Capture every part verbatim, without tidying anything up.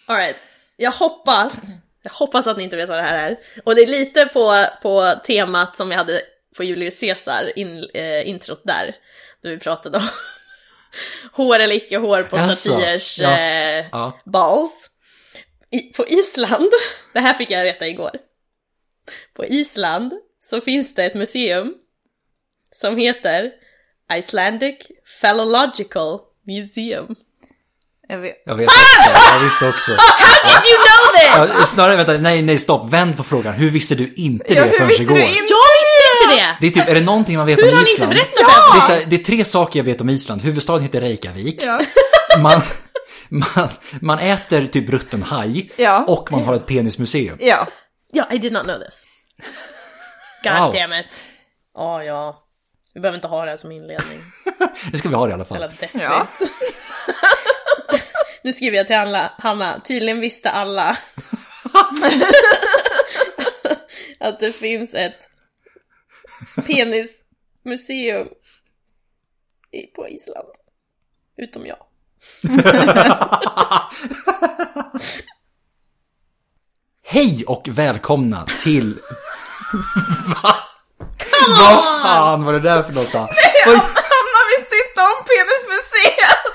All right. Jag hoppas, jag hoppas att ni inte vet vad det här är. Och det är lite på, på temat som vi hade på Julius Caesar, in, eh, introt där. Där vi pratade om hår eller icke hår på alltså, statyers ja, eh, ja. balls. I, på Island, det här fick jag veta igår. På Island så finns det ett museum som heter Icelandic Phallological Museum. Jag vet. Jag vet också, jag visste också. How did you know this? Ja, snarare, vänta, nej, nej, stopp, vänd på frågan. Hur visste du inte Ja, det hur förrän visste igår? du inte? Jag visste inte det! Det är typ, är det någonting man vet Hur om har ni Island? inte berättat Ja! det? Det är, så här, det är tre saker jag vet om Island. Huvudstaden heter Reykjavik. Ja. Man, man, man äter typ rutten haj. Ja. Och man har ett penismuseum. Ja. Ja, I did not know this. God Wow. damn it. Ja, oh, ja. Vi behöver inte ha det här som inledning. Det ska vi ha det i alla Så jävla fall. deppigt. Ja. Nu skriver jag till Hanna, Hanna. Tydligen visste alla att det finns ett penismuseum i, på Island. Utom jag. Hej och välkomna till... Va? Vad fan var det där för något då? Oj. Hanna visste inte om penismuseet.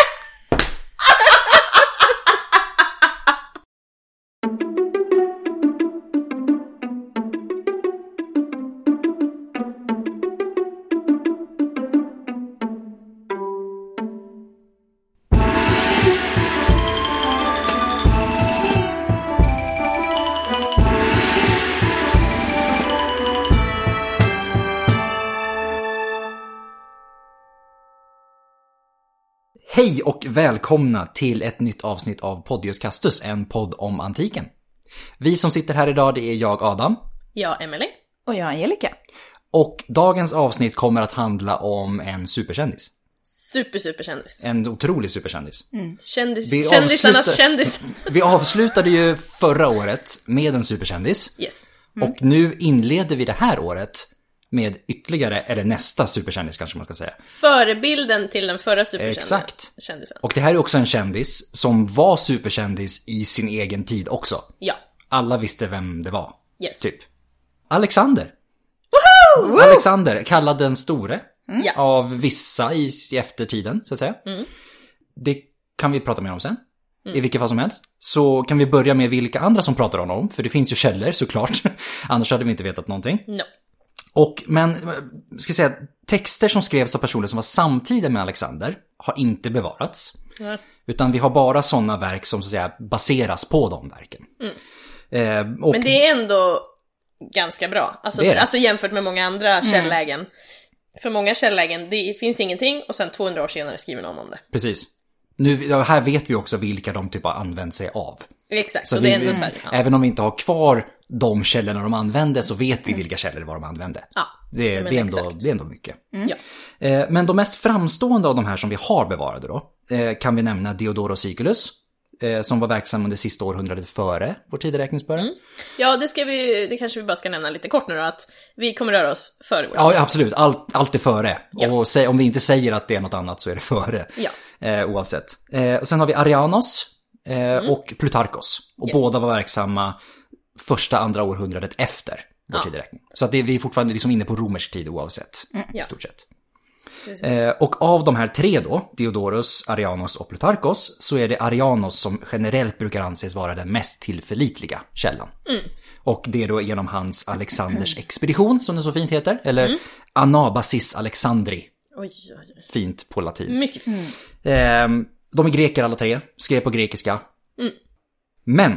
Hej och välkomna till ett nytt avsnitt av Podius Castus, en podd om antiken. Vi som sitter här idag, det är jag Adam. Ja, Emily. Och jag Angelica. Och dagens avsnitt kommer att handla om en superkändis. Super, super kändis. En otrolig superkändis. Mm. Kändis, Vi kändisarnas avslutar- kändis. Vi avslutade ju förra året med en superkändis. Yes. Och nu inleder vi det här året med ytterligare, eller nästa superkändis kanske man ska säga. Förebilden till den förra superkändisen. Exakt. Kändisen. Och det här är också en kändis som var superkändis i sin egen tid också. Ja. Alla visste vem det var. Yes. Typ. Alexander. Woohoo! Alexander, kallad den store. Ja. Av vissa i, i eftertiden, så att säga. Mm. Det kan vi prata mer om sen. Mm. I vilket fall som helst. Så kan vi börja med vilka andra som pratar om honom. För det finns ju källor såklart. Annars hade vi inte vetat någonting. No. Och, men, ska jag säga, texter som skrevs av personer som var samtida med Alexander har inte bevarats. Ja. Utan vi har bara sådana verk som så att säga baseras på de verken. Mm. Eh, och, Men det är ändå ganska bra. Alltså, Det är det. alltså jämfört med många andra källägen. Mm. För många källägen, det finns ingenting och sen tvåhundra år senare skriver någon om det. Precis. Nu, ja, här vet vi också vilka de typ har använt sig av. Exakt, Så så det är vi, ändå så här, ja. även om vi inte har kvar de källorna de använde så vet vi vilka källor det var de använde. Ja, det, men det, är ändå, exakt. det är ändå mycket. Mm. Ja. Eh, men de mest framstående av de här som vi har bevarade då eh, kan vi nämna Diodorus Siculus eh, som var verksam under sista århundradet före vår tideräkningsbörjan. Mm. Ja, det, ska vi, det kanske vi bara ska nämna lite kort nu då, att vi kommer röra oss före vår. Ja, absolut. Allt, allt är före. Ja. Och sä, om vi inte säger att det är något annat så är det före. Ja. Eh, oavsett. Eh, och sen har vi Arianos eh, Mm. och Plutarkos. Och Yes. båda var verksamma första, andra århundradet efter vår Ja. tideräkning. Så att det, vi är fortfarande liksom inne på romersk tid oavsett. Ja. I stort sett. Precis. Eh, och av de här tre då, Diodorus, Arianos och Plutarkos, så är det Arianos som generellt brukar anses vara den mest tillförlitliga källan. Mm. Och det är då genom hans Alexanders expedition, som det så fint heter, eller mm. Anabasis Alexandri. Oj, oj, oj. Fint på latin. Mycket fint. Eh, de är greker alla tre, skrev på grekiska. Mm. Men,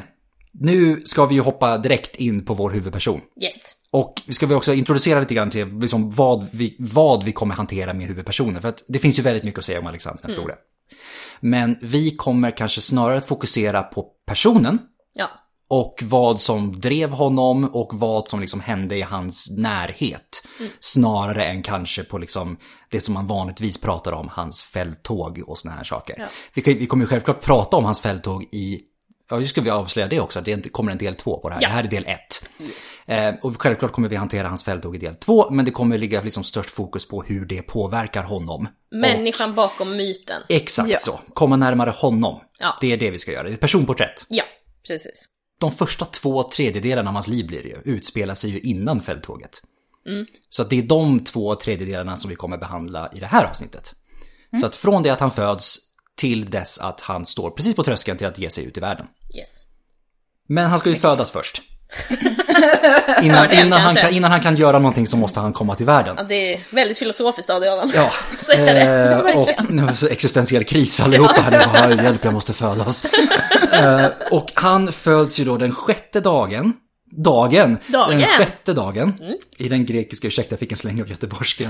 nu ska vi ju hoppa direkt in på vår huvudperson. Yes. Och ska vi också introducera lite grann till liksom vad, vi, vad vi kommer hantera med huvudpersonen. För att det finns ju väldigt mycket att säga om Alexander den store. Mm. Men vi kommer kanske snarare att fokusera på personen. Ja. Och vad som drev honom och vad som liksom hände i hans närhet. Mm. Snarare än kanske på liksom det som man vanligtvis pratar om, hans fälttåg och såna här saker. Ja. Vi, vi kommer ju självklart prata om hans fälttåg i... Ja, nu ska vi avslöja det också. Det kommer en del två på det här. Ja. Det här är del ett. Eh, och självklart kommer vi hantera hans fälttåg i del två, men det kommer ligga liksom störst fokus på hur det påverkar honom. Människan och, bakom myten. Exakt ja. så. Komma närmare honom. Ja. Det är det vi ska göra. Det är ett personporträtt. Ja, precis. De första två tredjedelarna av hans liv blir det ju, utspelar sig ju innan fälttåget. Mm. Så att det är de två tredjedelarna som vi kommer behandla i det här avsnittet. Mm. Så att från det att han föds till dess att han står precis på tröskeln till att ge sig ut i världen. Yes. Men han ska ju födas först. innan, innan, han kan, innan han kan göra någonting så måste han komma till världen. Ja, det är väldigt filosofiskt av dig, Adam. Ja, så är det. Eh, och nu så existentiell kris allihopa här. Ja. Bara, hjälp, jag måste födas. eh, och han föds ju då den sjätte dagen. Dagen. dagen. Den sjätte dagen. Mm. I den grekiska, ursäkta jag fick en släng av göteborgska.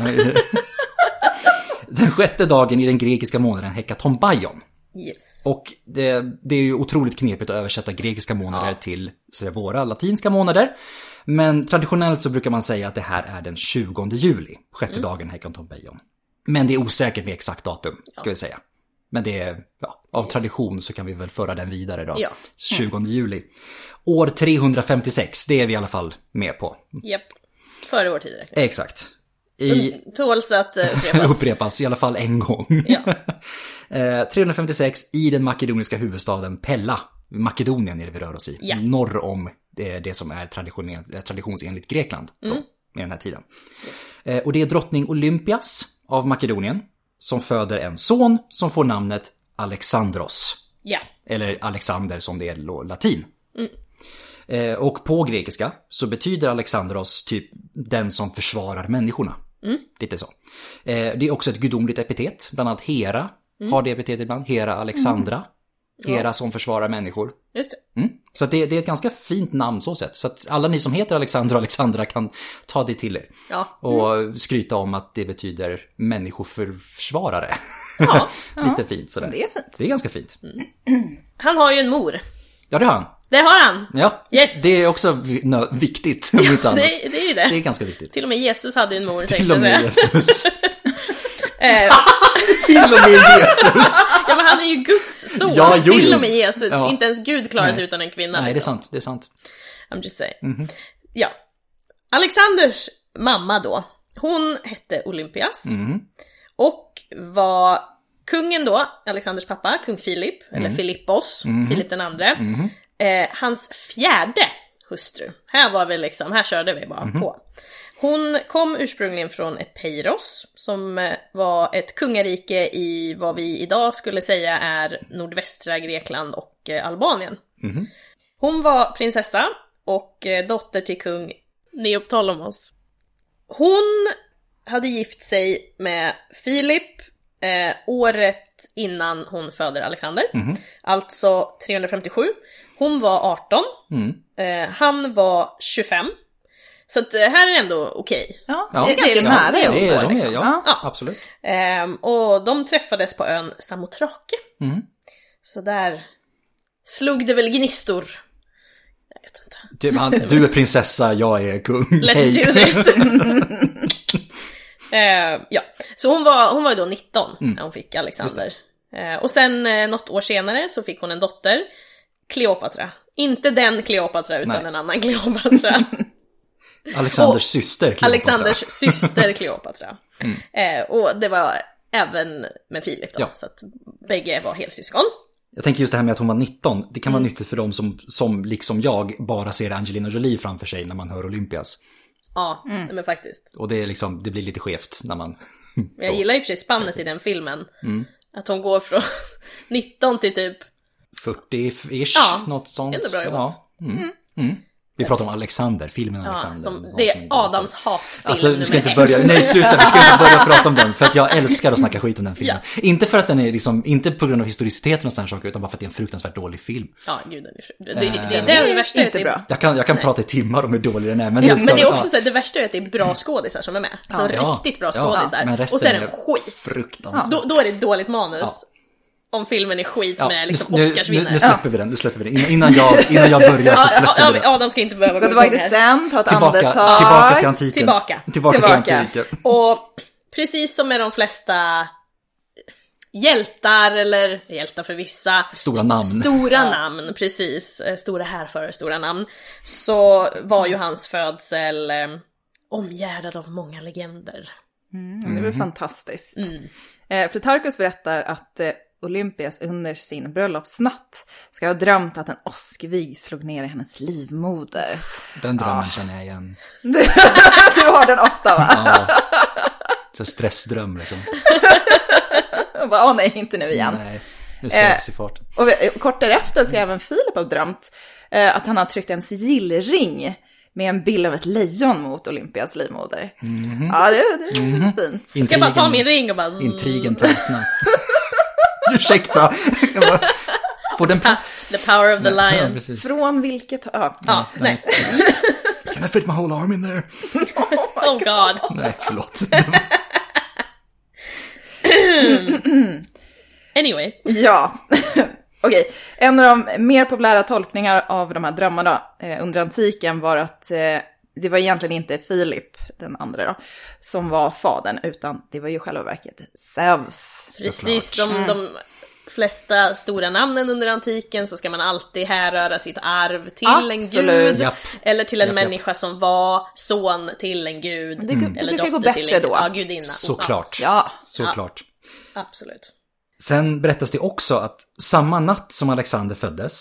Den sjätte dagen i den grekiska månaden Hekatombaion. Yes. Och det, det är ju otroligt knepigt att översätta grekiska månader ja. till så säga, våra latinska månader. Men traditionellt så brukar man säga att det här är den tjugonde juli, sjätte mm. dagen Hekatombaion. Men det är osäkert med exakt datum, ska ja. vi säga. Men det är, ja, av tradition så kan vi väl föra den vidare då. Ja. tjugonde juli. År trehundrafemtiosex, det är vi i alla fall med på. Japp, före vår tid. Exakt. I... Tåls att upprepas. upprepas i alla fall en gång. Ja. eh, trehundrafemtiosex i den makedoniska huvudstaden Pella. Makedonien är det vi rör oss i. Ja. Norr om det, det som är tradition, traditionsenligt Grekland då, mm. i den här tiden. Yes. Eh, och det är drottning Olympias av Makedonien som föder en son som får namnet Alexandros. Ja. Eller Alexander som det är latin. Mm. Eh, och på grekiska så betyder Alexandros typ den som försvarar människorna. Mm. Lite så. Eh, det är också ett gudomligt epitet. Bland annat Hera mm. har det epitetet ibland. Hera Alexandra. Mm. Hera ja. som försvarar människor. Just det. Mm. Så att det, det är ett ganska fint namn så sett. Så att alla ni som heter Alexandra och Alexandra kan ta det till er. Ja. Och mm. skryta om att det betyder människoförsvarare. Ja. Lite fint sådär. Det är fint. Det är ganska fint. Mm. Han har ju en mor. Ja, det har han. Det har han. Ja, yes. Det är också nö- viktigt. Ja, det, det är ju det. Det är ganska viktigt. Till och med Jesus hade en mor. Till och med Jesus. eh. Till och med Jesus. Ja, men han är ju Guds son. Ja, jo, Till jo. och med Jesus. Ja. Inte ens Gud klarar sig Nej. utan en kvinna. Nej, liksom. det är sant. Det är sant. I'm just saying. Mm-hmm. Ja. Alexanders mamma då, hon hette Olympias. Mm. Och var kungen då, Alexanders pappa, kung Filip, mm. eller Filippos, mm. Filip den andre. Mm. Eh, hans fjärde hustru. Här var vi liksom, här körde vi bara mm. på. Hon kom ursprungligen från Epeiros, som var ett kungarike i vad vi idag skulle säga är nordvästra Grekland och Albanien. Mm. Hon var prinsessa och dotter till kung Neoptolemos. Hon hade gift sig med Filip eh, året innan hon föder Alexander. Mm. Alltså trehundrafemtiosju. Hon var arton. Mm. Eh, han var tjugofem. Så att här är det ändå okej. Okay. Ja, det, det är det är ganska nära. Det är, Det är, de liksom. är, ja, ja. absolut. Eh, och de träffades på ön Samothrake. Mm. Så där slog det väl gnistor. Jag vet inte. Du, han, du är prinsessa, jag är kung. Let's Hej. do this. eh, ja, så hon var, hon var då nitton mm. när hon fick Alexander. Eh, och sen eh, något år senare så fick hon en dotter, Kleopatra. Inte den Kleopatra utan Nej. en annan Kleopatra. Alexanders och syster Kleopatra. Alexanders syster Kleopatra. Mm. Eh, och det var även med Filip då, ja. så att bägge var helsyskon. Jag tänker just det här med att hon var nitton. Det kan vara mm. nyttigt för dem som, som liksom jag bara ser Angelina Jolie framför sig när man hör Olympias. Ja, mm. men faktiskt. Och det, är liksom, det blir lite skevt när man... Jag gillar i och för sig spannet i den filmen. Mm. Att hon går från nitton till typ... fyrtio-ish, ja, något sånt. Ändå bra jobbat. Ja. Mm. Mm. Mm. Vi pratar om Alexander, filmen ja, Alexander. Som, det är Adams hatfilm. Alltså vi ska inte börja, nej sluta, vi ska inte börja prata om den. För att jag älskar att snacka skit om den filmen. Ja. Inte för att den är liksom, inte på grund av historiciteten och sådana saker, utan bara för att det är en fruktansvärt dålig film. Ja, gud den är fru- det, det, det, det, det är det värsta inte bra. Jag kan, jag kan prata i timmar om hur dålig den är. Men, ja, det, ska, men det är också ja. så att det värsta är att det är bra skådisar som är med. Så ja. riktigt bra ja, skådisar. men och sen är det skit. Fruktansvärt. Då, då är det ett dåligt manus. Ja. Om filmen är skit ja, med liksom Oscarsvinnare. Nu, nu släpper ja. vi den, nu släpper vi den. Innan jag, innan jag börjar så släpper ja, vi den. Adam ska inte behöva gå tillbaka till sen, ta ett tillbaka, andetag. Tillbaka till antiken. Tillbaka. Tillbaka, tillbaka. till antiken. Och precis som med de flesta hjältar, eller hjältar för vissa. Stora namn. Stora ja. namn, precis. Stora härförare, stora namn. Så var ju hans födsel eh, omgärdad av många legender. Mm, det var mm. fantastiskt. Mm. Eh, Plutarchus berättar att eh, Olympias under sin bröllopsnatt ska ha drömt att en åskvig slog ner i hennes livmoder. Den drömmen ja. känner jag igen. Du, du har den ofta, va? Ja. Så stressdröm liksom. Åh nej, inte nu igen. Nej, nu sägs eh, i farten. Och kort därefter ska även Filip ha drömt eh, att han har tryckt en sigillring med en bild av ett lejon mot Olympias livmoder. Mm-hmm. Ja, det, det är mm-hmm. fint. Intrigen, ska jag bara ta min ring och bara... Intrigen tätna. Ursäkta. Får den plats? The power of the nej, lion. Ja, från vilket... Ja, ja nej. nej. Can I fit my whole arm in there? Oh, oh god. Nej, förlåt. Anyway. Ja. Okej, okay. En av de mer populära tolkningar av de här drömmarna eh, under antiken var att eh, det var egentligen inte Filip, den andra då, som var fadern, utan det var ju själva verket Zeus. Precis som mm. de flesta stora namnen under antiken så ska man alltid härröra sitt arv till Absolut. en gud. Japp. Eller till en japp, människa japp. som var son till en gud. Det, mm. eller det brukar gå bättre då. Ja, gudinna. Såklart. Ja. Såklart. Ja. Absolut. Sen berättas det också att samma natt som Alexander föddes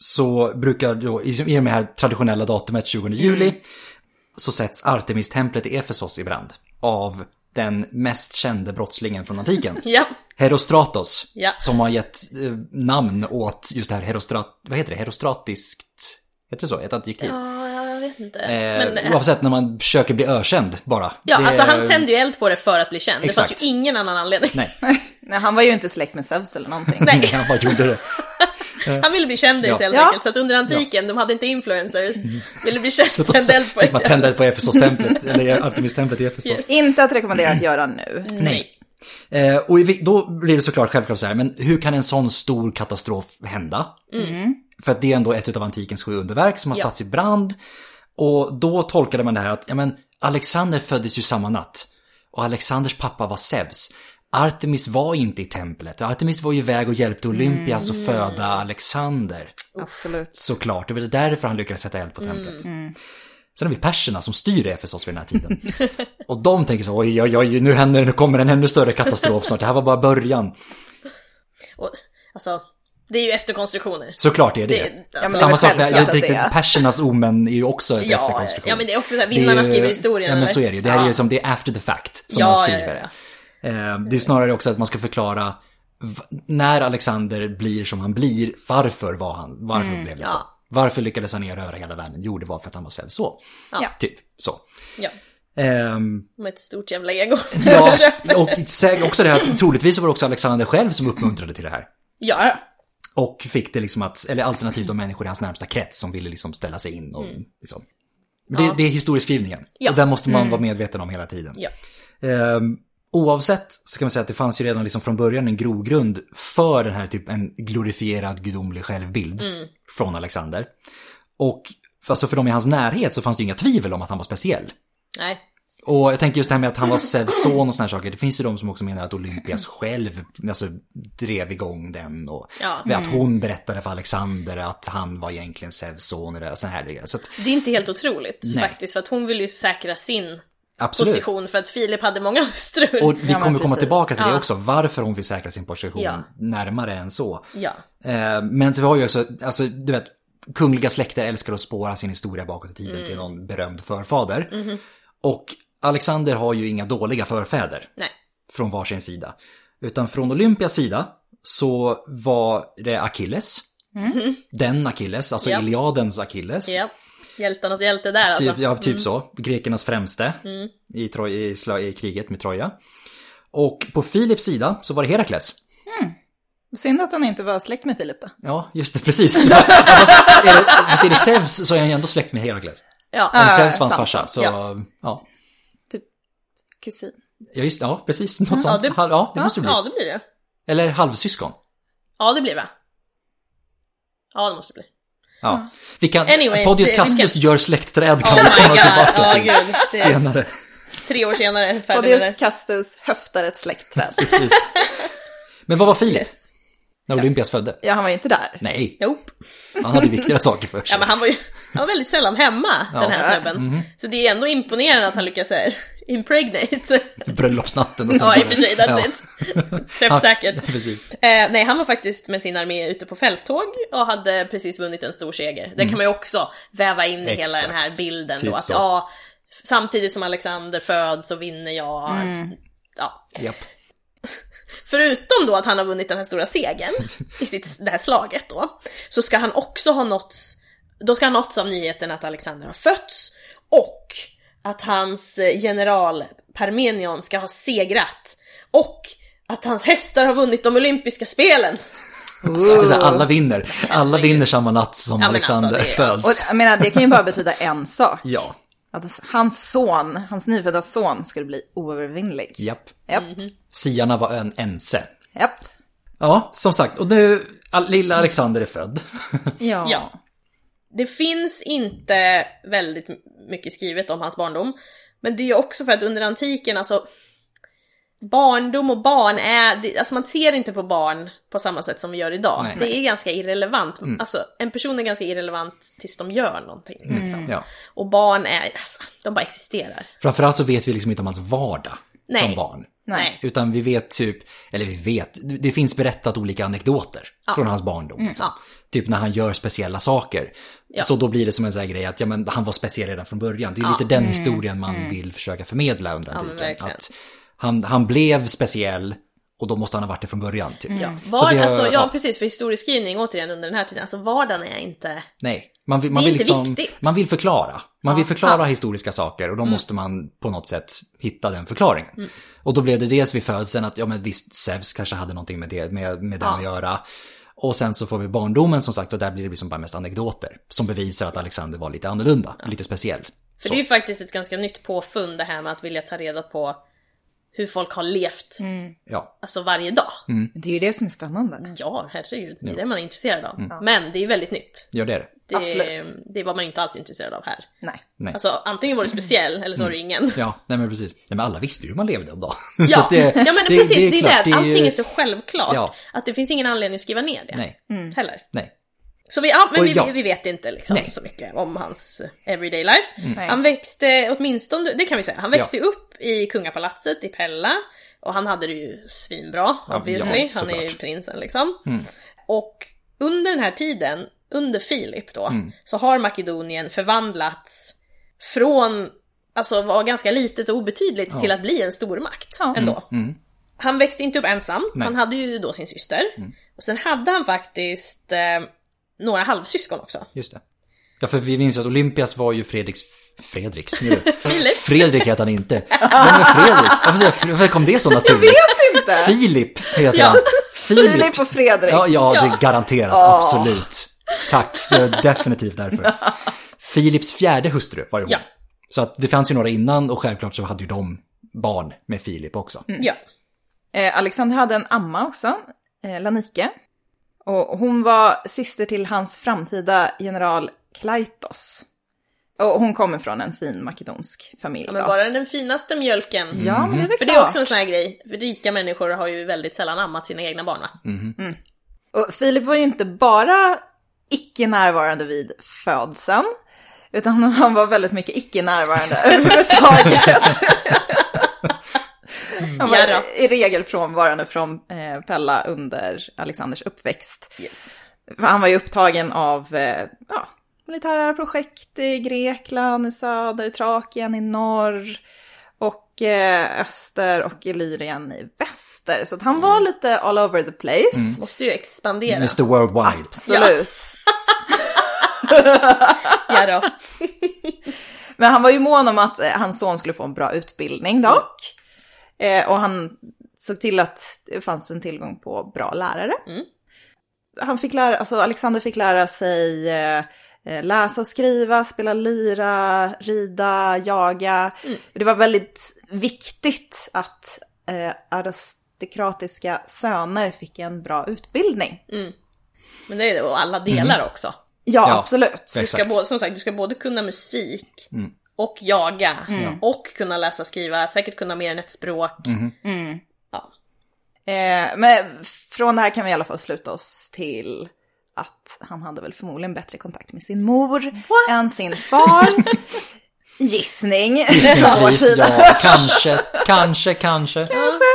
så brukar då, i och med det här traditionella datumet tjugonde juli mm. så sätts Artemis-templet i Efesos i brand av den mest kände brottslingen från antiken. Ja. Herostratos, ja. som har gett eh, namn åt just det här herostrat, vad heter det? Herostratiskt, heter det så? Ett adjektiv. Ja, jag vet inte. Eh, men, oavsett när man försöker bli ökänd bara. Ja, det, alltså han tände ju eld på det för att bli känd. Exakt. Det fanns ju ingen annan anledning. Nej. Nej, han var ju inte släkt med Zeus eller någonting. Nej. Nej, han bara gjorde det. Han ville bli kändis ja. helt enkelt. Så att under antiken, ja. de hade inte influencers. Ville bli känd, tända eld på det. Man tände eld på Efesos-templet, eller Artemis-templet i Efesos. Yes. Inte att rekommendera att göra nu. Nej. Eh, och då blir det såklart självklart så här, men hur kan en sån stor katastrof hända? Mm. För att det är ändå ett av antikens sju underverk som har ja. satts i brand. Och då tolkade man det här att, ja men, Alexander föddes ju samma natt. Och Alexanders pappa var Zeus. Artemis var inte i templet. Artemis var ju iväg och hjälpte Olympias mm. att föda Alexander. Absolut. Såklart, det var därför han lyckades sätta eld på templet. Mm. Sen har vi perserna som styr Efesos vid den här tiden. Och de tänker så, oj, oj, oj, nu, händer, nu kommer en ännu större katastrof snart. Det här var bara början. Och, alltså, det är ju efterkonstruktioner. Såklart är det. det alltså, Samma sak med, jag tänkte, det. persernas omen är ju också ett ja, efterkonstruktion. Ja, men det är också så här, vinnarna det, skriver historien. Ja, men så är det ju. Det här ja. är som det är after the fact som ja, man skriver ja, det. Ja, ja. Det är snarare också att man ska förklara när Alexander blir som han blir, varför var han, varför mm, blev det ja. så? Varför lyckades han erövra hela världen? Jo, det var för att han var Zeus så. Ja. Typ så. Ja. Um, Med ett stort jävla ego. Ja, och också det här, troligtvis var det också Alexander själv som uppmuntrade till det här. Ja. Och fick det liksom att, eller alternativt de människor i hans närmsta krets som ville liksom ställa sig in och mm. liksom. Det, ja. det är historieskrivningen. Ja. Och den måste man mm. vara medveten om hela tiden. Ja. Um, Oavsett så kan man säga att det fanns ju redan liksom från början en grogrund för den här typ en glorifierad gudomlig självbild mm. från Alexander. Och alltså för dem i hans närhet så fanns det inga tvivel om att han var speciell. Nej. Och jag tänker just det här med att han var Zeus son och såna här saker. Det finns ju de som också menar att Olympias själv alltså, drev igång den. Och ja. mm. att hon berättade för Alexander att han var egentligen Zeus son och såna här grejer. Så att, det är inte helt otroligt nej. faktiskt. För att hon vill ju säkra sin Absolut. position för att Filip hade många hustrur. Och vi ja, kommer komma tillbaka till det ja. också. Varför hon vill säkra sin position ja. närmare än så. Ja. Eh, men så var ju också, alltså du vet, kungliga släkter älskar att spåra sin historia bakåt i tiden mm. till någon berömd förfader. Mm-hmm. Och Alexander har ju inga dåliga förfäder. Nej. Från varsin sida. Utan från Olympias sida så var det Achilles. Mm-hmm. Den Achilles, alltså yep. Iliadens Achilles. Ja. Yep. Hjältarnas hjälte där alltså. Typ, ja, typ mm. så. Grekernas främste mm. i, Troj- i, slö- i kriget med Troja. Och på Filips sida så var det Herakles. Mm. Synd att han inte var släkt med Filip då. Ja, just det, precis. ja, fast, är det, fast är det Zeus så är han ju ändå släkt med Herakles. Ja. Om Zeus var hans farsa, så ja. ja. Typ kusin. Ja, just ja, precis. Något ja, sånt. Det, ja, det måste det bli. Ja, det blir det. Eller halvsyskon. Ja, det blir det. Ja, det måste det bli. Ja. Vi kan, anyway, Podius det, Castus kan... gör släktträd kan oh vi komma tillbaka oh, till Gud, det... senare. Tre år senare. Podius Castus höftar ett släktträd. Precis. Men vad var Filip? Yes. När Olympias födde? Ja, han var ju inte där. Nej, Nope. han hade viktigare saker för sig. Ja, men han var ju han var väldigt sällan hemma, Ja. den här snubben. Mm-hmm. Så det är ändå imponerande att han lyckas så här, impregnate. Bröllopsnatten och så. Ja, i och för sig, that's Ja. it. Träffsäkert. Ja, precis. Eh, nej, han var faktiskt med sin armé ute på fälttåg och hade precis vunnit en stor seger. Det kan man ju också väva in i hela Exakt. den här bilden Typ då. Att så. ja, samtidigt som Alexander föds så vinner jag. Mm. Ja. Japp. Förutom då att han har vunnit den här stora segern i sitt, det här slaget då, så ska han också ha nåtts, då ska han nåtts av nyheten att Alexander har fötts och att hans general Parmenion ska ha segrat och att hans hästar har vunnit de olympiska spelen. Alltså, alla vinner. Alla vinner samma natt som Ja, men Alexander alltså, det är- föds. Och jag menar, det kan ju bara betyda en sak. Ja, Att hans son, hans nyfödda son skulle bli oövervinnlig. japp. Japp, Siarna var en ense. japp. Ja, som sagt. Och nu, all, lilla Alexander är född. Ja. Ja. Det finns inte väldigt mycket skrivet om hans barndom, men det är ju också för att under antiken, alltså barndom och barn är, det, alltså man ser inte på barn på samma sätt som vi gör idag. Nej. Det är ganska irrelevant. Alltså en person är ganska irrelevant tills de gör någonting. Liksom. Ja. Och barn är, alltså, de bara existerar. Framförallt så vet vi liksom inte om hans vardag Nej. som barn. Nej. Utan vi vet typ, eller vi vet, det finns berättat olika anekdoter från hans barndom. Liksom. Ja. Typ när han gör speciella saker. Ja. Så då blir det som en sån här grej att ja, men han var speciell redan från början. Det är Ja. lite den historien man vill försöka förmedla under men antiken. verkligen. att han, han blev speciell och då måste han ha varit det från början. Typ. Ja, Så var, vi har- alltså, ja, ja. precis, för historieskrivning återigen under den här tiden, alltså vardagen är inte... Nej, man vill, man Det är vill, inte liksom, viktigt. man vill förklara. Man vill förklara Ja. historiska saker och då Mm. måste man på något sätt hitta den förklaringen. Mm. Och då blev det dels vid födseln att ja men visst, Zeus kanske hade någonting med, det, med, med den Ja. att göra. Och sen så får vi barndomen som sagt och där blir det liksom bara mest anekdoter som bevisar att Alexander var lite annorlunda, lite speciell. För Så. det är ju faktiskt ett ganska nytt påfund det här med att vilja ta reda på hur folk har levt, Ja. alltså varje dag. Det är ju det som är spännande. Ja, herregud, det är det man är intresserad av. Men det är ju väldigt nytt. Gör det det? Det, Absolut. det var man inte alls intresserad av här. Nej. Nej. Alltså antingen var du speciell eller så var du ingen. Ja, nej men precis. Nej men alla visste ju hur man levde om dagen. Ja, Så att det, ja men precis, det är det. klart, Att allting ju- är så självklart Ja. att det finns ingen anledning att skriva ner det. Nej, Heller. nej. Så vi, ja, men Och vi, ja. vi vet inte liksom Nej. så mycket om hans everyday life. Nej. Han växte, åtminstone, det kan vi säga, han växte Ja. upp i kungapalatset i Pella. Och han hade det ju svinbra, obviously. ja, han är ju såklart. prinsen liksom. Och under den här tiden, under Filip då, så har Makedonien förvandlats från, alltså var ganska litet och obetydligt till att bli en stormakt Ja. ändå. Han växte inte upp ensam, Nej. han hade ju då sin syster. Och sen hade han faktiskt eh, några halvsyskon också. Just det. Ja, för vi minns ju att Olympias var ju Fredriks... Fredriks? Nu. Filip. Fredrik heter han inte. Vem är Fredrik? Varför, säger, varför kom det så naturligt? Jag vet inte! Filip heter Ja. han. Filip. Filip och Fredrik. Ja, ja, det Ja. är garanterat. Åh. Absolut. Tack, det är definitivt därför. Filips fjärde hustru var det hon. Ja. Så att det fanns ju några innan och självklart så hade ju de barn med Filip också. Ja. Eh, Alexander hade en amma också, eh, Lanike. Och hon var syster till hans framtida general Klaitos. Och hon kommer från en fin makedonsk familj. Ja, men då. bara den finaste mjölken. Ja, men det är väl För klart. det är också en sån här grej. För rika människor har ju väldigt sällan ammat sina egna barn, va? Och Filip var ju inte bara icke närvarande vid födseln, utan han var väldigt mycket icke närvarande överhuvudtaget. Han var Jadå. i regel frånvarande från eh, Pella under Alexanders uppväxt. Yes. För han var ju upptagen av eh, ja, militära projekt i Grekland i söder, Trakien i norr och eh, öster och Illyrien i väster. Så att han var lite all over the place. Måste ju expandera. mister Worldwide. Absolut. Ja då. Men han var ju mån om att eh, hans son skulle få en bra utbildning dock. Eh, och han såg till att det fanns en tillgång på bra lärare. Mm. Han fick lära, alltså Alexander fick lära sig eh, läsa och skriva, spela lyra, rida, jaga. Mm. Det var väldigt viktigt att eh, aristokratiska söner fick en bra utbildning. Men det är det, och alla delar också. Ja, Ja. absolut. Du ska, Exakt. både, som sagt, du ska både kunna musik och jaga. Och kunna läsa och skriva, säkert kunna mer än ett språk. Ja. Eh, men från det här kan vi i alla fall sluta oss till att han hade väl förmodligen bättre kontakt med sin mor What? än sin far. Gissning. Gissningsvis, ja. Kanske, kanske, kanske. Kanske.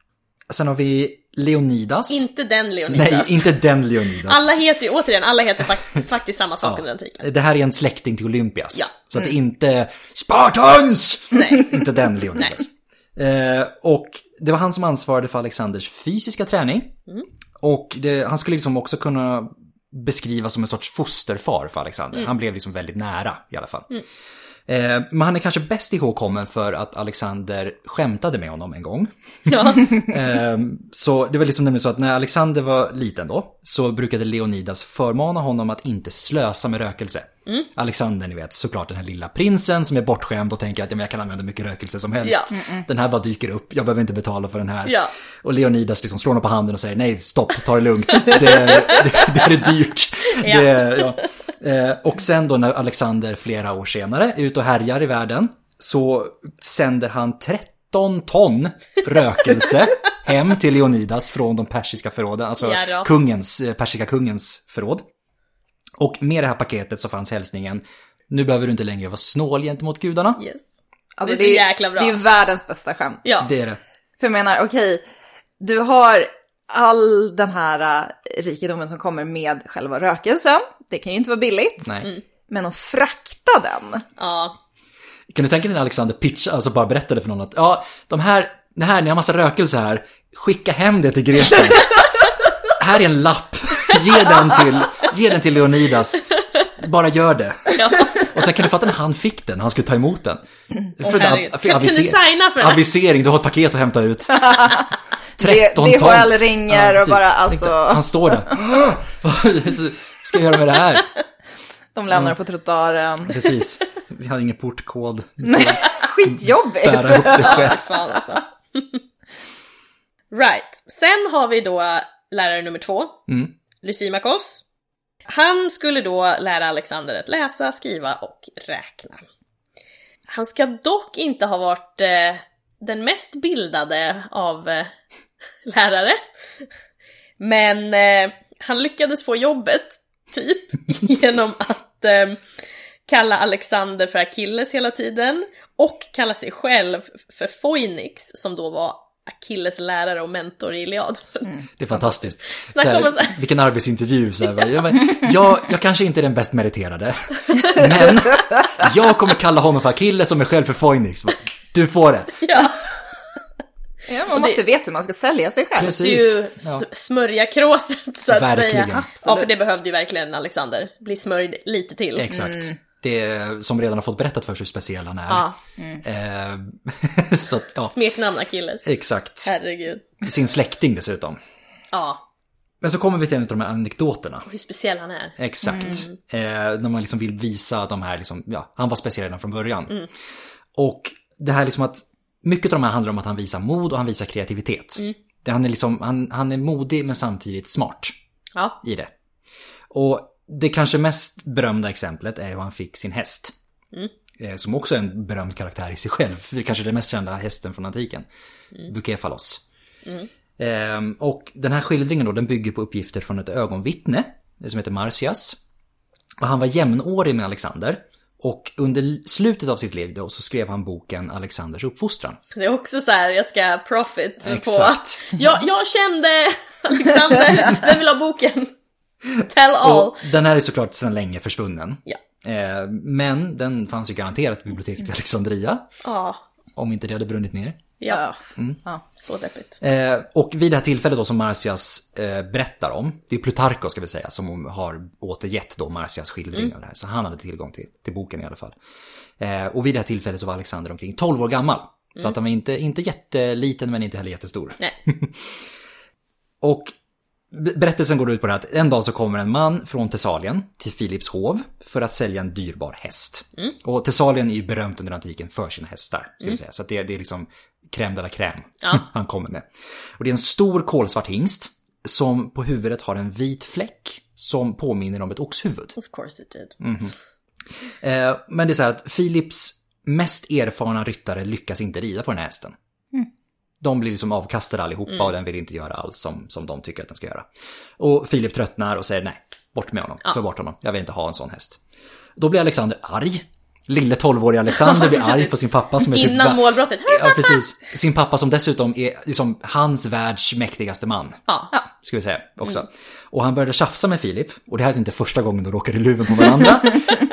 Sen har vi Leonidas. Inte den Leonidas. Nej, inte den Leonidas. Alla heter ju, återigen, alla heter faktiskt, faktiskt samma sak under ja. antiken. Det här är en släkting till Olympias. Ja. Så att det är inte Spartans! Nej. Inte den Leonidas. Eh, och det var han som ansvarade för Alexanders fysiska träning. Mm. Och det, han skulle liksom också kunna beskrivas som en sorts fosterfar för Alexander. Mm. Han blev liksom väldigt nära i alla fall. Mm. Eh, men han är kanske bäst ihågkommen för att Alexander skämtade med honom en gång. Ja. eh, så det var liksom nämligen så att när Alexander var liten då, så brukade Leonidas förmana honom att inte slösa med rökelse. Mm. Alexander, ni vet, såklart den här lilla prinsen som är bortskämd och tänker att ja, men jag kan använda mycket rökelse som helst. Ja. Mm-mm. Den här bara dyker upp, jag behöver inte betala för den här. Ja. Och Leonidas liksom slår honom på handen och säger nej, stopp, ta det lugnt. Det, det, det är dyrt. Ja. Det, ja. Eh, och sen då när Alexander flera år senare är ute och härjar i världen, så sänder han tretton ton rökelse hem till Leonidas från de persiska förråden, alltså ja kungens, persiska kungens förråd. Och med det här paketet så fanns hälsningen: nu behöver du inte längre vara snål gentemot gudarna. Yes. Alltså det är, det är jäkla bra. Det är världens bästa skämt. Ja. Det är det. För jag menar, okej, okay, du har all den här uh, rikedomen som kommer med själva rökelsen. Det kan ju inte vara billigt. Nej. Mm. Men att frakta den. Ja. Kan du tänka dig när Alexander pitch, alltså bara berättade för någon att ja, de här, det här, ni har massa rökelse här, skicka hem det till Grekland. Här är en lapp. Ge den till, ge den till Leonidas. Bara gör det. Ja. Och sen kan du fatta när han fick den, han skulle ta emot den. För, oh, av, för aviser- du signa för det? Avisering, du har ett paket att hämta ut. tretton D H L ringer ja, och bara alltså... Han står där. Vad ska jag göra med det här? De lämnar mm. på trottoaren. Precis. Vi hade ingen portkod. Skitjobbigt. Bära upp det själv. Fan, alltså. Right. Sen har vi då lärare nummer två. Mm. Lysimakos. Han skulle då lära Alexander att läsa, skriva och räkna. Han ska dock inte ha varit eh, den mest bildade av eh, lärare. Men eh, han lyckades få jobbet typ genom att eh, kalla Alexander för Achilles hela tiden och kalla sig själv för Phoenix, som då var Achilles lärare och mentor i Iliad. Mm. Det är fantastiskt. Så här, så här. Vilken arbetsintervju. Så här, jag, jag, jag kanske inte är den bäst meriterade, men jag kommer kalla honom för Achilles och mig själv för Phoenix. Du får det. Ja. Ja, man måste det, veta hur man ska sälja sig själv. Precis. Det är ju ja. smörja kråset så att verkligen. Säga. Absolut. Ja, för det behövde ju verkligen Alexander. Bli smörjd lite till. Exakt. Mm. Det är, som redan har fått berättat för sig hur speciell han är. Ja. Mm. Eh, så att, ja. Smeknamn Achilles. Exakt. Herregud. Sin släkting dessutom. Ja. Men så kommer vi till en av de här anekdoterna. Hur speciell han är. Exakt. Mm. Eh, när man liksom vill visa att de här liksom, ja, han var speciell redan från början. Mm. Och det här liksom att mycket av de här handlar om att han visar mod och han visar kreativitet. Mm. Det, han, är liksom, han, han är modig men samtidigt smart ja. I det. Och det kanske mest berömda exemplet är hur han fick sin häst. Mm. Som också är en berömd karaktär i sig själv. Det är kanske den mest kända hästen från antiken. Mm. Bucephalos. Mm. Ehm, och den här skildringen då, den bygger på uppgifter från ett ögonvittne som heter Marsyas. Och han var jämnårig med Alexander. Och under slutet av sitt liv då så skrev han boken Alexanders uppfostran. Det är också så här, jag ska profit Exakt. På att jag, jag kände Alexander, vem vill ha boken? Tell all. Och den här är såklart sedan länge försvunnen. Ja. Eh, men den fanns ju garanterat i biblioteket i Alexandria. Ja. Om inte det hade brunnit ner. Ja, mm. ja så deppigt. Eh, och vid det här tillfället då som Marsyas eh, berättar om, det är Plutarkos ska vi säga som har återgett då Marsyas skildring mm. av det här. Så han hade tillgång till, till boken i alla fall. Eh, och vid det här tillfället så var Alexander omkring tolv år gammal. Mm. Så att han var inte, inte jätteliten men inte heller jättestor. Nej. Och berättelsen går ut på det att en dag så kommer en man från Thessalien till Filips hov för att sälja en dyrbar häst. Mm. Och Thessalien är ju berömt under antiken för sina hästar. Mm. Säga. Så att det, det är liksom crème de la crème ja. Han kommer med. Och det är en stor kolsvart hingst som på huvudet har en vit fläck som påminner om ett oxhuvud. Of course it did. Mm-hmm. Eh, men det är så här att Filips mest erfarna ryttare lyckas inte rida på den här hästen. Mm. De blir liksom avkastade allihopa mm. och den vill inte göra alls som, som de tycker att den ska göra. Och Filip tröttnar och säger nej, bort med honom, ja. för bort honom. Jag vill inte ha en sån häst. Då blir Alexander arg. Lille tolvåriga Alexander blir arg på sin pappa som är innan typ, målbrottet. Ja, precis. Sin pappa som dessutom är liksom hans världs mäktigaste man. Ja. Ska vi säga också. Mm. Och han började tjafsa med Filip. Och det här är inte första gången de råkar i luven på varandra.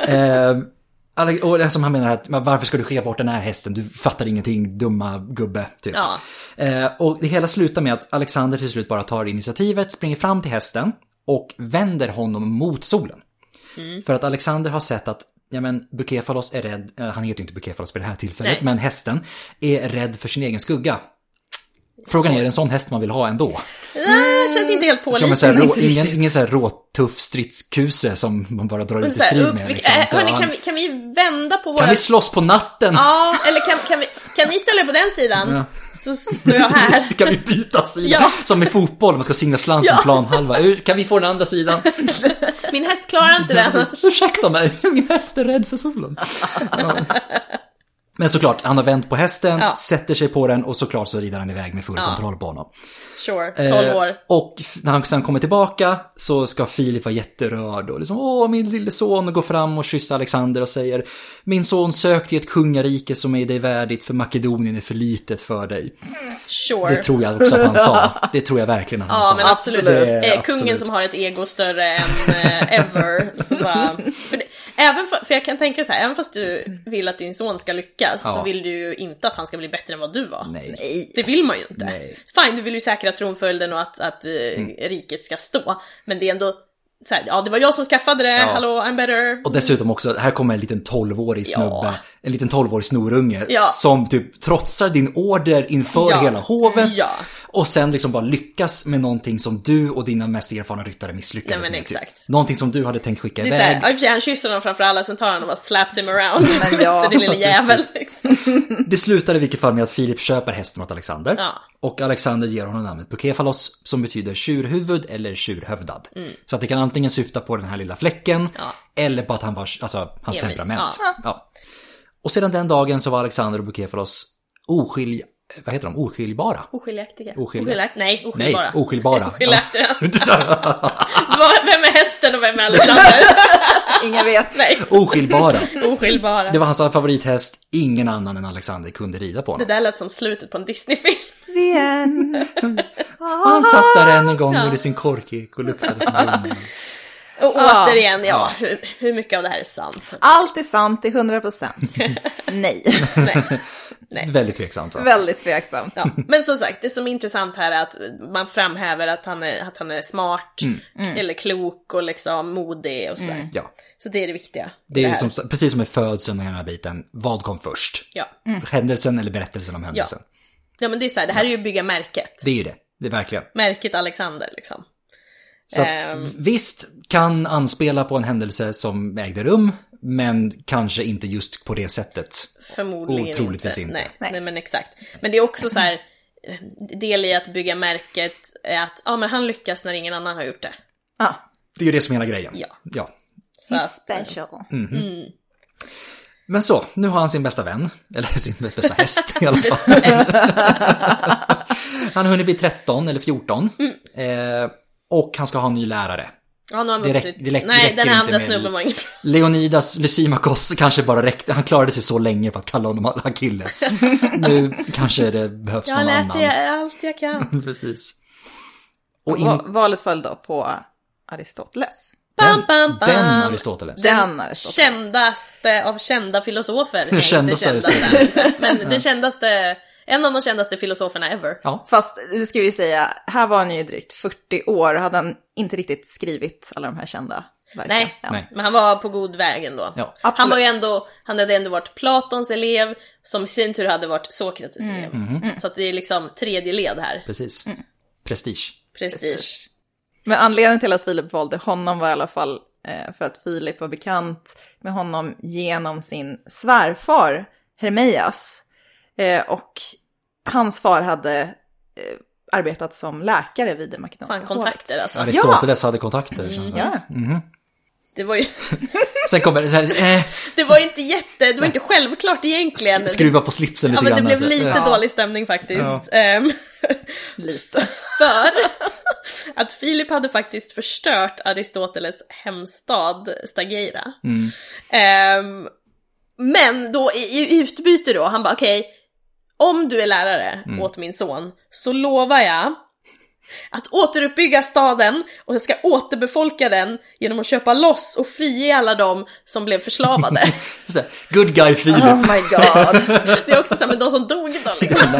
eh, och det som han menar att varför ska du skicka bort den här hästen? Du fattar ingenting, dumma gubbe. Typ. Ja. Eh, och det hela slutar med att Alexander till slut bara tar initiativet, springer fram till hästen och vänder honom mot solen. Mm. För att Alexander har sett att ja, men Bucephalus är rädd, han heter ju inte Bucephalus på det här tillfället, Nej. men hästen är rädd för sin egen skugga. Frågan är, är det en sån häst man vill ha ändå? Det känns inte helt pålitligt. Ingen, ingen så här råtuff stridskuse som man bara drar ut i strid ups, med. Liksom. Äh, hörni, kan, vi, kan vi vända på våra... Kan vi slåss på natten? Ja, eller kan, kan, vi, kan ni ställa er på den sidan? Ja. Så står jag här. Så kan vi byta sida? Ja. Som i fotboll, man ska singla slant ja. en planhalva. Kan vi få den andra sidan? Min häst klarar inte det. Ursäkta mig, min häst är rädd för solen. Ja. Men såklart, han har vänt på hästen, ja. sätter sig på den och såklart så rider han iväg med full ja. kontroll på honom. Sure, tolv år. Eh, och när han sen kommer tillbaka så ska Filip vara jätterörd och liksom, åh min lille son, och gå fram och kyssa Alexander och säger, min son sökte i ett kungarike som är dig värdigt, för Makedonien är för litet för dig. Sure. Det tror jag också att han sa. Det tror jag verkligen att han ja, sa. Ja, men absolut. Det är absolut. Kungen som har ett ego större än uh, ever. Så bara, för, det, även för, för jag kan tänka så här, även fast du vill att din son ska lyckas ja. så vill du ju inte att han ska bli bättre än vad du var. Nej. Det vill man ju inte. Nej. Fine, du vill ju säkra tronföljden och att, att uh, mm. riket ska stå. Men det är ändå så här, ja, det var jag som skaffade det, ja. hallå, I'm better. Och dessutom också, här kommer en liten tolvårig snubbe, ja. en liten tolvårig snorunge ja. som typ trotsar din order inför ja. hela hovet. Ja. Och sen liksom bara lyckas med någonting som du och dina mest erfarna ryttare misslyckades Nej, men med. exakt. Typ. Någonting som du hade tänkt skicka det iväg. Här, ja, han kysser honom framför alla, sen tar han och bara slaps him around. Men ja, för det lilla jävel. Det slutade i vilket fall med att Filip köper hästen åt Alexander. Ja. Och Alexander ger honom namnet Bucephalus, som betyder tjurhuvud eller tjurhövdad. Mm. Så att det kan antingen syfta på den här lilla fläcken ja. eller på att han var, alltså hans Envis. temperament. Ja. Ja. Och sedan den dagen så var Alexander och Bucephalus oskilj... Vad heter de? Oskiljbara? Oskiljaktiga. Oskilja. Oskiljakt. Nej, oskiljbara. Nej, oskiljbara. Oskiljaktiga. Vem är hästen och vem är Alexander? Ingen vet. Nej. Oskiljbara. Oskiljbara. Det var hans favorithäst. Ingen annan än Alexander kunde rida på honom. Det där lät som slutet på en Disney-film. The end. Han satt där än en gång ja. i sin korkik och luktade på blommorna. Och återigen, ja, ja. Hur, hur mycket av det här är sant? Allt är sant till hundra procent. Nej. Nej. Nej. Väldigt tveksamt, va? Väldigt tveksamt. Ja. Men som sagt, det som är intressant här är att man framhäver att han är, att han är smart mm. Mm. eller klok och liksom modig och sådär. Mm. Ja. Så det är det viktiga. Det är det som, precis som med födseln och den här biten. Vad kom först? Ja. Mm. Händelsen eller berättelsen om händelsen? Ja, ja men det är så här, det här är ju bygga märket. Det är ju det, det är verkligen. Märket Alexander liksom. Så att, um, visst kan anspela på en händelse som ägde rum, men kanske inte just på det sättet. Förmodligen Otroligtvis inte. inte. Nej, nej. nej, men exakt. Men det är också så här, del i att bygga märket är att ja, men han lyckas när ingen annan har gjort det. Ja. Det är ju det som är hela grejen. Ja. ja. Så att, special. Mm-hmm. Mm. Men så, nu har han sin bästa vän, eller sin bästa häst i alla fall. Han har hunnit bli tretton eller fjorton. Mm. Eh, och han ska ha en ny lärare. Ja, nu har han det vuxit. Räck, det räck, Nej, det den andra snubben var ingen. Leonidas Lysimachos kanske bara räckte. Han klarade sig så länge för att kalla honom Achilles. Nu kanske det behövs jag någon annan. Jag har lärt allt jag kan. Precis. Och in... Valet föll då på Aristoteles. Den, bam, bam. den Aristoteles. Den Aristoteles. Kändaste av kända filosofer. Kändaste kändaste. Men den kändaste... En av de kändaste filosoferna ever. Ja. Fast, det ska vi säga, här var han ju drygt fyrtio år. Hade han inte riktigt skrivit alla de här kända verken. Nej, ja. Nej. men han var på god väg ändå. Ja. Han var ju ändå, han hade ändå varit Platons elev, som i sin tur hade varit Sokrates mm. elev. Mm. Så att det är liksom tredje led här. Precis. Mm. Prestige. Prestige. Prestige. Men anledningen till att Filip valde honom var i alla fall eh, för att Filip var bekant med honom genom sin svärfar Hermeias. Eh, och hans far hade eh, arbetat som läkare vid det makedonska kontakter alltså. Aristoteles ja. hade kontakter. Mm, ja. Mm. Det var ju Sen kommer det så här, eh, Det var inte jätte, det var inte självklart egentligen. sk- skruva på slipsen lite Ja, men det grann. blev lite alltså. dålig stämning faktiskt. Ja. Ehm, Lite. för att Filip hade faktiskt förstört Aristoteles hemstad Stagira. Mm. Ehm, men då i, i utbyte då, han bara okej, okay, om du är lärare Mm. åt min son så lovar jag att återuppbygga staden och jag ska återbefolka den genom att köpa loss och frige alla dem som blev förslavade. Så här, good guy Filip. Oh my god. Det är också så här med de som dog då liksom.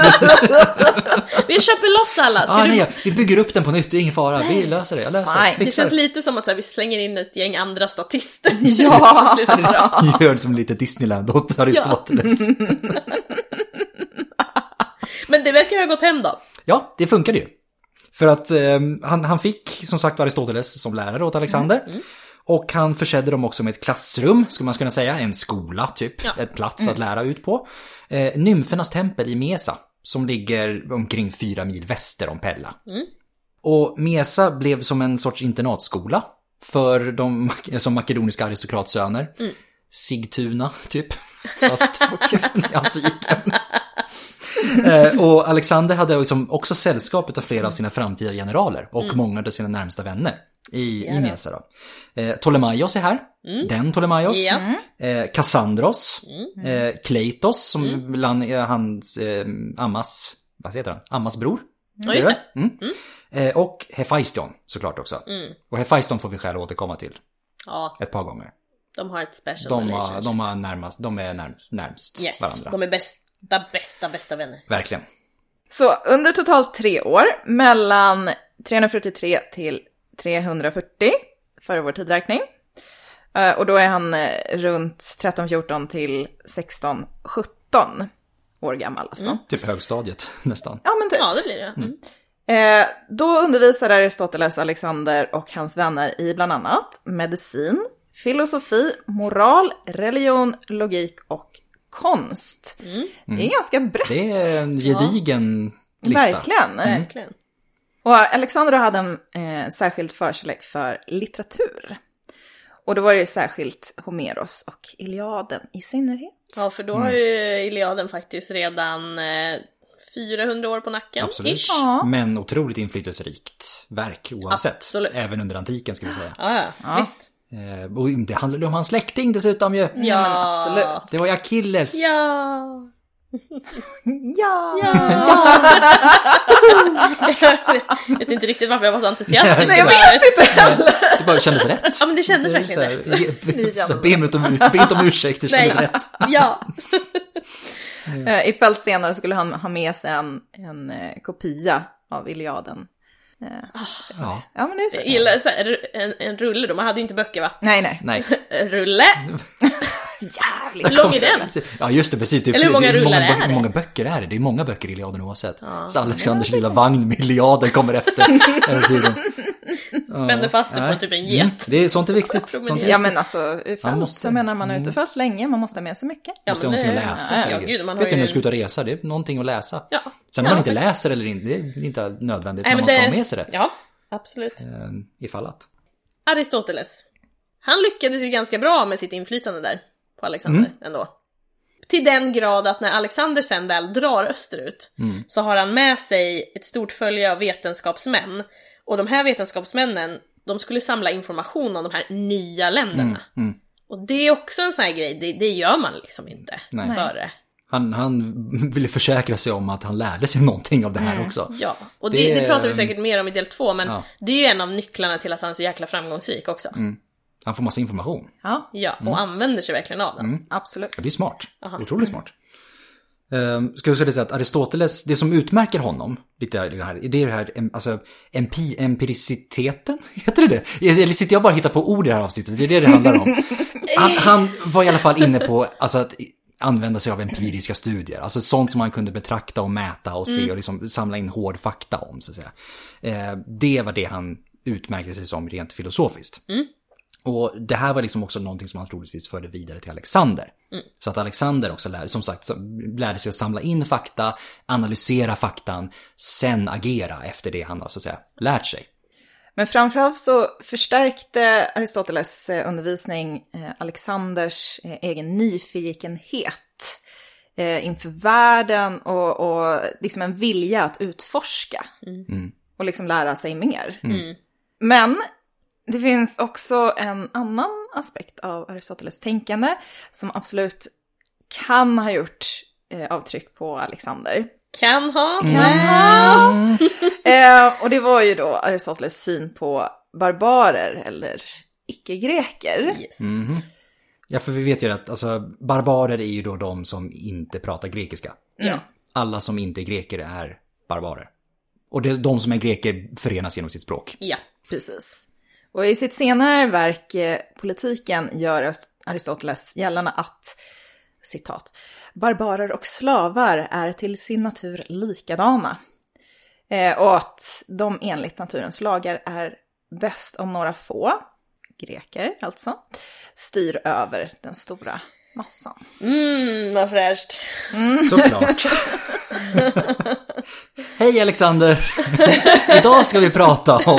Vi köper loss alla. Ska Ah, du... nej, vi bygger upp den på nytt, det är ingen fara. Vi löser det, jag löser det. Fine. Det Fixar känns det. lite som att så här, vi slänger in ett gäng andra statister. Ja. Så blir det bra. Gör det som lite Disneyland åt Aristoteles. Ja. Men det verkar ha gått hem då. ja, det funkade ju. För att eh, han, han fick som sagt Aristoteles som lärare åt Alexander. Mm. Mm. Och han försedde dem också med ett klassrum, skulle man kunna säga. En skola typ, ja. ett plats mm. att lära ut på. Eh, Nymfernas tempel i Mesa, som ligger omkring fyra mil väster om Pella. Mm. Och Mesa blev som en sorts internatskola för de som makedoniska aristokratsöner. Mm. Sigtuna typ, fast i antiken. eh, och Alexander hade liksom också sällskapet av flera mm. av sina framtida generaler och mm. många av sina närmsta vänner i, i Mesa då. Eh, Ptolemaios är här, mm. den Ptolemaios, ja. eh, Kassandros, mm. eh, Kleitos som mm. bland eh, hans eh, Ammas, vad heter han? Ammas bror. Ja, just det. Mm. Mm. Eh, och Hephaistion såklart också. Mm. Och Hephaistion får vi själv återkomma till ja. ett par gånger. De har ett special de relationship. har, de, har närmast, de är närmast, närmast yes. varandra. De är bästa, bästa, bästa vänner. Verkligen. Så under totalt tre år, mellan trehundrafyrtiotre till trehundrafyrtio före vår tidräkning. Och då är han runt tretton fjorton till sexton sjutton år gammal alltså. Mm. Typ högstadiet nästan. Ja, men typ. Ja, det blir det. Mm. Eh, då undervisar Aristoteles Alexander och hans vänner i bland annat medicin, filosofi, moral, religion, logik och konst. Mm. Det är ganska brett. Det är en gedigen ja. lista. Verkligen. Mm. Verkligen. Och Alexander hade en eh, särskild förkärlek för litteratur. Och då var det ju särskilt Homeros och Iliaden i synnerhet. Ja, för då har ju Iliaden faktiskt redan eh, fyrahundra år på nacken. Absolut, ja. Men otroligt inflytelserikt verk oavsett. Absolut. Även under antiken ska vi säga. Ja, ja. ja. Visst. Eh, och det handlade om hans släkting dessutom ju. Ja, ja men absolut. Det var ju Achilles. Ja. Ja. Ja. Jag vet inte riktigt varför jag var så entusiastisk. Nej, jag vet inte heller. Det bara kändes rätt. Ja, men det kändes det verkligen rätt. Så be inte om, be inte om ursäkt, det kändes Nej. rätt. Ja. I fält senare skulle han ha med sig en, en kopia av Iliaden. Ja. Ja, men det är Jag gillar så här, en, en rulle då, man hade ju inte böcker va? Nej, nej. Nej. Rulle. Jävligt. Hur lång är den? Ja just det, precis. Det är, Eller hur många det är rullar många, är det? Hur många böcker är det? Det är många böcker i Iliaden oavsett. Ja. Så Alexanders lilla vagn med Iliaden kommer efter hela tiden. Spände fast det på typ en get. Mm, det är, sånt är viktigt. Sånt är viktigt. Ja men alltså, i fält måste- så menar man ute fält länge, man måste ha med sig mycket. Ja, Måste men ha någonting det- att läsa. ja, herregud. gud, man Vet har du när ju- du ska ut och resa, det är någonting att läsa. Ja. Sen om Ja, man inte faktiskt. läser eller inte, det är inte nödvändigt. Nej, Man men måste det- ha med sig det. Ja, absolut. Eh, Ifall att. Aristoteles. Han lyckades ju ganska bra med sitt inflytande där på Alexander Mm. ändå. Till den grad att när Alexander sen väl drar österut Mm. så har han med sig ett stort följe av vetenskapsmän. Och de här vetenskapsmännen, de skulle samla information om de här nya länderna. Mm. Och det är också en sån här grej, det, det gör man liksom inte Nej. före. Han, han ville försäkra sig om att han lärde sig någonting av det här också. Ja, och det, Det- det pratar vi säkert mer om i del två, men Ja. det är ju en av nycklarna till att han är så jäkla framgångsrik också. Mm. Han får massa information. Ja, Ja, och använder sig verkligen av den. Mm. absolut. Ja, det är smart. Aha. Otroligt smart. Um, ska jag säga att Aristoteles, det som utmärker honom lite här, det här, det är det här em- alltså, empi, empiriciteten, heter det det? Eller sitter jag bara och hittar på ord i det här avsnittet? Det är det det handlar om. Han, han var i alla fall inne på alltså, att använda sig av empiriska studier. Alltså sånt som man kunde betrakta och mäta och se och liksom samla in hård fakta om, så att säga. Eh, det var det han utmärkte sig som rent filosofiskt. Mm. Och det här var liksom också någonting som han troligtvis förde vidare till Alexander. Mm. Så att Alexander också lärde, som sagt, så lärde sig att samla in fakta, analysera faktan, sen agera efter det han har så att säga lärt sig. Men framförallt så förstärkte Aristoteles undervisning Alexanders egen nyfikenhet inför världen och, och liksom en vilja att utforska mm. och liksom lära sig mer. Mm. Men det finns också en annan aspekt av Aristoteles tänkande som absolut kan ha gjort eh, avtryck på Alexander. Kan ha. Kan mm. ha. eh, och det var ju då Aristoteles syn på barbarer eller icke-greker. Yes. Mm. Ja, för vi vet ju att alltså, barbarer är ju då de som inte pratar grekiska. Mm. Alla som inte är greker är barbarer. Och det, de som är greker förenas genom sitt språk. Ja, precis. Och i sitt senare verk eh, Politiken gör Aristoteles gällande att, citat, barbarer och slavar är till sin natur likadana. Eh, och att de enligt naturens lagar är bäst om några få, greker alltså, styr över den stora massan. Mm, vad fräscht. Mm. Såklart. Hej Alexander! Idag ska vi prata om...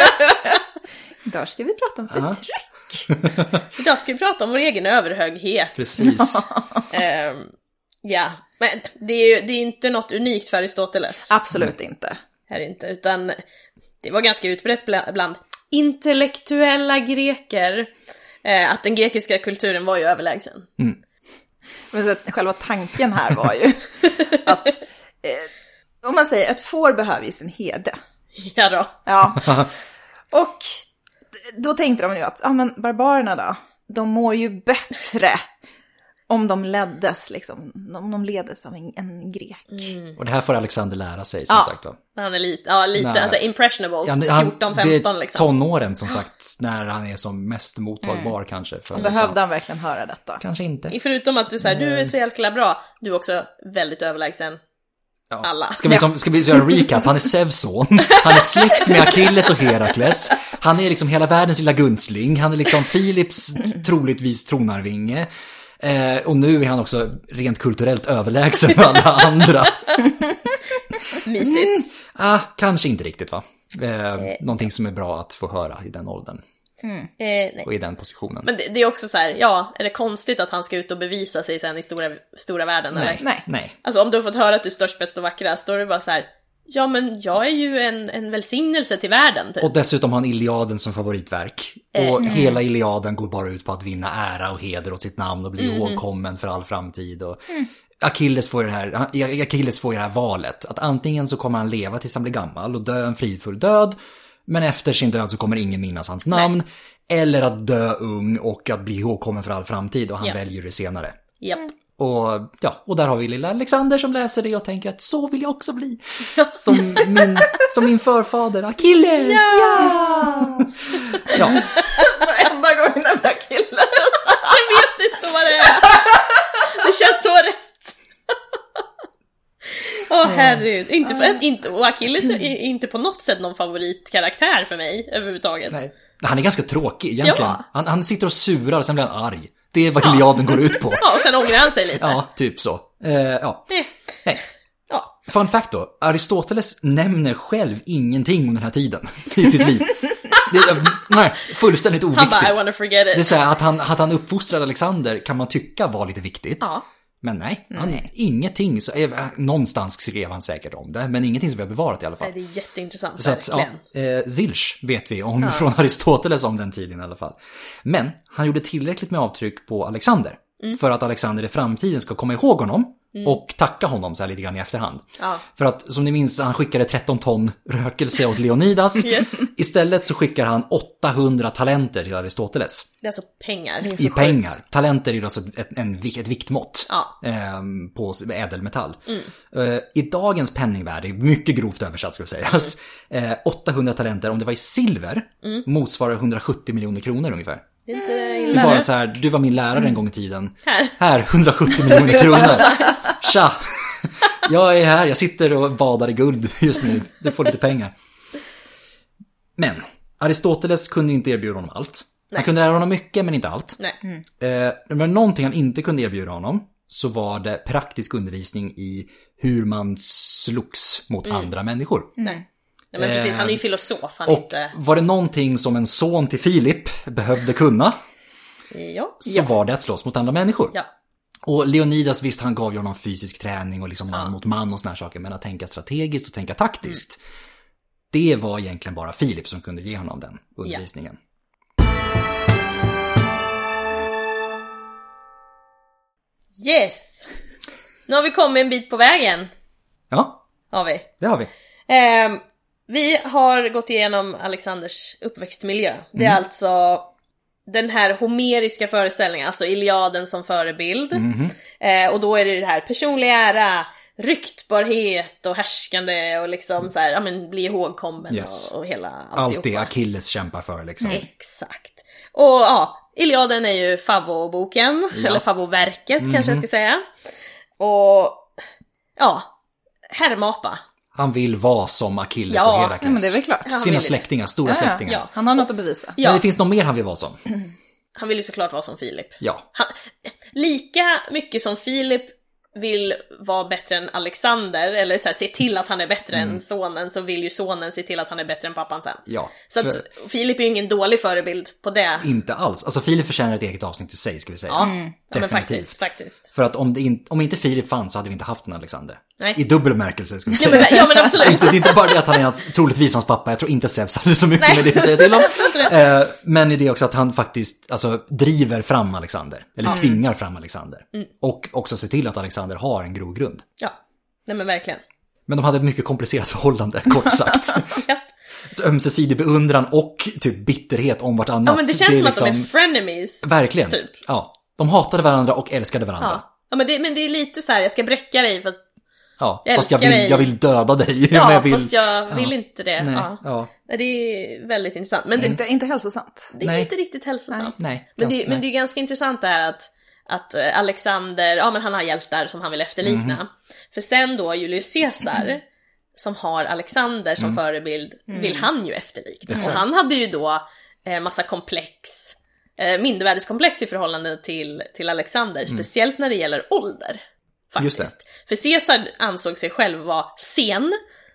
Idag ska vi prata om förtryck. Idag ska vi prata om vår egen överhöghet. Precis. um, ja, men det är ju det är inte något unikt för Aristoteles. Absolut inte. Här inte, utan det var ganska utbrett bland intellektuella greker eh, att den grekiska kulturen var ju överlägsen. Mm. Men så att själva tanken här var ju att eh, om man säger att får behöver ju sin herde. Ja då. Ja. Och då tänkte de ju att ja, men barbarerna då, de mår ju bättre om de leddes liksom, om de ledes av en, en grek. Mm. Och det här får Alexander lära sig som ja, sagt då. Han är lite, ja, lite alltså impressionable, ja, han, fjorton femton liksom. Det är tonåren som sagt, när han är som mest mottagbar mm. kanske. För behövde liksom. han verkligen höra detta? Kanske inte. Förutom att du säger, du är så jäkla bra, du är också väldigt överlägsen. Ja. Alla. Ska vi, som, ska vi göra en recap? Han är Zeus son. Han är släkt med Achilles och Herakles. Han är liksom hela världens lilla gunstling. Han är liksom Filips troligtvis tronarvinge. Eh, och nu är han också rent kulturellt överlägsen med alla andra. Mysigt. Mm. Ah, kanske inte riktigt va? Eh, eh, någonting som är bra att få höra i den åldern. Mm. Eh, nej. Och i den positionen. Men det, det är också så här, ja, är det konstigt att han ska ut och bevisa sig sen i stora, stora världen? Nej, eller? nej, nej. Alltså om du har fått höra att du är störst, bäst och vackrast, då är det bara så här, ja men jag är ju en, en välsignelse till världen typ. Och dessutom har han Iliaden som favoritverk. Eh, och mm. hela Iliaden går bara ut på att vinna ära och heder åt sitt namn och bli mm. ihågkommen för all framtid. Och mm. Achilles får det här, Achilles får det här valet. Att antingen så kommer han leva tills han blir gammal och dö en fridfull död. Men efter sin död så kommer ingen minnas hans namn. Nej. Eller att dö ung och att bli ihågkommen för all framtid. Och han yep. väljer det senare. Japp. Yep. Och, ja, och där har vi lilla Alexander som läser det och tänker att så vill jag också bli. Som min, som min förfader Achilles! Ja! Ja. Varenda gång jag nämner Achilles. Jag vet inte vad det är. Det känns så rätt. Åh oh, herregud. Inte, för, inte, och Achilles är inte på något sätt någon favoritkaraktär för mig överhuvudtaget. Nej. Han är ganska tråkig egentligen. Ja. Han, han sitter och surar och sen blir han arg. Det är vad ja. Iliaden går ut på. Ja, och sen ångrar han sig lite. Ja, typ så. Eh, ja. Nej. Nej. Ja. Fun fact då. Aristoteles nämner själv ingenting om den här tiden i sitt liv. Det är nej, fullständigt oviktigt. Han bara, I wanna forget it. Det är så här, att han, att han uppfostrade Alexander kan man tycka var lite viktigt. Ja. Men nej, han, nej. ingenting. Så, eh, någonstans skrev han säkert om det, men ingenting som vi har bevarat i alla fall. Nej, det är jätteintressant. Så att, ja, eh, Zilch vet vi om ja. från Aristoteles om den tiden i alla fall. Men han gjorde tillräckligt med avtryck på Alexander. Mm. För att Alexander i framtiden ska komma ihåg honom. Mm. Och tacka honom så här lite grann i efterhand. Ja. För att som ni minns, han skickade tretton ton rökelse åt Leonidas. Yes. Istället så skickar han åttahundra talenter till Aristoteles. Det är alltså pengar. Det är så I sjukt. Pengar. Talenter är alltså ett, en, ett viktmått ja. eh, på ädelmetall. Mm. Eh, I dagens penningvärde, mycket grovt översatt ska sägas, mm. eh, åttahundra talenter, om det var i silver, mm. motsvarar hundrasjuttio miljoner kronor ungefär. Det är inte illa. Du bara så här, du var min lärare mm. en gång i tiden. Här. Här, hundrasjuttio miljoner kronor. Tja! Jag är här, jag sitter och badar i guld just nu. Du får lite pengar. Men Aristoteles kunde inte erbjuda honom allt. Nej. Han kunde lära honom mycket, men inte allt. Nej. Mm. Eh, men någonting han inte kunde erbjuda honom, så var det praktisk undervisning i hur man slogs mot mm. andra människor. Nej. Nej, men precis, han är ju filosof. Han och inte... var det någonting som en son till Filip behövde kunna, ja. så var det att slåss mot andra människor. Ja. Och Leonidas, visst, han gav ju honom fysisk träning och liksom man ja. mot man och såna här saker, men att tänka strategiskt och tänka taktiskt, mm. det var egentligen bara Filip som kunde ge honom den undervisningen. Ja. Yes! Nu har vi kommit en bit på vägen. Ja, har vi. det har vi. Eh, vi har gått igenom Alexanders uppväxtmiljö. Det är mm. alltså den här homeriska föreställningen, alltså Iliaden som förebild. Mm. Eh, och då är det det här personlig ära, ryktbarhet och härskande och liksom så här, ja men bli ihågkommen yes. och, och hela alltihopa. Allt det Achilles kämpar för liksom. Mm. Exakt. Och ja, Iliaden är ju Favvo-boken, ja. eller Favvo-verket mm. kanske jag ska säga. Och ja, herrmapa. Han vill vara som Achilles ja, och Herakles. Ja, men det är väl klart. Ja, Sina släktingar, stora ja, släktingar. Ja. Han har något att bevisa. Ja. Men det finns något mer han vill vara som. Han vill ju såklart vara som Filip. Ja. Han, lika mycket som Filip vill vara bättre än Alexander, eller så här, se till att han är bättre mm. än sonen, så vill ju sonen se till att han är bättre än pappan sen. Ja. Så för... att Filip är ju ingen dålig förebild på det. Inte alls. Alltså Filip förtjänar ett eget avsnitt i sig, ska vi säga. Ja, mm. Definitivt. Ja, men faktiskt, faktiskt. För att om, det in, om inte Filip fanns så hade vi inte haft en Alexander. Nej. I dubbel märkelse, ska vi säga. Ja, men, ja, men absolut. inte, det är inte bara det att han är hans, troligtvis hans pappa. Jag tror inte Zeus hade så mycket Nej. med det att säga till honom. eh, men i det också att han faktiskt alltså, driver fram Alexander. Eller mm. tvingar fram Alexander. Mm. Och också se till att Alexander har en grogrund. Ja, nej men verkligen. Men de hade ett mycket komplicerat förhållande, kort sagt. ja. Så ömsesidig beundran och typ bitterhet om vartannat. Ja, men det känns det som liksom... att de är frenemies. Verkligen, typ. Ja. De hatade varandra och älskade varandra. Ja, ja men, det, men det är lite så här, jag ska bräcka dig fast ja, jag fast jag vill, dig. jag vill döda dig. Ja, jag vill... fast jag vill ja. inte det. Nej, ja. Ja. Det är väldigt intressant. Men det, inte, inte hälsosamt. Det är nej. inte riktigt hälsosamt. Nej, nej, men, ganska, det, men det är ganska intressant det här att, att Alexander, ja men han har hjältar som han vill efterlikna. Mm. För sen då Julius Caesar, mm. som har Alexander som mm. förebild, mm. vill han ju efterlikna. Mm. Och han hade ju då eh, massa komplex, eh, mindervärdeskomplex i förhållande till, till Alexander, mm. speciellt när det gäller ålder. Faktiskt. För Caesar ansåg sig själv vara sen.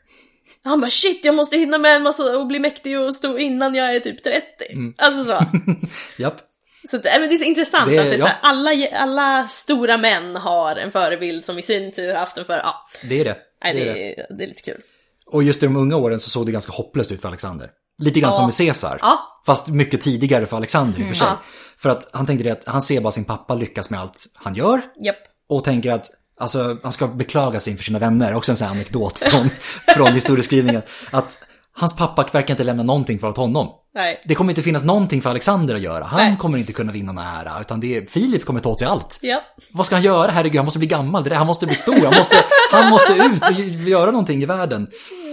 Han bara, shit, jag måste hinna med en massa och bli mäktig och stå innan jag är typ trettio. Mm. Alltså så. Japp. Så det, men det är så intressant det, att det är ja. så här, alla, alla stora män har en förebild som i sin tur haft en för... Ja. Det är det. Nej, det, det, är det. det är lite kul. Och just i de unga åren så såg det ganska hopplöst ut för Alexander. Lite grann ja. som med Caesar. Ja. Fast mycket tidigare för Alexander i och för sig. Ja. För att han tänkte det att han ser bara sin pappa lyckas med allt han gör. Yep. Och tänker att alltså, han ska beklaga sig inför sina vänner. Också en sån här anekdot från, från historieskrivningen. Att hans pappa verkar inte lämna någonting för åt honom. Nej. Det kommer inte finnas någonting för Alexander att göra. Han Nej. kommer inte kunna vinna någon ära. Utan det är, Filip kommer ta åt sig allt. Ja. Vad ska han göra? Herregud, han måste bli gammal. Det han måste bli stor. Han måste, han måste ut och göra någonting i världen.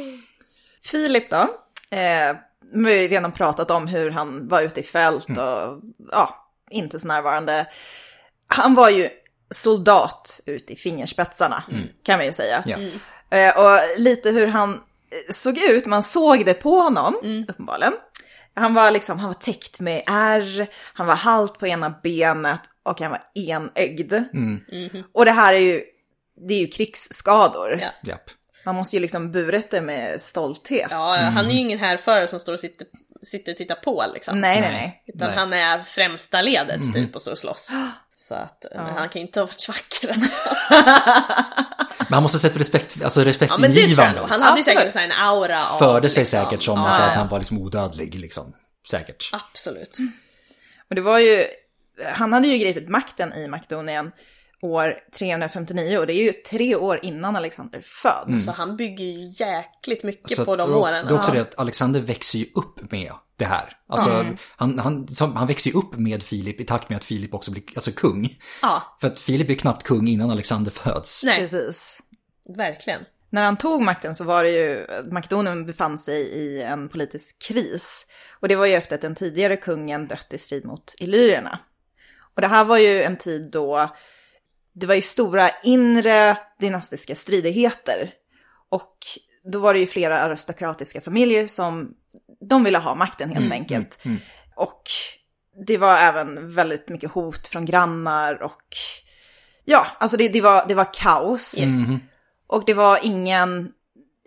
Filip då. Eh, vi har ju redan pratat om hur han var ute i fält och mm. ja, inte så närvarande. Han var ju soldat ut i fingerspetsarna, mm. kan man ju säga. Yeah. Mm. Eh, och lite hur han såg ut, man såg det på honom, mm. uppenbarligen. Han var liksom, han var täckt med ärr, han var halt på ena benet och han var enögd. Mm. Mm-hmm. Och det här är ju, det är ju krigsskador. Ja. Japp. Man måste ju liksom buret det med stolthet. Ja, han är ju ingen härförare som står och sitter, sitter och tittar på liksom. Nej, nej, nej. Utan nej. han är främsta ledet mm. typ och står och slåss. Så att, ja. men han kan ju inte ha varit vacker alltså. Men han måste sätta respekt, alltså respekt ja, men det tror jag nog. Han hade ju Absolut. säkert en aura av... Förde sig liksom, säkert som ja, alltså, ja. att han var liksom odödlig liksom. Säkert. Absolut. Och det var ju, han hade ju gripit makten i Makedonien år trehundrafemtionio och det är ju tre år innan Alexander föds. Mm. Så han bygger ju jäkligt mycket så på de och, åren. Det är också ja. det att Alexander växer ju upp med det här. Alltså mm. han, han, som, han växer ju upp med Filip i takt med att Filip också blir alltså kung. Ja. För att Filip är knappt kung innan Alexander föds. Nej. Precis. Verkligen. När han tog makten så var det ju, Makedonien befann sig i en politisk kris. Och det var ju efter att den tidigare kungen dött i strid mot illyrierna. Och det här var ju en tid då det var ju stora inre dynastiska stridigheter. Och då var det ju flera aristokratiska familjer som de ville ha makten helt mm, enkelt. Mm, mm. Och det var även väldigt mycket hot från grannar och ja, alltså det, det, var, det var kaos. Mm. Och det var ingen,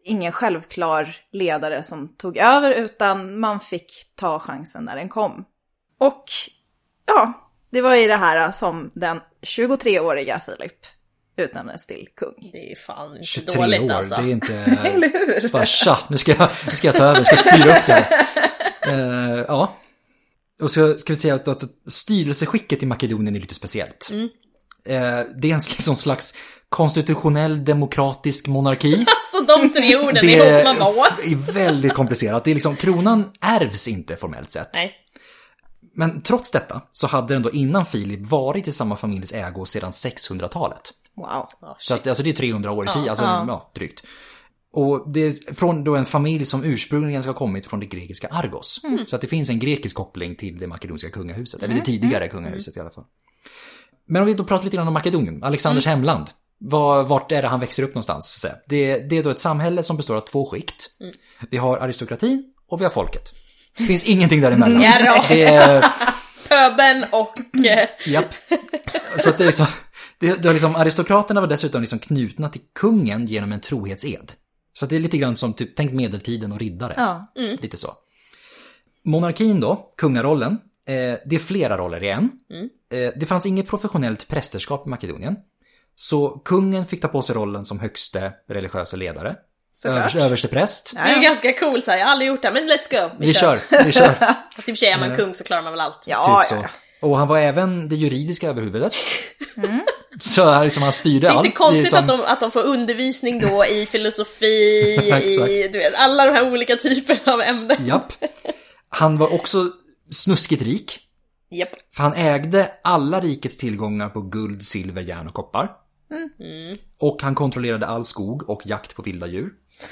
ingen självklar ledare som tog över, utan man fick ta chansen när den kom. Och ja, det var ju det här som den tjugotreåriga Filip utnämndes till kung. Det är fan inte tjugotre dåligt år, alltså. det är inte... Eller hur? Bara tja, nu ska jag, nu ska jag ta över, nu ska jag styra upp det. Uh, ja. Och så ska vi säga att alltså, styrelseskicket i Makedonien är lite speciellt. Mm. Uh, det är en liksom slags konstitutionell demokratisk monarki. Alltså de tre orden det ihop, man bara what? Det är väldigt komplicerat. Det är liksom, kronan ärvs inte formellt sett. Nej. Men trots detta så hade den då innan Filip varit i samma familjs ägo sedan sexhundratalet. Wow. Oh, så att, alltså det är trehundra år i tid, ja, alltså ja. Ja, drygt. Och det är från då en familj som ursprungligen ska ha kommit från det grekiska Argos. Mm. Så att det finns en grekisk koppling till det makedoniska kungahuset. Mm. Eller det tidigare kungahuset mm. i alla fall. Men om vi då pratar lite grann om Makedonien, Alexanders mm. hemland. Var, vart är det han växer upp någonstans? Så det, det är då ett samhälle som består av två skikt. Mm. Vi har aristokratin och vi har folket. Det finns ingenting däremellan. Ja, det är... Pöben och... Japp. Så att det är liksom... Det, det var liksom, aristokraterna var dessutom liksom knutna till kungen genom en trohetsed. Så att det är lite grann som, typ, tänk medeltiden och riddare. Ja. Mm. Lite så. Monarkin då, kungarollen, eh, det är flera roller i en. Mm. Eh, det fanns inget professionellt prästerskap i Makedonien. Så kungen fick ta på sig rollen som högste religiösa ledare. Övers, överste präst. Det är ju ganska coolt så här. Jag har aldrig gjort det, men let's go. Vi, vi kör. kör, vi kör. Fast i och för sig är man kung så klarar man väl allt. Ja, typ ja. Så. Och han var även det juridiska överhuvudet. Mm. Så här liksom han styrde allt. Det är inte konstigt som... att, de, att de får undervisning då i filosofi, i du vet, alla de här olika typerna av ämnen. Japp. Han var också snuskigt rik. Japp. För han ägde alla rikets tillgångar på guld, silver, järn och koppar. Mm. Och han kontrollerade all skog och jakt på vilda djur.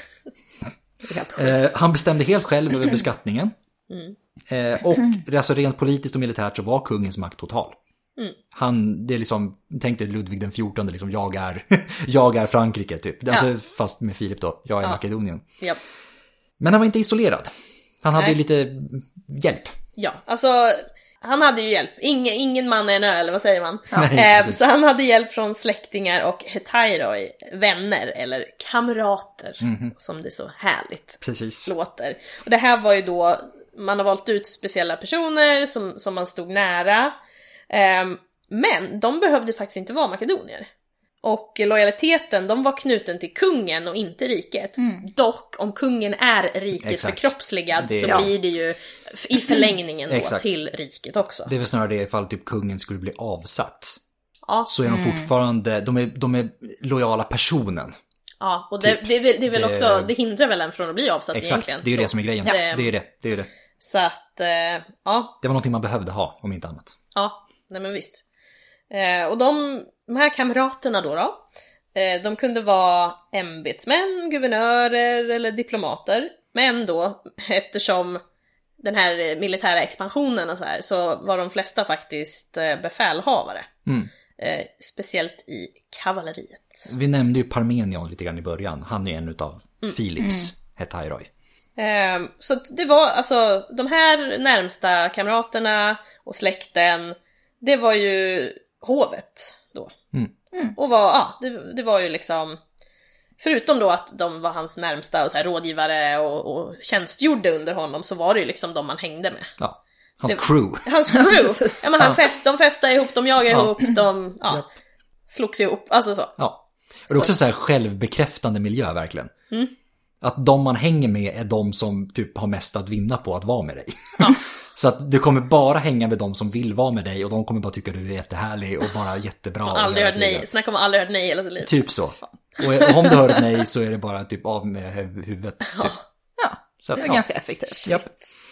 Helt eh, han bestämde helt själv över beskattningen. Mm. Eh, och alltså rent politiskt och militärt så var kungens makt total. Mm. Han, det är liksom, tänk dig Ludvig den fjortonde, liksom, jag är, jag är Frankrike typ. Alltså, ja. Fast med Filip då, jag är ja. Makedonien. Yep. Men han var inte isolerad. Han hade ju lite hjälp. Ja, alltså han hade ju hjälp. Ingen, ingen man är en ö, eller vad säger man? Ja. Nej, eh, så han hade hjälp från släktingar och hetairoi, vänner eller kamrater, mm-hmm. som det så härligt precis. Låter. Och det här var ju då, man har valt ut speciella personer som, som man stod nära. Eh, men de behövde faktiskt inte vara makedonier. Och lojaliteten, de var knuten till kungen och inte riket. Mm. Dock, om kungen är riket Exakt. förkroppsligad det... så ja. blir det ju i förlängningen då Exakt. till riket också. Det är väl snarare det ifall typ kungen skulle bli avsatt. Ja. Så är de fortfarande, de är, de är lojala personen. Ja, och det, typ. det, det, det är väl det... också, det hindrar väl en från att bli avsatt Exakt. egentligen. Det är ju det som är grejen. Ja. Det är det, det är det. Så att, eh, ja. Det var någonting man behövde ha, om inte annat. Ja, nej men visst. Eh, och de, de här kamraterna då då, eh, de kunde vara ämbetsmän, guvernörer eller diplomater. Men då, eftersom den här militära expansionen och så här, så var de flesta faktiskt eh, befälhavare. Mm. Eh, speciellt i kavalleriet. Vi nämnde ju Parmenion lite grann i början. Han är en utav mm. Filips mm. hetairoi. Eh, så det var alltså de här närmsta kamraterna och släkten, det var ju hovet då. Mm. Mm. Och var, ja, det, det var ju liksom, förutom då att de var hans närmsta och så här rådgivare och, och tjänstgjorde under honom, så var det ju liksom de man hängde med. Ja, hans det, crew. Hans crew. Ja, men han fest, de festade ihop, de jagade ja. ihop, de ja, yep. slogs ihop, alltså så. Ja. Och det är också så här självbekräftande miljö verkligen. Mm. Att de man hänger med är de som typ har mest att vinna på att vara med dig. Ja. Så att du kommer bara hänga med de som vill vara med dig och de kommer bara tycka du är jättehärlig och bara jättebra. Jag har aldrig hört nej. Snacka om aldrig hört nej hela sitt liv. Typ så. Och om du hör nej så är det bara typ av med huvudet. Typ. Ja, ja. Så att, det är ja. ganska effektivt. Japp.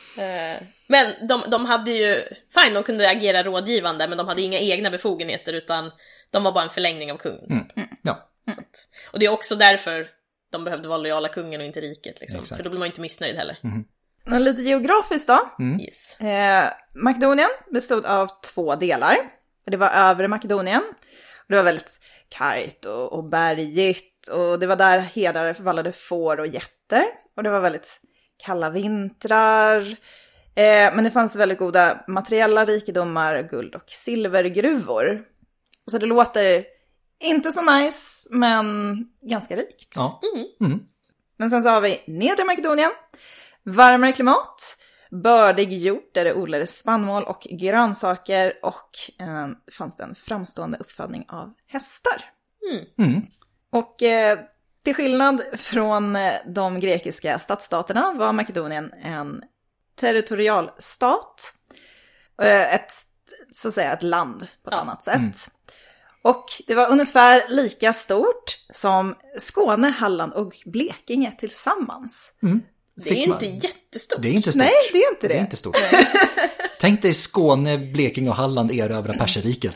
Men de, de hade ju, fine, de kunde agera rådgivande, men de hade inga egna befogenheter utan de var bara en förlängning av kungen. Typ. Mm. Ja. Så att, och det är också därför de behövde vara lojala kungen och inte riket. Liksom. För då blir man inte missnöjd heller. Mm. Men lite geografiskt då. Mm. Yes. Eh, Makedonien bestod av två delar. Det var övre Makedonien. Och det var väldigt kargt och, och bergigt. Och det var där herdar förvallade får och getter. Och det var väldigt kalla vintrar. Eh, men det fanns väldigt goda materiella rikedomar, guld- och silvergruvor. Så det låter inte så nice, men ganska rikt. Ja. Mm. Mm. Men sen så har vi nedre Makedonien. Varmare klimat, bördig jord där det odlades spannmål och grönsaker och eh, fanns det en framstående uppfödning av hästar. Mm. Mm. Och eh, till skillnad från eh, de grekiska stadsstaterna var Makedonien en territorialstat. Eh, ett, så att säga, ett land på ett Ja. annat sätt. Mm. Och det var ungefär lika stort som Skåne, Halland och Blekinge tillsammans. Mm. Det är ju inte jättestort. Det är inte stort. Nej, det är inte det. Det är inte stort. Tänk dig Skåne, Blekinge och Halland erövra Perserriket.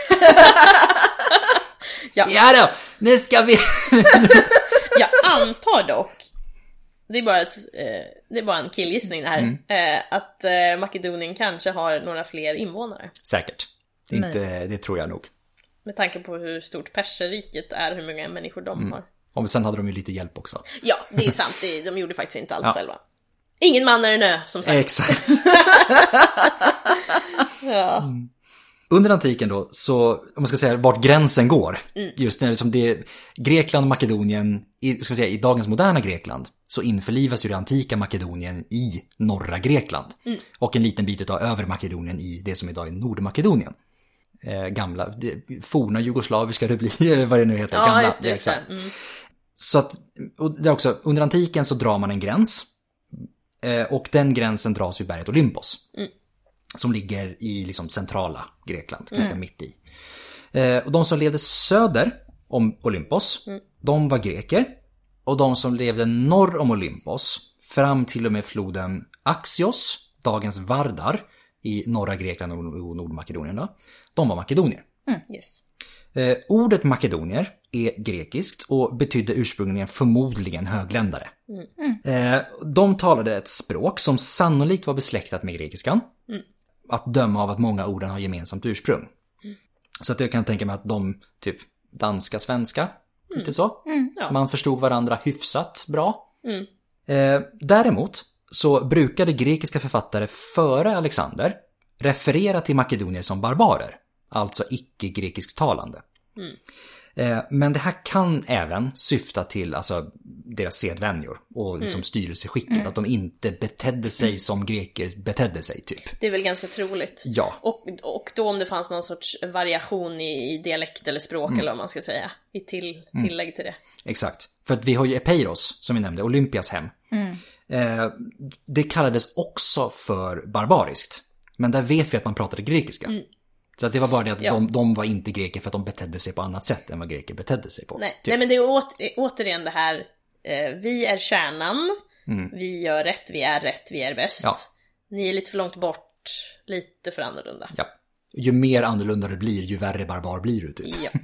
Ja. Ja då, nu ska vi... Jag antar dock, det är bara, ett, eh, det är bara en killgissning det här, Mm. eh, att eh, Makedonien kanske har några fler invånare. Säkert. Det, är inte, Möjligt. det tror jag nog. Med tanke på hur stort Perserriket är, hur många människor de Mm. har. Och sen hade de ju lite hjälp också. Ja, det är sant. Det, de gjorde faktiskt inte allt Ja. själva. Ingen man är en ö, som sagt. Exakt. Ja. Under antiken då, så om man ska säga vart gränsen går, Mm. just när liksom det Grekland och Makedonien, i, ska vi säga, i dagens moderna Grekland, så införlivas ju det antika Makedonien i norra Grekland. Mm. Och en liten bit av övre Makedonien i det som idag är Nordmakedonien. Eh, gamla, det, forna jugoslaviska republiker, eller vad det nu heter. Ja, gamla, just det. Just det. exakt. Mm. Så att, och det är också, under antiken så drar man en gräns. Eh, och den gränsen dras vid berget Olympos. Mm. Som ligger i liksom centrala Grekland, ganska mitt i. Eh, och de som levde söder om Olympos, Mm. de var greker. Och de som levde norr om Olympos, fram till och med floden Axios, dagens Vardar, i norra Grekland och Nordmakedonien då, de var makedonier. Yes. Eh, ordet makedonier är grekiskt och betydde ursprungligen förmodligen högländare. Eh, de talade ett språk som sannolikt var besläktat med grekiskan. Mm. Att döma av att många orden har gemensamt ursprung. Mm. Så att jag kan tänka mig att de, typ danska, svenska, inte så. Ja. Man förstod varandra hyfsat bra. Mm. Eh, däremot så brukade grekiska författare före Alexander referera till makedonier som barbarer. Alltså icke-grekisktalande. Mm. Eh, men det här kan även syfta till alltså, deras sedvänjor och liksom, Mm. styrelseskicket. Att de inte betedde sig som greker betedde sig typ. Det är väl ganska troligt. Ja. Och, och då om det fanns någon sorts variation i, i dialekt eller språk eller vad man ska säga. I till, tillägg till det. Exakt. För att vi har ju Epeiros, som vi nämnde, Olympias hem. Eh, det kallades också för barbariskt. Men där vet vi att man pratade grekiska. Mm. Så att det var bara det att Ja. de, de var inte greker för att de betedde sig på annat sätt än vad greker betedde sig på. Nej, typ. nej men det är åter, återigen det här, eh, vi är kärnan, vi gör rätt, vi är rätt, vi är bäst. Ja. Ni är lite för långt bort, lite för annorlunda. Ja. Ju mer annorlunda du blir, ju värre barbar blir du typ. Ja.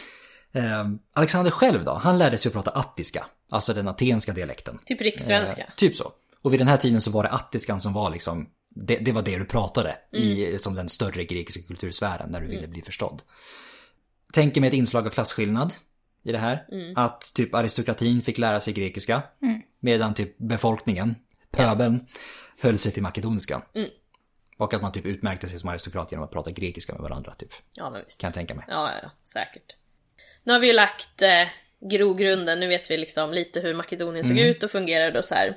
Eh, Alexander själv då, han lärde sig att prata attiska, alltså den atenska dialekten. Typ rikssvenska. Eh, typ så. Och vid den här tiden så var det attiskan som var liksom, det, det var det du pratade i som den större grekiska kultursfären när du ville bli förstådd. Tänker med ett inslag av klasskillnad i det här. Att typ aristokratin fick lära sig grekiska. Medan typ befolkningen, pöbeln, höll sig till makedoniskan. Mm. Och att man typ utmärkte sig som aristokrat genom att prata grekiska med varandra typ. Ja, men visst. Kan jag tänka mig. Ja, ja, ja, säkert. Nu har vi ju lagt eh, grogrunden, nu vet vi liksom lite hur Makedonien såg ut och fungerade och så här.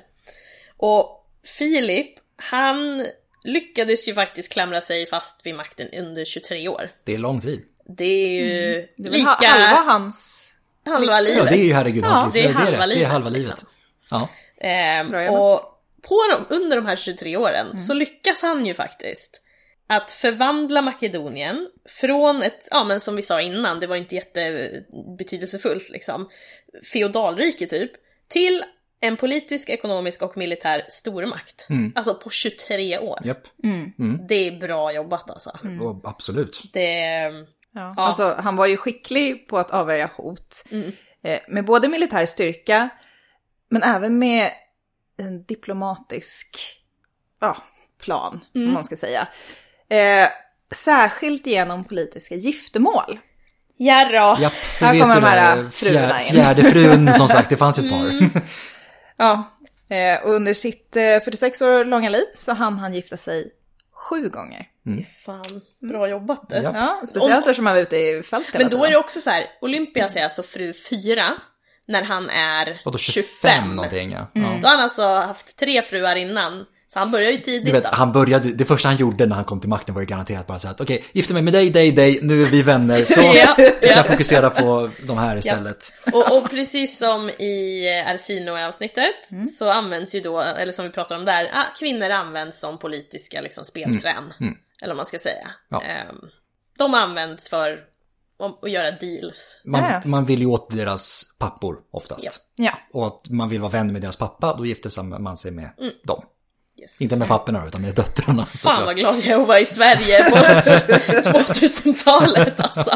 Och Filip, han lyckades ju faktiskt klamra sig fast vid makten under tjugotre år. Det är lång tid. Det är ju Det är väl lika ha- halva hans... halva livet. Ja, det är ju herregud Ja, hans liv. det är det, halva det. det är livet, halva livet. liksom. Ja. Ehm, Bra jobbat. och på de, under de här tjugotre åren så lyckas han ju faktiskt att förvandla Makedonien från ett, ja men som vi sa innan, det var inte jättebetydelsefullt liksom, feodalrike typ, till en politisk, ekonomisk och militär stormakt. Alltså på tjugotre år. Japp. Det är bra jobbat alltså. Och absolut. Det, Ja. Ja. Alltså, han var ju skicklig på att avvärja hot. Mm. Eh, med både militär styrka, men även med en diplomatisk ja, plan, Mm. som man ska säga. Eh, särskilt genom politiska giftermål. Jarra. Japp, vi Här vet kommer ju de här det. fruarna Fjär, in. fjärde frun, som sagt, det fanns ett par. Ja, eh, och under sitt eh, fyrtiosex år långa liv så hann han gifta sig sju gånger. Fan, bra jobbat du. Ja. Ja, speciellt eftersom han var ute i fältet. Men då är det också så här, Olympias är alltså fru fyra. när han är Och då tjugofem. tjugofem någonting, ja. Mm. Ja. Då har han alltså haft tre fruar innan. Så han börjar ju tidigt. Du vet, då. han började, det första han gjorde när han kom till makten var ju garanterat bara så att okej, okay, gifta mig med dig, dig, dig, nu är vi vänner, så Ja, jag ja. kan fokusera på de här istället. Och, och precis som i Arsinoe-avsnittet mm. så används ju då, eller som vi pratar om där, ah, kvinnor används som politiska liksom, spelträn. Mm. Mm. Eller vad man ska säga. Ja. Um, de används för att göra deals. Man, Ja. man vill ju åt deras pappor oftast. Ja. Och att man vill vara vän med deras pappa, då gifter man sig med mm. dem. Yes. Inte med papporna utan med döttrarna. Fan vad glad jag var i Sverige på tvåtusentalet alltså.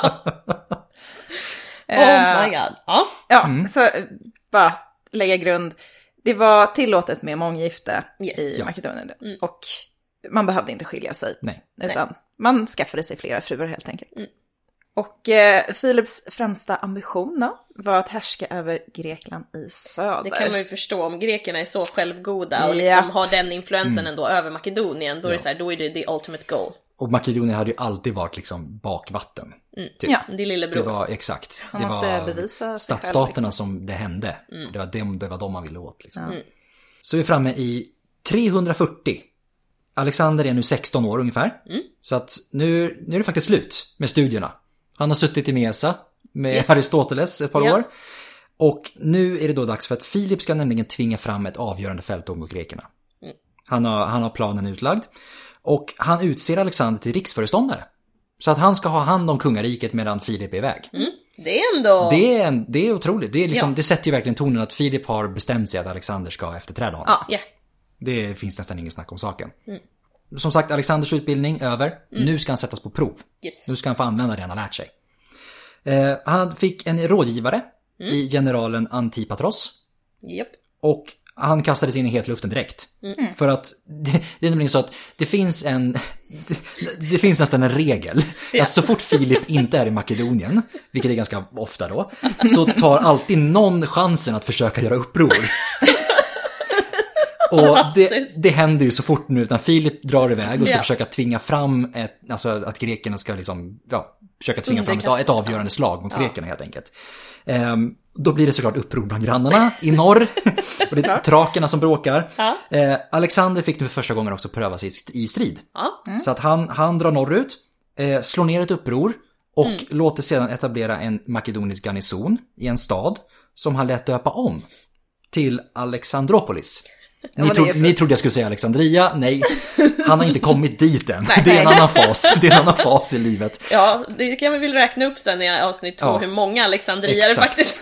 Oh my god. Ja, ja Mm. så bara lägga grund. Det var tillåtet med månggifte Yes. i Ja. Makedonien. Mm. Och man behövde inte skilja sig. Nej. Utan Nej. man skaffade sig flera fruar helt enkelt. Mm. Och eh, Philips främsta ambition då, var att härska över Grekland i söder. det kan man ju förstå. Om grekerna är så självgoda och Ja. liksom har den influensen Mm. ändå över Makedonien, då är det Ja. så här, då är det the ultimate goal. Och Makedonien hade ju alltid varit liksom bakvatten. Mm. Typ. Ja. Det är lillebror. Det var exakt. Man det måste var bevisa sig stadsstaterna själv, som det hände. Mm. Det var dem, det var dem man ville åt. Liksom. Ja. Så vi är framme i trehundrafyrtio. Alexander är nu sexton år ungefär. Mm. Så att nu, nu är det faktiskt slut med studierna. Han har suttit i Mesa med Yes. Aristoteles ett par Ja. år. Och nu är det då dags för att Filip ska nämligen tvinga fram ett avgörande fälttåg mot grekerna. Mm. Han har, han har planen utlagd. Och han utser Alexander till riksföreståndare. Så att han ska ha hand om kungariket medan Filip är iväg. Mm. Det är ändå... Det är, en, det är otroligt. Det, är liksom, Ja. det sätter ju verkligen tonen att Filip har bestämt sig att Alexander ska efterträda honom. Ja, yeah. Det finns nästan ingen snack om saken. Mm. Som sagt, Alexanders utbildning över. Mm. Nu ska han sättas på prov. Yes. Nu ska han få använda det han har lärt sig. Eh, han fick en rådgivare Mm. i generalen Antipatros. Japp. Och han kastades in i hetluften direkt. Mm. För att det, det är nämligen så att det finns en det, det finns nästan en regel Ja. att så fort Filip inte är i Makedonien, vilket är ganska ofta då, så tar alltid någon chansen att försöka göra uppror. Och det, det händer ju så fort nu, utan Filip drar iväg och ska Ja. försöka tvinga fram ett, alltså att grekerna ska liksom, ja, försöka tvinga fram ett, Underkasta ett avgörande slag mot Ja. grekerna helt enkelt. Ehm, då blir det såklart uppror bland grannarna i norr. Och det är trakerna som bråkar. Ja. Eh, Alexander fick nu för första gången också pröva sig i strid. Ja. Mm. Så att han, han drar norrut, eh, slår ner ett uppror och Mm. låter sedan etablera en makedonisk garnison i en stad som han lät döpa om till Alexandropolis. Ni, men det tro, är ni trodde jag skulle säga Alexandria. Nej, han har inte kommit dit än. Nej. Det är en annan fas. Det är en annan fas i livet. Ja, det kan vi väl räkna upp sen i avsnitt två Ja. hur många Alexandrier det Exakt. faktiskt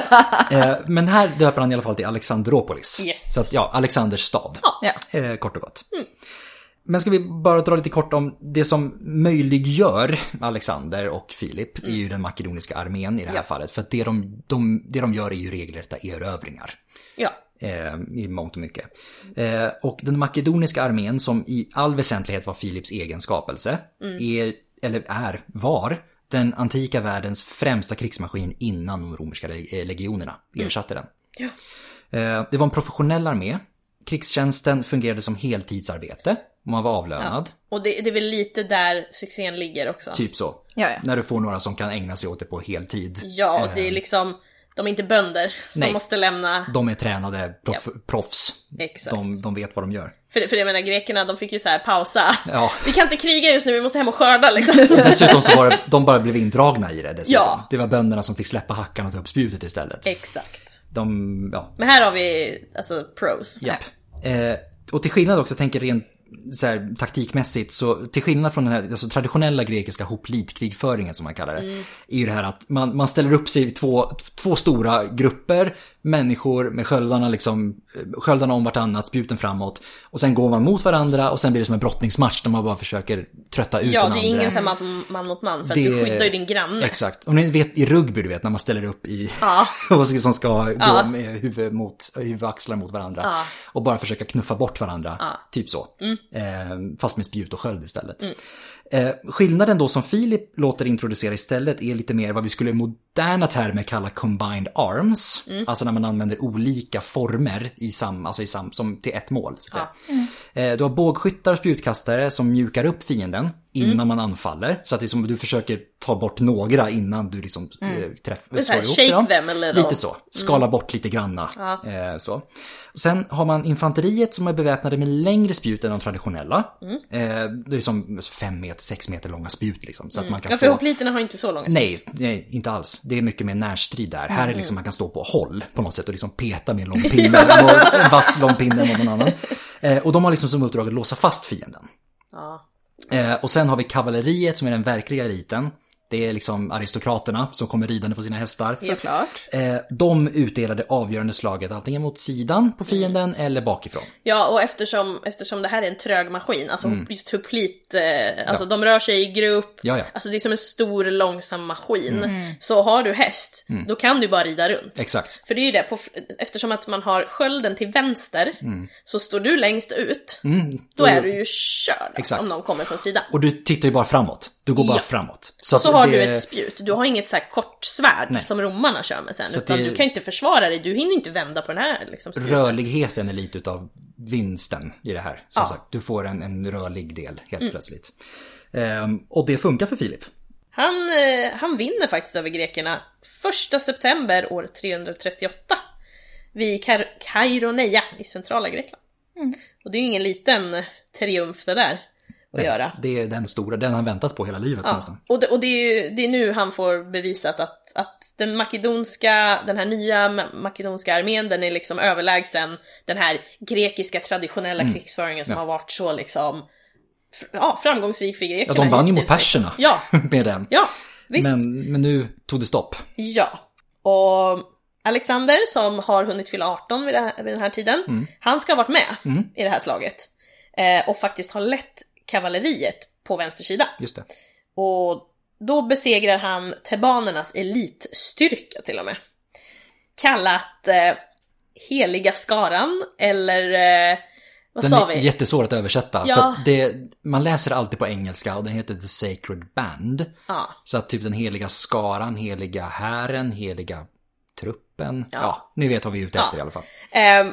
Eh, men här döper han i alla fall till Alexandropolis. Yes. Så att, ja, Alexanders stad. Ja. Eh, kort och gott. Mm. Men ska vi bara dra lite kort om det som möjliggör Alexander och Filip mm. är ju den makedoniska armén i det här Ja. fallet. För att det de, de, det de gör är ju regelrätta erövringar. Ja. Eh, I mångt och mycket. Eh, och den makedoniska armén, som i all väsentlighet var Filips egen skapelse, mm. är, eller är, var den antika världens främsta krigsmaskin innan de romerska legionerna ersatte den. Ja. Eh, det var en professionell armé. Krigstjänsten fungerade som heltidsarbete. Man var avlönad. Och det, det är väl lite där succén ligger också. Typ så. Ja, ja. När du får några som kan ägna sig åt det på heltid. Ja, och det är Eh, liksom, de är inte bönder som Nej. måste lämna. De är tränade proff, Ja. proffs. Exakt. De, de vet vad de gör. För, för jag menar, grekerna, de fick ju så här pausa. Ja. Vi kan inte kriga just nu, vi måste hem och skörda liksom. Dessutom så var det, de bara blev indragna i det dessutom. Ja. Det var bönderna som fick släppa hackan och ta upp spjutet istället. Exakt. De, ja, Men här har vi, alltså, pros. japp. Eh, och till skillnad också, jag tänker rent så här, taktikmässigt, så till skillnad från den här alltså, traditionella grekiska hoplitkrigföringen som man kallar det, mm. är ju det här att man, man ställer upp sig i två, två stora grupper människor med sköldarna liksom, sköldarna om vartannat, spjuten framåt, och sen går man mot varandra och sen blir det som en brottningsmatch där man bara försöker trötta ut Ja, den det andra. är ingen så här man, man mot man, för Det- att du skyddar ju din granne. Exakt. Om ni vet i rugby, du vet, när man ställer upp i Ja. och som ska Ja. gå med huvud mot huvudaxlar mot varandra Ja. och bara försöka knuffa bort varandra, Ja. typ så. Mm. Eh, fast med spjut och sköld istället. Mm. Eh, skillnaden då som Filip låter introducera istället är lite mer vad vi skulle i moderna termer kalla combined arms. Mm. Alltså när man använder olika former i sam, alltså i sam, som till ett mål. Så att Ja. säga. Eh, du har bågskyttar och spjutkastare som mjukar upp fienden innan man anfaller. Så att det är som du försöker ta bort några innan du liksom mm. träffar. Shake dem. them a little. Lite så. Skala mm. bort lite granna. Ja. Eh, så. Sen har man infanteriet som är beväpnade med längre spjut än de traditionella. Mm. Eh, det är som fem meter, sex meter långa spjut liksom. Så mm. att man kan ja, för hopliterna har inte så långa spjut. Nej, nej, inte alls. Det är mycket mer närstrid där. Mm. Här är liksom man kan stå på håll på något sätt och liksom peta med en lång pinne. En vass lång pinne än någon annan. Eh, och de har liksom som uppdrag att låsa fast fienden. Ja. Eh, och sen har vi kavalleriet som är den verkliga eliten. Det är liksom aristokraterna som kommer ridande på sina hästar. Såklart. Eh, de utdelade avgörande slaget antingen mot sidan på fienden mm. eller bakifrån. Ja, och eftersom, eftersom det här är en trög maskin, alltså mm. just hoplit, eh, alltså ja. de rör sig i grupp, ja, ja. alltså det är som en stor långsam maskin. Mm. Så har du häst, mm. då kan du bara rida runt. Exakt. För det är ju det, på, eftersom att man har skölden till vänster, mm. så står du längst ut, mm. då är du ju körd alltså, om de kommer från sidan. Och du tittar ju bara framåt, du går bara ja. framåt. Så, så har det... du ett spjut, du har inget så här kort svärd Nej. som romarna kör med sen, så utan det... du kan inte försvara dig, du hinner inte vända på den här liksom, rörligheten är lite utav vinsten i det här, som ja. sagt. Du får en, en rörlig del helt mm. plötsligt. Um, och det funkar för Filip. Han, eh, han vinner faktiskt över grekerna första september år trehundratrettioåtta vid Kar- Kaironeia i centrala Grekland. Mm. Och det är ju ingen liten triumf det där. Nej, göra. Det är den stora, den han väntat på hela livet ja. nästan. Och, det, och det, är ju, det är nu han får bevisat att, att den makedonska, den här nya makedonska armén, den är liksom överlägsen den här grekiska traditionella mm. krigsföringen som ja. har varit så liksom ja, framgångsrik för grekerna. Ja, de vann ju mot perserna ja. med den. Ja, visst. Men, men nu tog det stopp. Ja, och Alexander som har hunnit fylla arton vid, det här, vid den här tiden, mm. han ska ha varit med mm. i det här slaget eh, och faktiskt ha lett kavalleriet på vänster sida. Just det. Och då besegrar han tebanernas elitstyrka till och med. Kallat eh, heliga skaran eller eh, vad den sa är vi? Jättesvår att översätta. Ja. För att det, man läser alltid på engelska och den heter The Sacred Band. Ja. Så att typ den heliga skaran, heliga hären, heliga truppen. Ja, ja ni vet vad vi är ute efter ja. i alla fall. Um,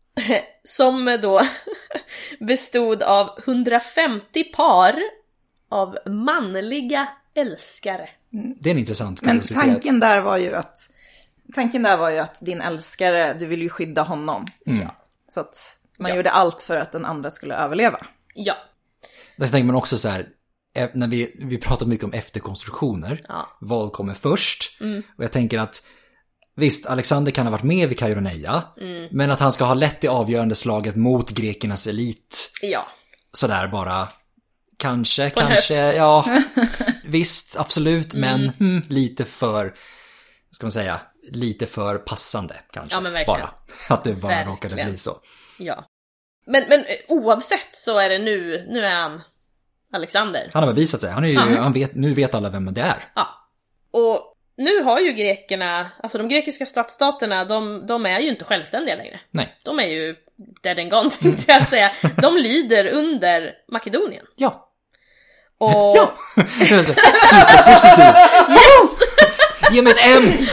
som då bestod av hundrafemtio par av manliga älskare. Mm. Det är en intressant Men tanken där var ju att tanken där var ju att din älskare, du vill ju skydda honom. Mm. Ja. Så att man ja. gjorde allt för att den andra skulle överleva. Ja. Där tänker man också så här, när vi, vi pratar mycket om efterkonstruktioner, ja. vad kommer först? Mm. Och jag tänker att visst, Alexander kan ha varit med vid Kaironeia, mm. men att han ska ha lett det avgörande slaget mot grekernas elit. Ja. Sådär bara, kanske, på kanske, ja, visst, absolut, mm. men hmm, lite för, ska man säga, lite för passande kanske. Ja, men verkligen. Bara, att det bara verkligen. råkade bli så. Ja. Men, men oavsett så är det nu, nu är han Alexander. Han har bevisat sig, han är ju, mm. han vet, nu vet alla vem det är. Ja, och nu har ju grekerna, alltså de grekiska stadsstaterna, de, de är ju inte självständiga längre. Nej. De är ju dead and gone, tänkte jag säga. De lyder under Makedonien. Ja. Och... Ja! Superpositiv! Yes! Ge mig ett M!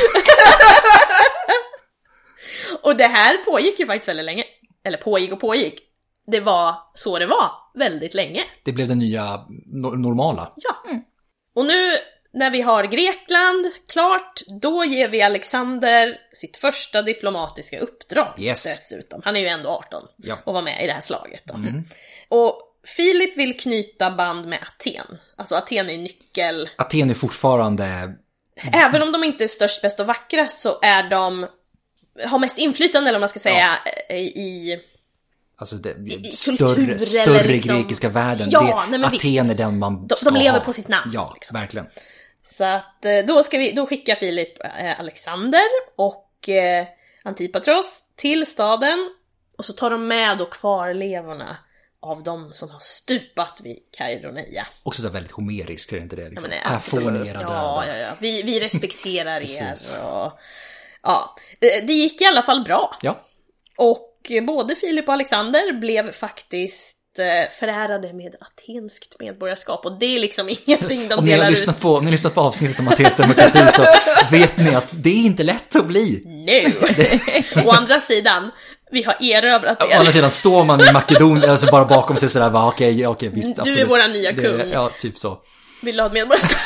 Och det här pågick ju faktiskt väldigt länge. Eller pågick och pågick. Det var så det var väldigt länge. Det blev det nya no- normala. Ja. Mm. Och nu när vi har Grekland klart, då ger vi Alexander sitt första diplomatiska uppdrag yes. dessutom. Han är ju ändå arton ja. och var med i det här slaget då. Mm. Och Filip vill knyta band med Aten. Alltså Aten är nyckel. Aten är fortfarande... Även om de inte är störst, bäst och vackrast så är de... har mest inflytande, eller om man ska säga, ja. i... Alltså det, i större, större liksom... grekiska världen. Ja, det, nej, Aten visst. Är den man de, ska de lever ha. På sitt namn. Ja, liksom. verkligen. Så att då, ska vi, då skickar Filip eh, Alexander och eh, Antipatros till staden. Och så tar de med då kvarlevorna av de som har stupat vid Kaironeia. Också så väldigt homeriskt, är det inte det? Liksom. Ja, men här får ni era ja, ja, ja. Vi, vi respekterar er. Och, ja. det, det gick i alla fall bra. Ja. Och både Filip och Alexander blev faktiskt förärade med atenskt medborgarskap. Och det är liksom ingenting de om delar ni har ut. lyssnat på, om ni har lyssnat på avsnittet om Atens demokrati så vet ni att det är inte lätt att bli. Nej. Å andra sidan, vi har erövrat er. Å andra sidan står man i Makedonien alltså bara bakom sig sådär, okej, okay, okej, visst, du absolut. är våra nya kung. Det, ja, typ så. Vill du ha ett medborgarskap?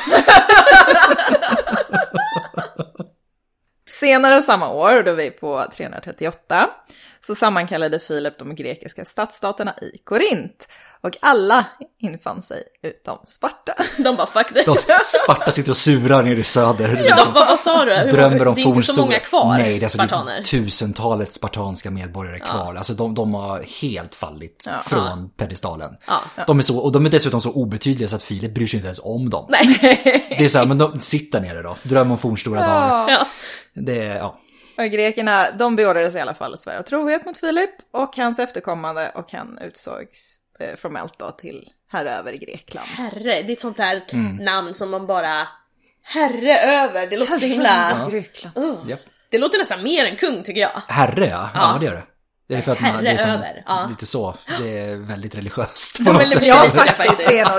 Senare samma år, då vi är på trehundratrettioåtta, så sammankallade Filip de grekiska stadsstaterna i Korint. Och alla infann sig utom Sparta. De bara, fuck det. De Sparta sitter och surar nere i söder. Ja, vad, vad sa du? Hur Drömmer om det är inte så många kvar. Nej, det är, alltså, det spartaner. är tusentalet spartanska medborgare kvar. Ja. Alltså de, de har helt fallit ja. från ja. pedestalen. Ja. De är så, och de är dessutom så obetydliga så att Filip bryr sig inte ens om dem. Nej. Det är så här, men de sitter nere då. Dröm om fornstora ja. dagar. Ja. Det är, ja. Och grekerna, de beordrades i alla fall svära trohet mot Filip och hans efterkommande, och han utsågs eh, formellt då till herre över Grekland. Herre, det är ett sånt där mm. namn som man bara, herre över, det låter så himla... Ja. Grekland. Uh. Yep. Det låter nästan mer än kung, tycker jag. Herre, ja. Ja, ja det gör det. Det är för att man, herre det är som, över. Ja. Lite så. Det är väldigt religiöst. Ja, men det ja faktiskt, det är nog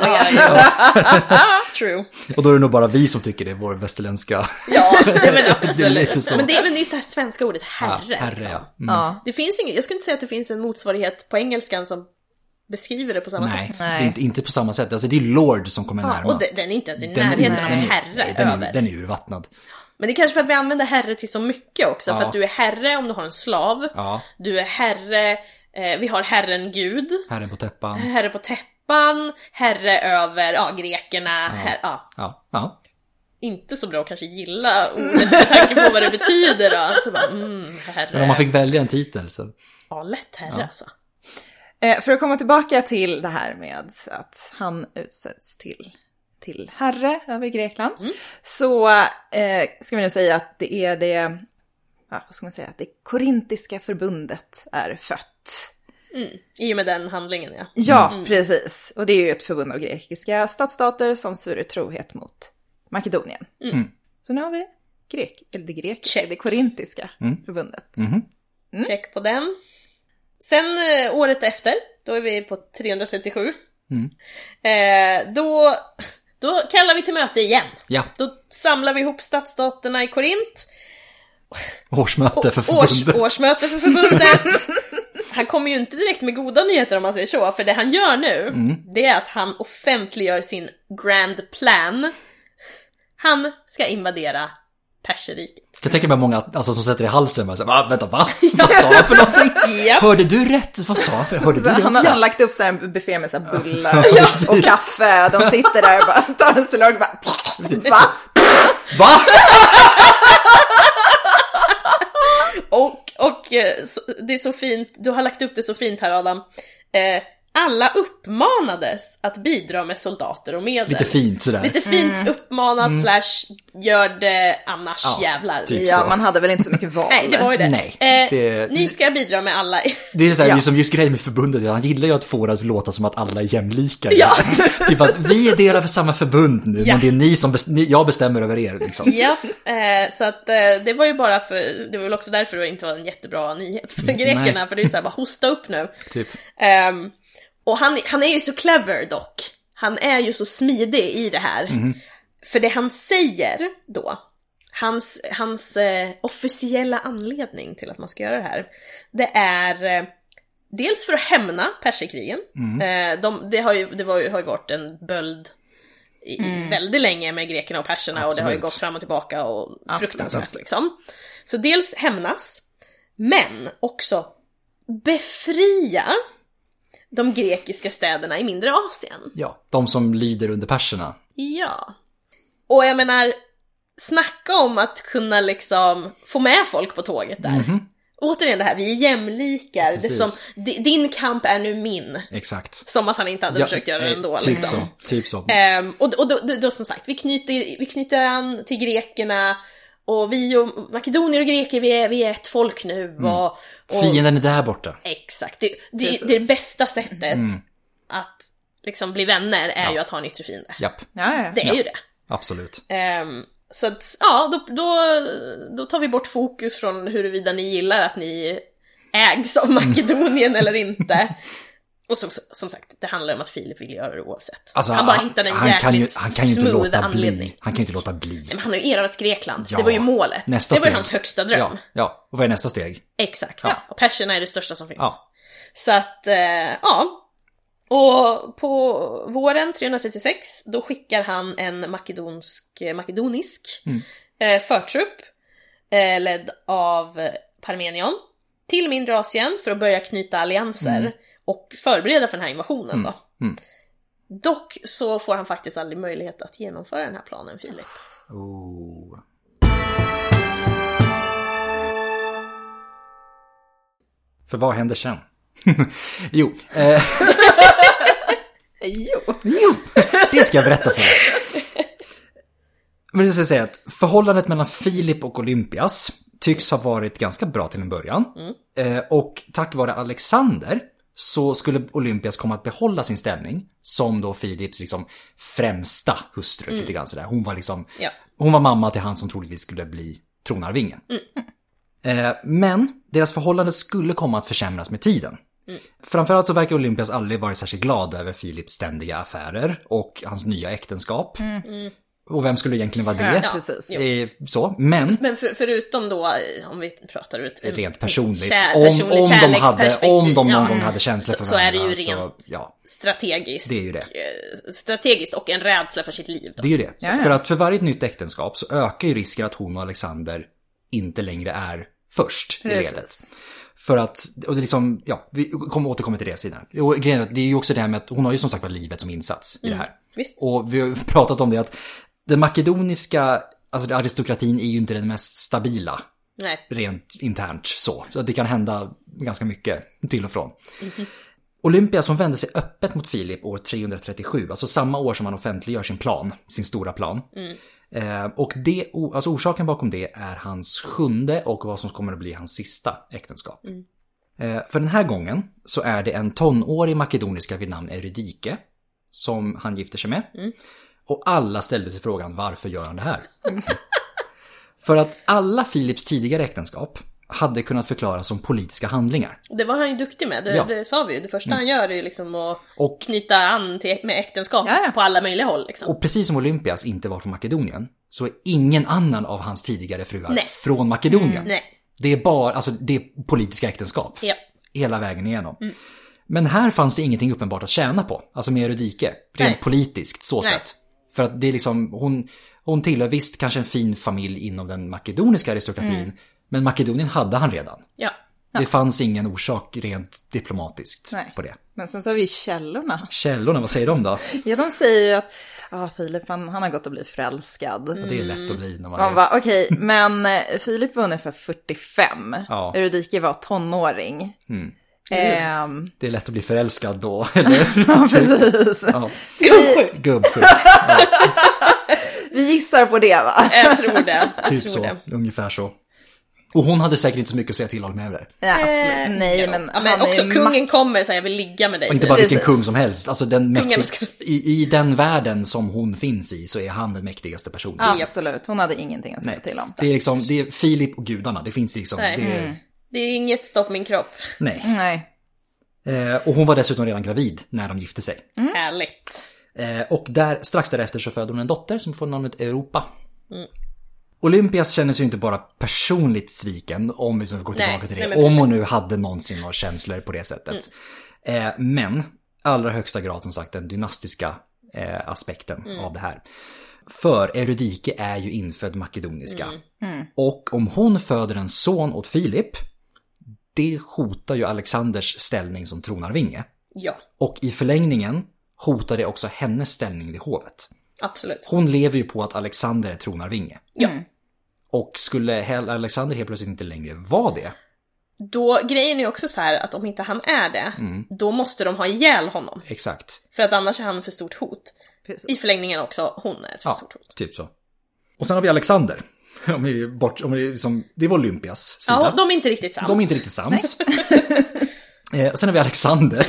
det. True. Och då är det nog bara vi som tycker det är vår västerländska. Ja, det men absolut. Det är men det är väl just det här svenska ordet herre. Ja, herre liksom. ja. Mm. Ja. Det finns inget, jag skulle inte säga att det finns en motsvarighet på engelskan som beskriver det på samma nej, sätt. Nej, det är inte, inte på samma sätt. Alltså det är Lord som kommer ja, närmast. Och det, den är inte ens i närheten av herre nej, den är, över. Den är urvattnad. Men det är kanske för att vi använder herre till så mycket också. Ja. För att du är herre om du har en slav. Ja. Du är herre, eh, vi har herren Gud. Herren på täppan. Herre på täppan. Herre över, ja, grekerna. Ja. Her, ja. Ja. Ja. Inte så bra att kanske gilla ordet med tanke på vad det betyder då. Så bara, mm, herre. Men om man fick välja en titel så... Ja, lätt herre ja. alltså. Eh, för att komma tillbaka till det här med att han utsätts till... till herre över Grekland, mm. så eh, ska vi nu säga att det är det, ja, vad ska man säga, att det korintiska förbundet är fött. Mm. I och med den handlingen, ja. Ja, mm. precis. Och det är ju ett förbund av grekiska stadsstater som svurit trohet mot Makedonien. Mm. Så nu har vi grek, eller det grekiska, Check. det korintiska mm. förbundet. Mm. Mm. Check på den. Sen eh, året efter, då är vi på trehundratrettiosju. Mm. Eh, då... Då kallar vi till möte igen. Ja. Då samlar vi ihop stadsstaterna i Korint. Årsmöte för förbundet. Års, årsmöte för förbundet. Han kommer ju inte direkt med goda nyheter om man säger så. För det han gör nu, mm. det är att han offentliggör sin grand plan. Han ska invadera Perseriket. Jag tänker mig många alltså, som sätter i halsen och säger, va, vänta, va? Ja. Vad sa han för någonting? Yep. Hörde du rätt? Vad sa han för? Hörde du han har ja. lagt upp så här en buffé med så här bullar ja. och kaffe. De sitter där och bara tar en slag och bara, va? Va? och, och så, det är så fint, du har lagt upp det så fint här, Adam. Eh, alla uppmanades att bidra med soldater och medel. Lite fint sådär. Lite fint mm. uppmanat mm. slash gör det annars ja, jävlar. Typ ja, så. Man hade väl inte så mycket val. Nej, det var ju det. Nej, eh, det... Ni ska bidra med alla. Det är så här, ja. som just grej med förbundet. Han gillar ju att få det att låta som att alla är jämlika. Ja. Typ att vi är delar av samma förbund nu, ja. men det är ni som best- ni, jag bestämmer över er. Liksom. Ja, eh, så att eh, det var ju bara för, det var väl också därför det inte var en jättebra nyhet för grekerna. Nej. För det är så här, bara hosta upp nu. Typ. Um, Och han, han är ju så clever dock. Han är ju så smidig i det här. Mm. För det han säger då, hans, hans eh, officiella anledning till att man ska göra det här, det är eh, dels för att hämna perserkrigen. Mm. Eh, de, det har ju, det var ju, har ju varit en böld i, mm. väldigt länge med grekerna och perserna. Absolut. Och det har ju gått fram och tillbaka och fruktansvärt liksom. Så dels hämnas, men också befria de grekiska städerna i mindre Asien. Ja, de som lyder under perserna. Ja. Och jag menar, snacka om att kunna liksom få med folk på tåget där. Mm-hmm. Återigen det här, vi är jämlikar. Det som, din kamp är nu min. Exakt. Som att han inte hade ja, försökt göra det ändå. Typ liksom. så, typ så. Um, och och då, då, då som sagt, vi knyter, vi knyter an till grekerna. Och vi och makedonier och greker, vi är, vi är ett folk nu. Mm. Och, och... Fienden är där borta. Exakt. Det, det, det är det bästa sättet mm. att liksom bli vänner är ja. ju att ha en yttre fiende. Japp. Ja, ja. Det är ja. ju det. Absolut. Um, så att, ja, då, då, då tar vi bort fokus från huruvida ni gillar att ni ägs av Makedonien mm. eller inte. Och som, som sagt, det handlar om att Filip vill göra det oavsett. Alltså, han bara hittade en han jäkligt kan ju, han kan ju inte låta anledning. Bli. Han kan ju inte låta bli. Nej, men han har ju erövrat Grekland. Ja, det var ju målet. Nästa det var ju steg. hans högsta dröm. Ja, ja. Och vad är nästa steg? Exakt. Ja. Och perserna är det största som finns. Ja. Så att, eh, ja. Och på våren trehundratrettiosex då skickar han en makedonsk, makedonisk Mm. eh, förtrupp eh, ledd av Parmenion till mindre Asien för att börja knyta allianser Mm. och förbereda för den här invasionen Mm. då. Mm. Dock så får han faktiskt aldrig möjlighet att genomföra den här planen, Filip. Oh. För vad händer sen? jo, eh, Jo. jo, det ska jag berätta för dig. Men det ska jag säga att förhållandet mellan Filip och Olympias tycks ha varit ganska bra till en början. Mm. Eh, och tack vare Alexander så skulle Olympias komma att behålla sin ställning som då Filips liksom främsta hustru. Mm. Lite grann sådär. Hon var liksom, Ja. hon var mamma till han som troligtvis skulle bli tronarvingen. Mm. Eh, men deras förhållande skulle komma att försämras med tiden. Mm. Framförallt så verkar Olympias aldrig vara särskilt glad över Filips ständiga affärer och hans nya äktenskap. Mm. Och vem skulle egentligen vara det? Ja, precis. Eh, så, men Men för, förutom då, om vi pratar ut en- rent personligt, kär- om, personlig om, de hade, kärleksperspektiv, om de någon ja. gång hade känslor för så, så är det ju varandra, rent så, ja, strategiskt. Det är ju det. eh, Strategiskt och en rädsla för sitt liv då. det är ju det. Ja, ja. För att för varje nytt äktenskap så ökar ju risken att hon och Alexander inte längre är först i ledet. Precis. För att, och det är liksom, ja, vi kommer återkomma till det senare. Och grejen är att det är ju också det här med att hon har ju som sagt var livet som insats i det här. Visst. Och vi har pratat om det att den makedoniska, alltså aristokratin är ju inte den mest stabila Nej. rent internt så. Så att det kan hända ganska mycket till och från. Olympia som vände sig öppet mot Filip år trehundratrettiosju, alltså samma år som han offentliggör sin plan, sin stora plan. Mm. Eh, och det, alltså orsaken bakom det är hans sjunde och vad som kommer att bli hans sista äktenskap. Mm. Eh, för den här gången så är det en tonårig makedoniska vid namn Eurydike som han gifter sig med. Mm. Och alla ställde sig frågan, varför gör han det här? För att alla Filips tidigare äktenskap hade kunnat förklaras som politiska handlingar. Det var han ju duktig med, det, Ja. det sa vi ju. Det första han gör är ju liksom att Och, knyta an till, med äktenskap Ja, ja. på alla möjliga håll liksom. och precis som Olympias inte var från Makedonien så är ingen annan av hans tidigare fruar Nej. från Makedonien. Nej. Det är bara, alltså det är politiska äktenskap. Ja. Hela vägen igenom. Men här fanns det ingenting uppenbart att tjäna på. Alltså med Eurydike. Rent Nej. politiskt, så Nej. sett. För att det är liksom, hon, hon tillhör visst kanske en fin familj inom den makedoniska aristokratin. Men Makedonien hade han redan. Ja. Det fanns ingen orsak rent diplomatiskt Nej. på det. Men sen så har vi källorna. Källorna, vad säger de då? Ja, de säger ju att ah, Filip han, han har gått och blivit förälskad. Och det är lätt att bli när man Man är... bara, okej, men eh, Filip var ungefär fyrtiofem. Ja. Eurydike var tonåring. Mm. Ehm, Det är lätt att bli förälskad då, eller? ja, precis. Ja. Gubbsjuk. Gubbsjuk. Vi gissar på det, va? Jag tror det. Jag Typ tror så, det. ungefär så. Och hon hade säkert inte så mycket att säga till om heller. Ja, absolut. Eh, Nej, ja. men, ja, men han också är ju kungen kommer och säger jag vill ligga med dig. Och inte typ. bara vilken Precis. kung som helst. Alltså den Kungen mäktig... ska- I, I den världen som hon finns i så är han den mäktigaste personen. ma- Absolut, hon hade ingenting att säga Nej. till om. Det är liksom, det är Filip och gudarna. Det finns liksom, Nej. det är, Mm. Det är inget stopp min kropp. nej. Nej. Eh, och hon var dessutom redan gravid när de gifte sig. Härligt. Eh, och där, strax därefter så födde hon en dotter som får namnet Europa. Mm. Olympias känner sig ju inte bara personligt sviken, om vi ska gå tillbaka Nej, till nej, det, men om precis. hon nu hade någonsin några känslor på det sättet. Mm. Eh, men, allra högsta grad som sagt den dynastiska eh, aspekten Mm. av det här. För Eurydike är ju infödd makedoniska. Mm. Och om hon föder en son åt Filip, det hotar ju Alexanders ställning som tronarvinge. Ja, Och i förlängningen hotar det också hennes ställning vid hovet. absolut. Hon lever ju på att Alexander är tronarvinge. Ja. Och skulle Hel- Alexander helt plötsligt inte längre vara det, Då, grejen är också så här att om inte han är det, Mm. då måste de ha ihjäl honom. exakt. För att annars är han för stort hot. Precis. I förlängningen också, hon är ett för Ja, stort hot. typ så. Och sen har vi Alexander. Om vi bort, om vi liksom, det var Olympias sida. Ja, de är inte riktigt sams. De är inte riktigt sams. eh, och sen har vi Alexander.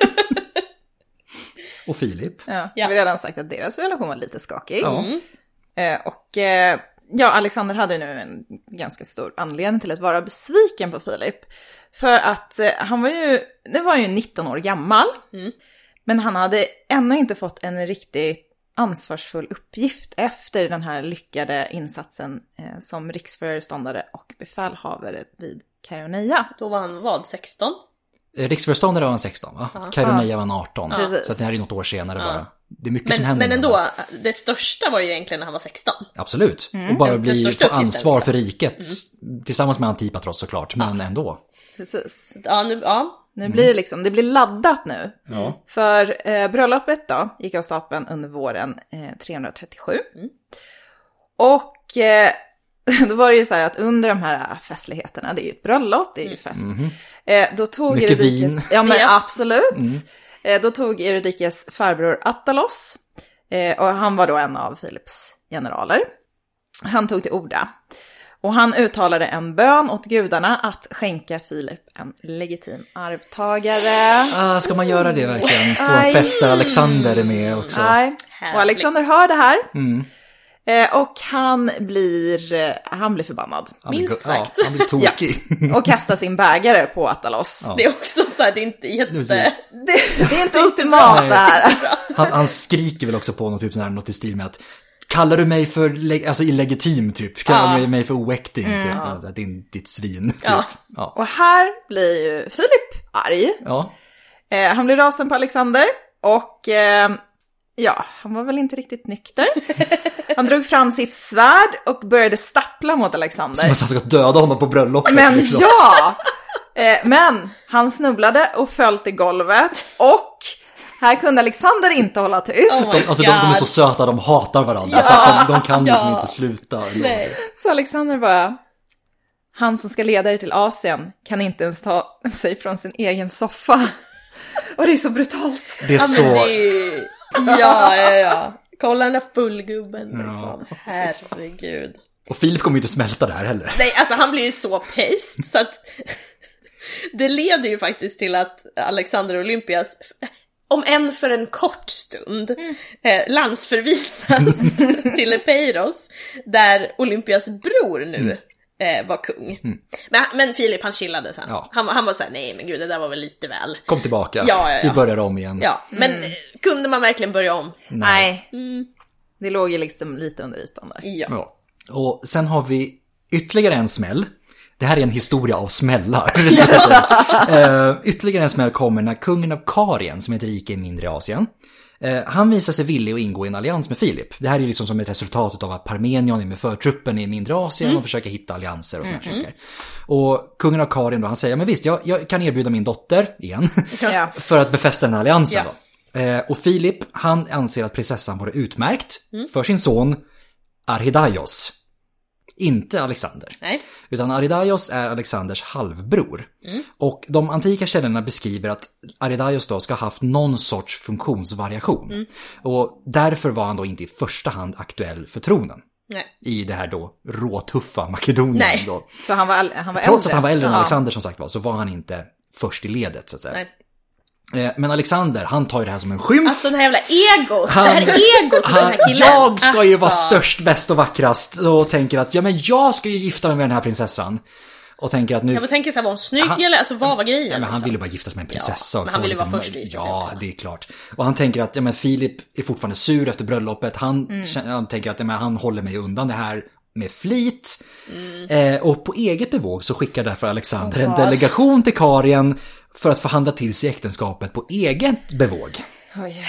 och Filip. Ja, Ja. vi har redan sagt att deras relation var lite skakig. Ja. Mm. Eh, och eh, ja, Alexander hade ju nu en ganska stor anledning till att vara besviken på Filip. För att eh, han var ju, nu var han ju nitton år gammal. Mm. Men han hade ännu inte fått en riktigt ansvarsfull uppgift efter den här lyckade insatsen eh, som riksföreståndare och befälhavare vid Kajoneia. Då var han vad, sexton? Riksföreståndare var han sexton, va? Ja. Caroneia var han arton. Ja. Så att det här är något år senare ja. bara. Det är mycket men, som händer. Men ändå, det största var ju egentligen när han var sexton. Absolut. Mm. Och bara bli, få ansvar för riket. Mm. Tillsammans med Antipatros såklart, men ja. ändå. Precis. Ja, nu, ja. Nu mm. blir det liksom, det blir laddat nu. Ja. För eh, bröllopet då gick av stapeln under våren eh, trehundratrettiosju. Mm. Och eh, då var det ju så här att under de här festligheterna, det är ju ett bröllop, det är ju fest. Mm. Eh, då tog mycket Eurydikes, vin. Ja men absolut. Mm. Eh, då tog Eurydikes farbror Attalos, eh, och han var då en av Filips generaler. Han tog till orda. Och han uttalade en bön åt gudarna att skänka Filip en legitim arvtagare. Ah, ska man göra det verkligen? På en fest där Alexander är med också. Nej. Och Alexander hör det här. Mm. Eh, och han blir, han blir förbannad. Han blir, minst sagt. Ja, han blir tokig. Ja. Och kastar sin bägare på Attalos. Ja. Det är också så här, det är inte jätte... Det, det är inte ultimat det här. Han, han skriker väl också på något, typ sån här, något i stil med att kallar du mig för alltså, illegitim typ? Kallar ja. du mig för oäkting mm, typ? Ja. Din, ditt svin typ. Ja. Ja. Och här blir ju Filip arg. Ja. Eh, han blir rasen på Alexander. Och eh, ja, han var väl inte riktigt nykter. Han drog fram sitt svärd och började stappla mot Alexander. Som att han ska döda honom på bröllopet. Men liksom. ja! Eh, men han snubblade och föll till golvet. Och här kunde Alexander inte hålla tyst. Oh alltså de, de är så söta, de hatar varandra. Ja. Fast de, de kan ja. liksom inte sluta. Nej. Så Alexander bara, han som ska leda dig till Asien kan inte ens ta sig från sin egen soffa. Och det är så brutalt. Det är så... Ja, det är... ja, ja, ja. Kolla den där fullgubben. Liksom. Ja. Herregud. Och Filip kommer ju inte smälta det här heller. Nej, alltså han blir ju så pest så att det leder ju faktiskt till att Alexander Olympias, om än för en kort stund, mm. eh, landsförvisas till Epeiros, där Olympias bror nu mm. eh, var kung. Mm. Men, men Filip, han chillade sen. Ja. Han, han var såhär, nej men gud, det där var väl lite väl. Kom tillbaka, ja, ja, ja. vi börjar om igen. Ja, men mm. kunde man verkligen börja om? Nej, mm. det låg ju liksom lite under ytan där. Ja. Ja. Och sen har vi ytterligare en smäll. Det här är en historia av smällar. Ska jag säga. uh, ytterligare en smäll kommer när kungen av Karien, som heter rike i mindre Asien, uh, han visar sig villig att ingå i en allians med Filip. Det här är liksom som ett resultat av att Parmenion är med förtruppen i mindre Asien mm. och försöker hitta allianser och såna mm. saker. Och kungen av Karien då, han säger, men visst, jag, jag kan erbjuda min dotter igen ja. för att befästa den här alliansen ja. då. Uh, och Filip, han anser att prinsessan vore utmärkt mm. för sin son Arhidaios. Inte Alexander. Nej. Utan Arhidaios är Alexanders halvbror. Mm. Och de antika källorna beskriver att Arhidaios då ska ha haft någon sorts funktionsvariation. Mm. Och därför var han då inte i första hand aktuell för tronen. Nej. I det här då råtuffa Makedonien. Nej. Då. Så han var, han var Trots äldre. att han var äldre än ja. Alexander som sagt var, så var han inte först i ledet så att säga. Nej. Men Alexander, han tar ju det här som en skymf. Alltså den här jävla egot, han, det här egot till han, den här killen. Jag ska ju alltså. vara störst, bäst och vackrast och tänker att ja men jag ska ju gifta mig med den här prinsessan. Och tänker att nu... Jag tänker så här, var hon snygg han, eller alltså vad var grejen? Ja, men han liksom? ville bara gifta sig med en prinsessa. Ja, men han ville vara först i Ja, det är klart. Och han tänker att ja men Filip är fortfarande sur efter bröllopet. Han, mm. han tänker att ja, men han håller mig undan det här med flit. Mm. Eh, och på eget bevåg så skickar därför Alexander oh, en delegation till Karien för att förhandla till sig äktenskapet på eget bevåg. Oh, yeah.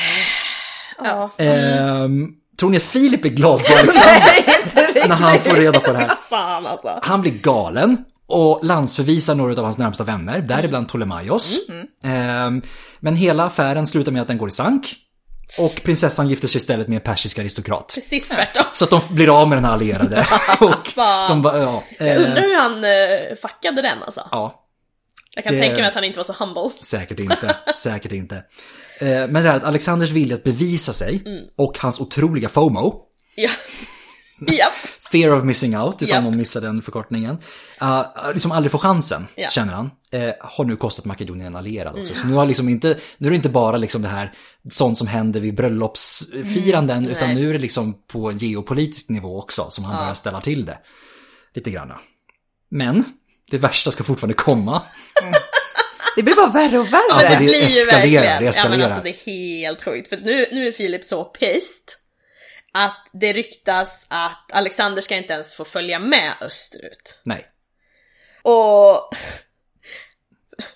Ja. Eh, tror ni att Filip är glad på Alexander? Nej, när han får reda på det här? Fan, alltså. Han blir galen och landsförvisar några av hans närmsta vänner, däribland Ptolemaios. Mm. Eh, men hela affären slutar med att den går i sank. Och prinsessan gifter sig istället med en persisk aristokrat. Precis tvärtom. Så att de blir av med den här allierade. och de ba, ja, eh, Jag undrar hur han eh, fuckade den alltså. Ja. Jag kan det, tänka mig att han inte var så humble. Säkert inte, säkert inte. Eh, men det här att Alexanders vilja att bevisa sig mm. och hans otroliga FOMO. Ja. Yep. Fear of missing out, ifall yep. någon missar den förkortningen. Uh, liksom aldrig får chansen, yeah. känner han. Uh, har nu kostat Makedonien en allierad också. Mm. Så nu, har liksom inte, nu är det inte bara liksom det här sånt som händer vid bröllopsfiranden, mm. utan nu är det liksom på geopolitisk nivå också som han ja. börjar ställa till det. Lite grann. Men det värsta ska fortfarande komma. Mm. Det blir bara värre och värre. Alltså det, det blir eskalerar, det eskalerar. Ja, men alltså det är helt sjukt. För nu, nu är Filip så pissed att det ryktas att Alexander ska inte ens få följa med österut. Nej. Och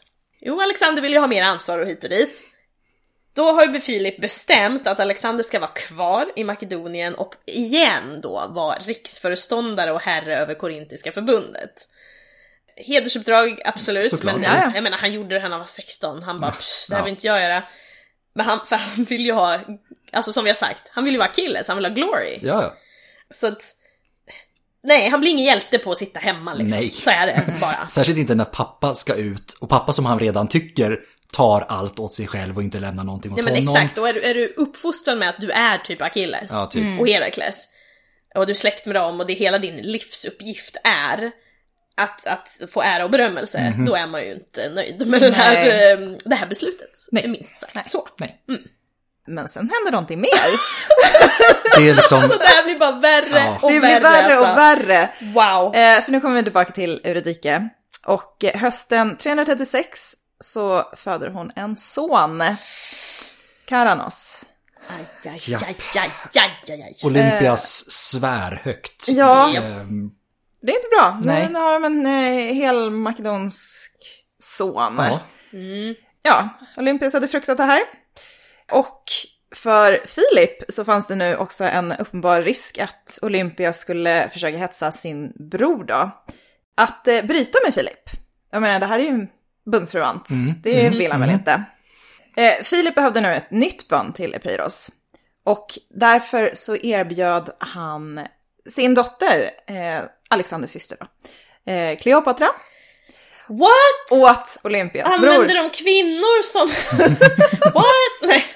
Jo, Alexander vill ju ha mer ansvar och hit och dit. Då har ju Filip bestämt att Alexander ska vara kvar i Makedonien och igen då vara riksföreståndare och herre över Korintiska förbundet. Hedersuppdrag, absolut. Såklart. Men Ja. jag menar, han gjorde det när han var sexton. Han bara, Ja. pss, det här Ja. vill inte jag göra. Men han, för han vill ju ha, alltså som vi har sagt, han vill ju vara Achilles, han vill ha glory. Ja, ja. Så att, nej, han blir ingen hjälte på att sitta hemma liksom. Nej. Så är det bara. Särskilt inte när pappa ska ut. Och pappa som han redan tycker tar allt åt sig själv och inte lämnar någonting åt Nej men honom. exakt, då är du, är du uppfostrad med att du är typ Achilles Ja, typ. och Herakles. Och du är släkt med dem och det hela din livsuppgift är att, att få ära och berömmelse. Mm-hmm. Då är man ju inte nöjd med den här, eh, det här beslutet. Nej. Minst sagt. Nej. Så. Nej. Men sen händer någonting mer. Det är liksom... Så det här blir bara värre Ja. och Det värre. blir värre och alltså. värre. Wow. Eh, för nu kommer vi tillbaka till Eurydike. Och eh, hösten trehundratrettiosex så föder hon en son. Karanos. Aj, aj, Japp. aj, aj, aj, aj, aj. Olympias svär högt. Ja. Ehm, Det är inte bra. Nej. Nu, nu har de en eh, hel makedonsk son. ja. Ja, Olympias hade fruktat det här. Och för Filip så fanns det nu också en uppenbar risk att Olympia skulle försöka hetsa sin bror då. Att eh, bryta med Filip. Jag menar, det här är ju en bundsförvant. Det vill han väl inte. Eh, Filip behövde nu ett nytt band till Epeiros. Och därför så erbjöd han sin dotter, eh, Alexanders syster då, eh, Kleopatra, What? åt Olympias bror. Använder de kvinnor som... What? Nej.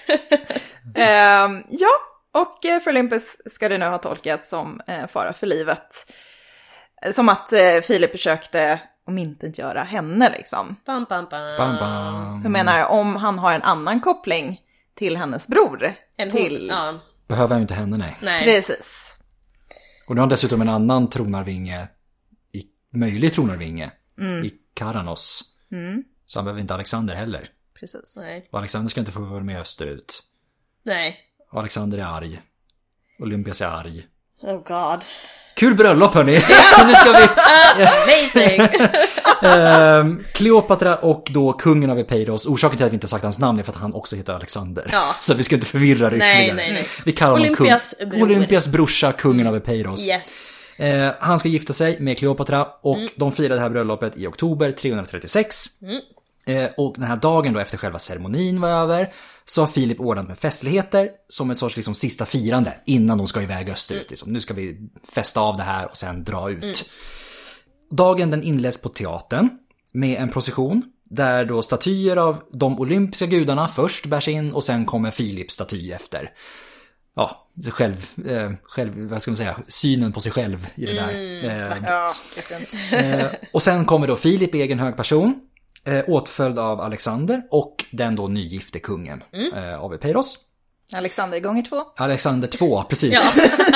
Eh, ja, och eh, för Olympus ska det nu ha tolkats som eh, fara för livet. Eh, Som att eh, Filip försökte om inte göra henne liksom. Bam, bam, bam. Bam, bam. Jag menar, om han har en annan koppling till hennes bror. En hon, till... ja, Behöver jag ju inte henne, nej. nej. Precis. Och nu har han dessutom en annan tronarvinge, i, möjlig tronarvinge, i Karanos. Så han behöver inte Alexander heller. Precis. Nej. Och Alexander ska inte få vara med österut. Nej. Och Alexander är arg. Olympias är arg. Oh god. Kul bröllop hörni! Nu ska vi... Amazing! Ehm, Kleopatra och då kungen av Epeiros. Orsaken till att vi inte sagt hans namn är för att han också heter Alexander. Ja. Så vi ska inte förvirra det Nej, ytterligare. nej, nej. Vi kallar honom Olympias kung. bror. Olympias brorsa, kungen av Epeiros. Yes. Eh, han ska gifta sig med Kleopatra och Mm. de firar det här bröllopet i oktober trehundratrettiosex. Mm. Eh, och den här dagen då efter själva ceremonin var över så har Filip ordnat med festligheter som ett sorts liksom sista firande innan de ska iväg österut. Mm. Liksom. Nu ska vi festa av det här och sen dra ut. Mm. Dagen den inleds på teatern med en procession där då statyer av de olympiska gudarna först bärs in och sen kommer Filips staty efter. Ja, själv, eh, själv, vad ska man säga, synen på sig själv i det där. Mm. Eh, Ja, precis. eh, och sen kommer då Filip, egen hög person, eh, åtföljd av Alexander och den då nygifte kungen Mm. eh, av Epeiros. Alexander gånger två. Alexander två, precis.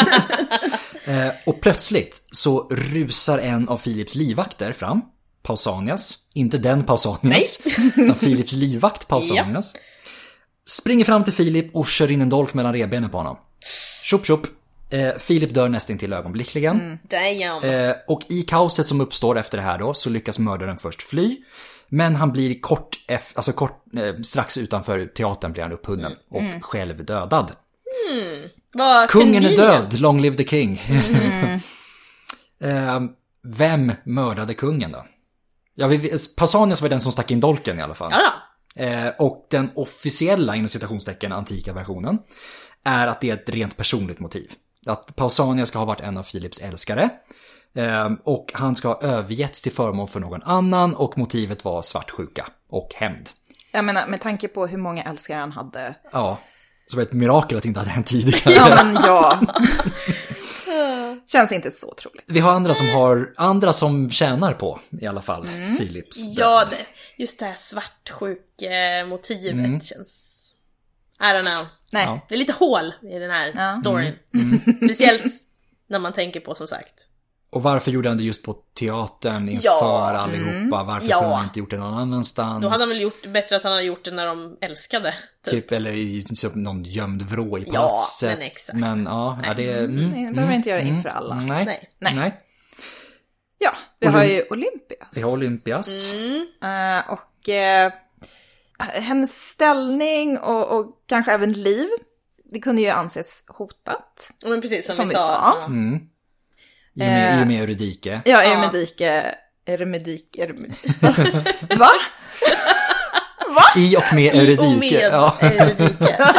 eh, och plötsligt så rusar en av Filips livvakter fram, Pausanias, inte den Pausanias, utan Filips livvakt Pausanias. Springer fram till Filip och kör in en dolk mellan revbenen på honom. Tjopp tjopp. Eh, Filip dör nästan till ögonblickligen. Mm. Damn. Eh, och i kaoset som uppstår efter det här då så lyckas mördaren först fly. Men han blir kort, eff- alltså kort eh, strax utanför teatern blir han upphunnen och Mm. själv dödad. Vad Kungen är convenient. död, long live the king. Mm. eh, vem mördade kungen då? Ja, vi, Pausanias var den som stack in dolken i alla fall. Ja då. Eh, och den officiella, inom citationstecken, antika versionen är att det är ett rent personligt motiv. Att Pausanias ska ha varit en av Filips älskare. Eh, och han ska ha övergetts till förmån för någon annan och motivet var svartsjuka och hämnd. Jag menar, med tanke på hur många älskare han hade. Ja, så var det ett mirakel att det inte hade hänt tidigare. Ja, men ja. Känns inte så troligt. Vi har andra som har andra som tjänar på i alla fall Filips död. Ja, det, just det här svartsjuk-motivet Mm. känns... I don't know. Nej. Ja. Det är lite hål i den här Ja. storyn. Speciellt när man tänker på, som sagt. Och varför gjorde han det just på teatern inför Ja. allihopa? Varför Ja. kunde han inte gjort det någon annanstans? Då hade han väl gjort bättre att han hade gjort det när de älskade. Typ. Typ, eller i typ någon gömd vrå i Ja, palatset. men exakt. Men ja, ja det... Mm, Det behöver vi inte göra inför alla. Nej, Nej. nej. Nej. Ja, vi Olymp- har ju Olympias. Vi har Olympias. Mm. Uh, och uh, hennes ställning och, och kanske även liv, det kunde ju anses hotat. Men precis som, Som vi vi sa. sa. Ja. Mm. I och med, i och med Eurydike. Ja, Ja. Eurymedike, Eurymedike, Eurymedike. Va? I och med I och Eurydike. med Ja. Eurydike.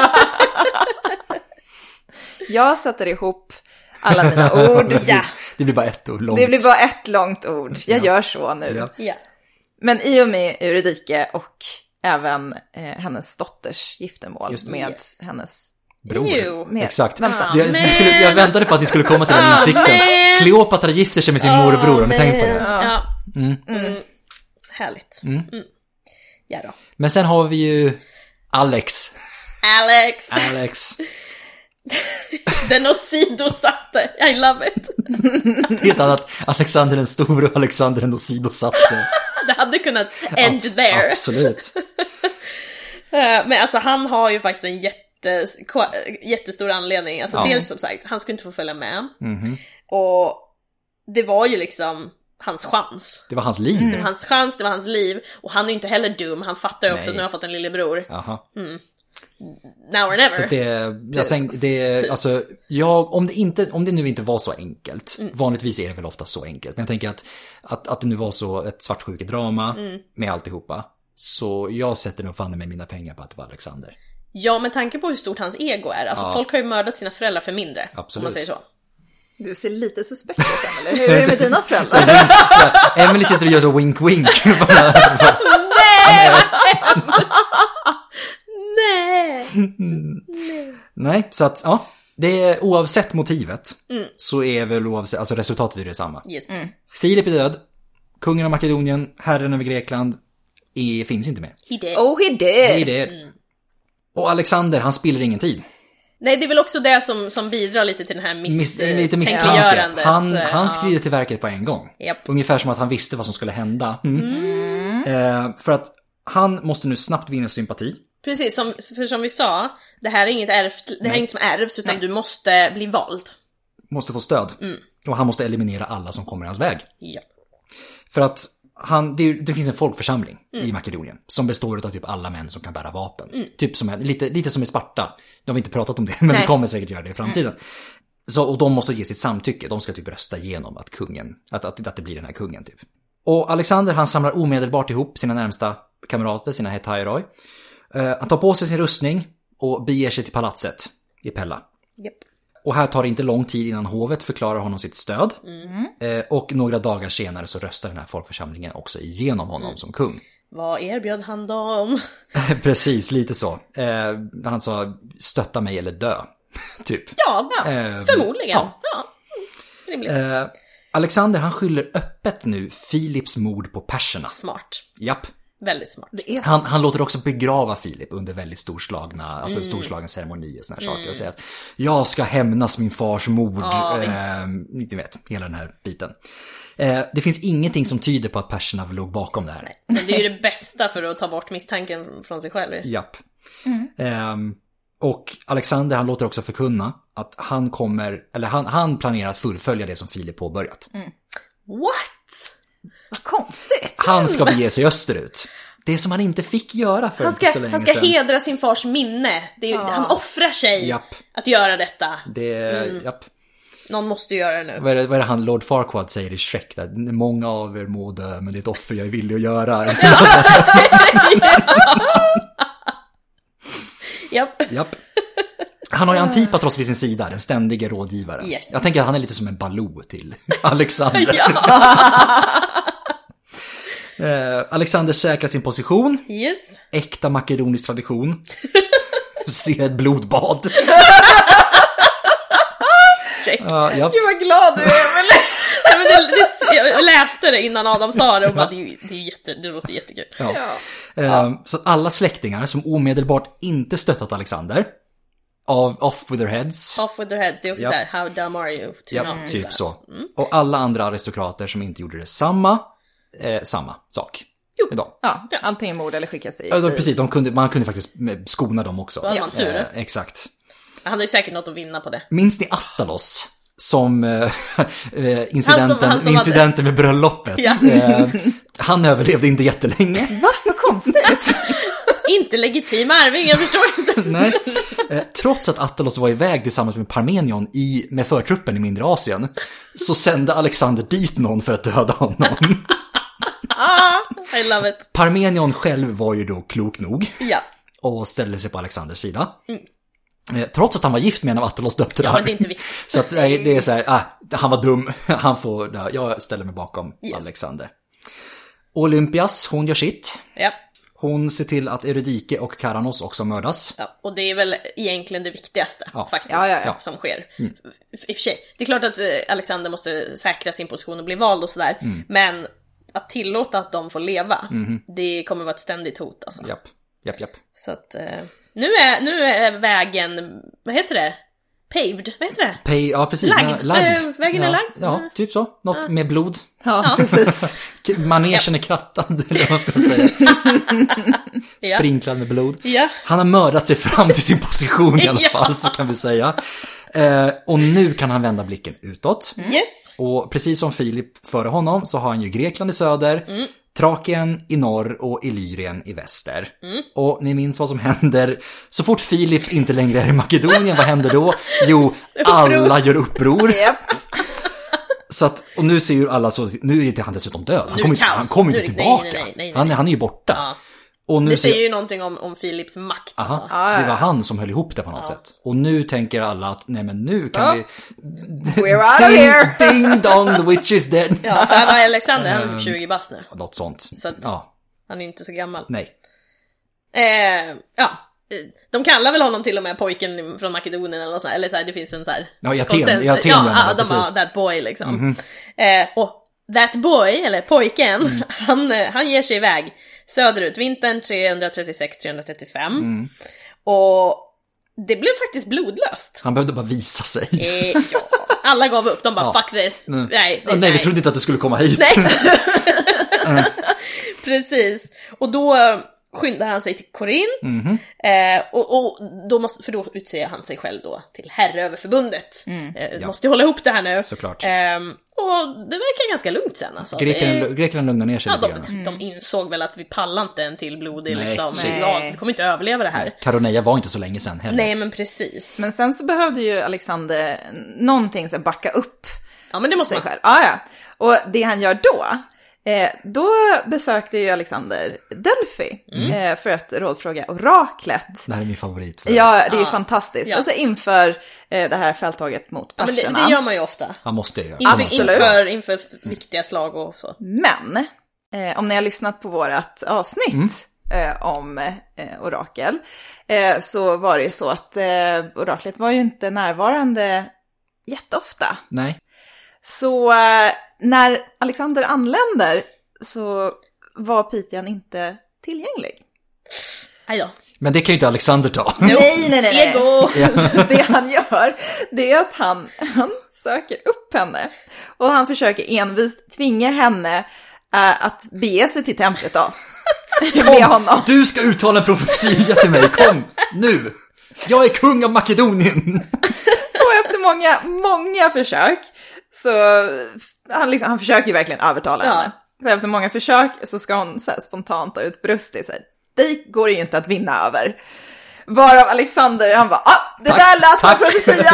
Jag sätter ihop alla mina ord. Precis. Det blir bara ett ord långt. Det blir bara ett långt ord. Jag Ja. gör så nu. Ja. Ja. Men i och med Eurydike och även eh, hennes dotters giftermål Just det. med Yes. hennes... Bror. Med, Exakt. Vänta. Det, det skulle, jag väntade på att ni skulle komma till den insikten. Amen. Kleopatra gifter sig med sin morbror, har ni tänkt på det? Ja. Mm. Mm. Härligt. Mm. Mm. Ja då. Men sen har vi ju Alex. Alex. Alex. Den åsidosatte. I love it. Det är ett annat Alexander den store och Alexander den åsidosatte. Det hade kunnat end there. Absolut. Men alltså han har ju faktiskt en jätte, jättestor anledning. Alltså Ja. dels som sagt, han skulle inte få följa med. Mhm. Och det var ju liksom hans chans. Det var hans liv. Det var hans chans, det var hans liv. Och han är ju inte heller dum. Han fattar ju också Nej. att nu har jag fått en lillebror. Jaha. Now or never. Så det, jag tänkte, det, alltså, jag, om det inte, om det nu inte var så enkelt, Mm. vanligtvis är det väl ofta så enkelt, men jag tänker att, att, att det nu var så ett svartsjukedrama Mm. med alltihopa, så jag sätter nog fan med mina pengar på att det var Alexander. Ja, med tanke på hur stort hans ego är. Alltså Ja. folk har ju mördat sina föräldrar för mindre. Absolut. Om man säger så. Du ser lite suspekt ut, Emelie. Hur är det med dina föräldrar? Emily sitter och gör så wink-wink. Nej! Nej, så att, ja, det är oavsett motivet, Mm. så är väl oavsett, alltså resultatet är detsamma. Yes. Filip är död, kungen av Makedonien, herren över Grekland, är, finns inte med. He did. Oh, he Det är did! det. Och Alexander, han spiller ingen tid. Nej, det är väl också det som, som bidrar lite till den här Miss, miss, lite misstanke. misstänkliggörandet. Han, Eh, han ja. skrider till verket på en gång. Japp. Ungefär som att han visste vad som skulle hända. Mm. Eh, för att han måste nu snabbt vinna sympati. Precis, som, för som vi sa, det här är inget ärvt, det här är Nej. inget som ärvs, utan du måste bli vald. Måste få stöd. Och han måste eliminera alla som kommer i hans väg. Ja. För att han, det, det finns en folkförsamling i Makedonien som består av typ alla män som kan bära vapen. Typ som, lite, lite som i Sparta. De har inte pratat om det, men Nej. vi kommer säkert göra det i framtiden. Så, och de måste ge sitt samtycke. De ska typ rösta igenom att kungen, att, att, att det blir den här kungen typ. Och Alexander, han samlar omedelbart ihop sina närmsta kamrater, sina hetairoi. Uh, han tar på sig sin rustning och beger sig till palatset i Pella. Japp. Och här tar det inte lång tid innan hovet förklarar honom sitt stöd. Eh, och några dagar senare så röstar den här folkförsamlingen också igenom honom som kung. Vad erbjöd han dem? Precis, lite så. Eh, han sa, stötta mig eller dö. typ. Ja, ja Eh, förmodligen. ja. Ja. Mm, rimligt. Eh, Alexander, han skyller öppet nu Filips mord på perserna. Smart. Japp. Väldigt smart. Det är Han, han låter också begrava Filip under väldigt storslagna, alltså mm. storslagna ceremonier och såna här saker och säger att jag ska hämnas min fars mord. Ja, eh, ni vet, hela den här biten. Eh, det finns ingenting som tyder på att perserna låg bakom det här. Nej, men det är ju det bästa för att ta bort misstanken från sig själv. Japp. Eh, och Alexander, han låter också förkunna att han kommer, eller han, han planerar att fullfölja det som Filip påbörjat. What? Vad konstigt! Han ska bege sig österut. Det som han inte fick göra för Han inte så ska, länge han ska sedan. hedra sin fars minne. Det är ju, Han offrar sig Japp. att göra detta. Det, japp. Någon måste ju göra det nu. Vad är, det, vad är det han, Lord Farquaad säger i Shrek där? Många av er må dö, men det är ett offer jag är villig att göra. Japp. Japp. Han har ju Antipatros vid sin sida, den ständiga rådgivaren. Yes. Jag tänker att han är lite som en Baloo till Alexander. Ja. eh, Alexander säkrar sin position. Yes. Äkta makedonisk tradition. Se ett blodbad. Check. uh, japp. Gud vad glad du är, Emelie! Nej, men det, det, jag läste det innan Adam sa det och bara, det, är ju- det, är ju jätte, det låter jättekul. Ja. Ja. Eh, så alla släktingar som omedelbart inte stöttat Alexander, av off with their heads. Off with their heads, det är också Japp. såhär, how dumb are you? to Ja, not do typ that? så. Och alla andra aristokrater som inte gjorde det samma, eh, samma sak. Jo. Idag. Ja, antingen mord eller skickas i Alltså, exil. precis, de kunde, man kunde faktiskt skona dem också. Då hade man tur. Eh, exakt. Han hade ju säkert något att vinna på det. Minns ni Attalos? som äh, incidenten, han som, han som incidenten hade... med bröllopet. Ja. Äh, han överlevde inte jättelänge. Va? Vad konstigt. Inte legitim arving, jag förstår inte. Nej. Eh, trots att Attalos var iväg tillsammans med Parmenion i, med förtruppen i mindre Asien, så sände Alexander dit någon för att döda honom. Ah, I love it. Parmenion själv var ju då klok nog Ja. och ställde sig på Alexanders sida. Mm. Eh, trots att han var gift med en av Attalos döttrar. Ja, men det är inte viktigt. Så att, eh, det är så här, ah, han var dum. Han får, ja, jag ställer mig bakom yes. Alexander. Olympias, hon gör sitt. Ja. Hon ser till att Eurydike och Karanos också mördas. Ja, och det är väl egentligen det viktigaste ja. faktiskt ja, ja, ja. som sker. Mm. I och för sig, det är klart att Alexander måste säkra sin position och bli vald och sådär. Mm. Men att tillåta att de får leva, mm. det kommer vara ett ständigt hot alltså. Japp, japp, japp. Så att, eh, nu, är, nu är vägen, vad heter det? Paved, vad heter det? Pay, ja, precis. Lagd. lagd. Äh, vägen ja, är lagd. Ja, typ så. Något ja. med blod. Ja, ja. precis. Manegen är krattad, eller vad ska man säga. Sprinklad med blod. Ja. Han har mördat sig fram till sin position i alla fall, ja. så kan vi säga. Eh, och nu kan han vända blicken utåt. Mm. Yes. Och precis som Filip före honom så har han ju Grekland i söder, mm. Thrakien i norr och Illyrien i väster. Mm. Och ni minns vad som händer. Så fort Filip inte längre är i Makedonien, vad händer då? Jo, alla gör uppror. Yep. Så att, och nu ser ju alla så, nu är han dessutom död. Han kommer, han kommer inte tillbaka. Nej, nej, nej, nej. Han, han är ju borta. Ja. Och nu det säger ser... ju någonting om, om Philips makt. Aha, alltså. Det var han som höll ihop det på något ja. sätt. Och nu tänker alla att, nej men nu kan ja. vi... We're out of here! Ding dong, the witch is dead. Ja, för här var Alexander, han är tjugo bast nu. Något sånt. Så att ja. han är inte så gammal. Nej. Eh, ja. De kallar väl honom till och med pojken från Makedonien eller så här, eller så här, det finns en så här ja, jag ten, ja, ja, de bara that boy liksom. Mm-hmm. Eh, och that boy, eller pojken, mm. han, han ger sig iväg söderut vintern trehundratrettiosex trehundratrettiofem. Mm. Och det blev faktiskt blodlöst. Han behövde bara visa sig. Eh, ja. Alla gav upp, de bara ja. fuck this. Mm. Nej, nej, nej, vi trodde inte att du skulle komma hit. Nej. mm. Precis. Och då skyndar han sig till Korint. Mm-hmm. eh, och, och då måste, för då utser han sig själv då till herre över förbundet. Mm. Eh, ja. Måste ju hålla ihop det här nu. Såklart. Eh, och det verkar ganska lugnt sen alltså. Grekland, Grekland lugnar ner sig ja, lite de, de insåg väl att vi pallar inte en till blodig nej, liksom. Nej. Ja, vi kommer inte överleva det här. Caroneia var inte så länge sen heller. Nej, men precis. Men sen så behövde ju Alexander någonting så backa upp. Ja, men det måste sig man. själv. Ja, ja. Och det han gör då, eh, då besökte ju Alexander Delphi mm. eh, för att rådfråga oraklet. Det här är min favorit. För ja, det är ju ja. fantastiskt. Ja. alltså inför eh, det här fälttåget mot perserna. Ja, men det, det gör man ju ofta. Han måste ju göra. Inför, Absolut. inför, inför viktiga slag och så. Men, eh, om ni har lyssnat på vårat avsnitt mm. eh, om eh, orakel, eh, så var det ju så att eh, oraklet var ju inte närvarande jätteofta. Nej. Så eh, när Alexander anländer så var Pythian inte tillgänglig. Ajå. Men det kan ju inte Alexander ta. Nej, nej, nej. nej. Ego! Så det han gör, det är att han, han söker upp henne. Och han försöker envist tvinga henne äh, att bege sig till templet då. Med honom. Du ska uttala en profetia till mig, kom nu! Jag är kung av Makedonien! Och efter många, många försök så han, liksom, han försöker ju verkligen övertala ja. henne. Så efter många försök så ska hon så här spontant ha utbrust i sig. Det går ju inte att vinna över. Varav Alexander, han bara, ah, det tack, där lät som en profetia.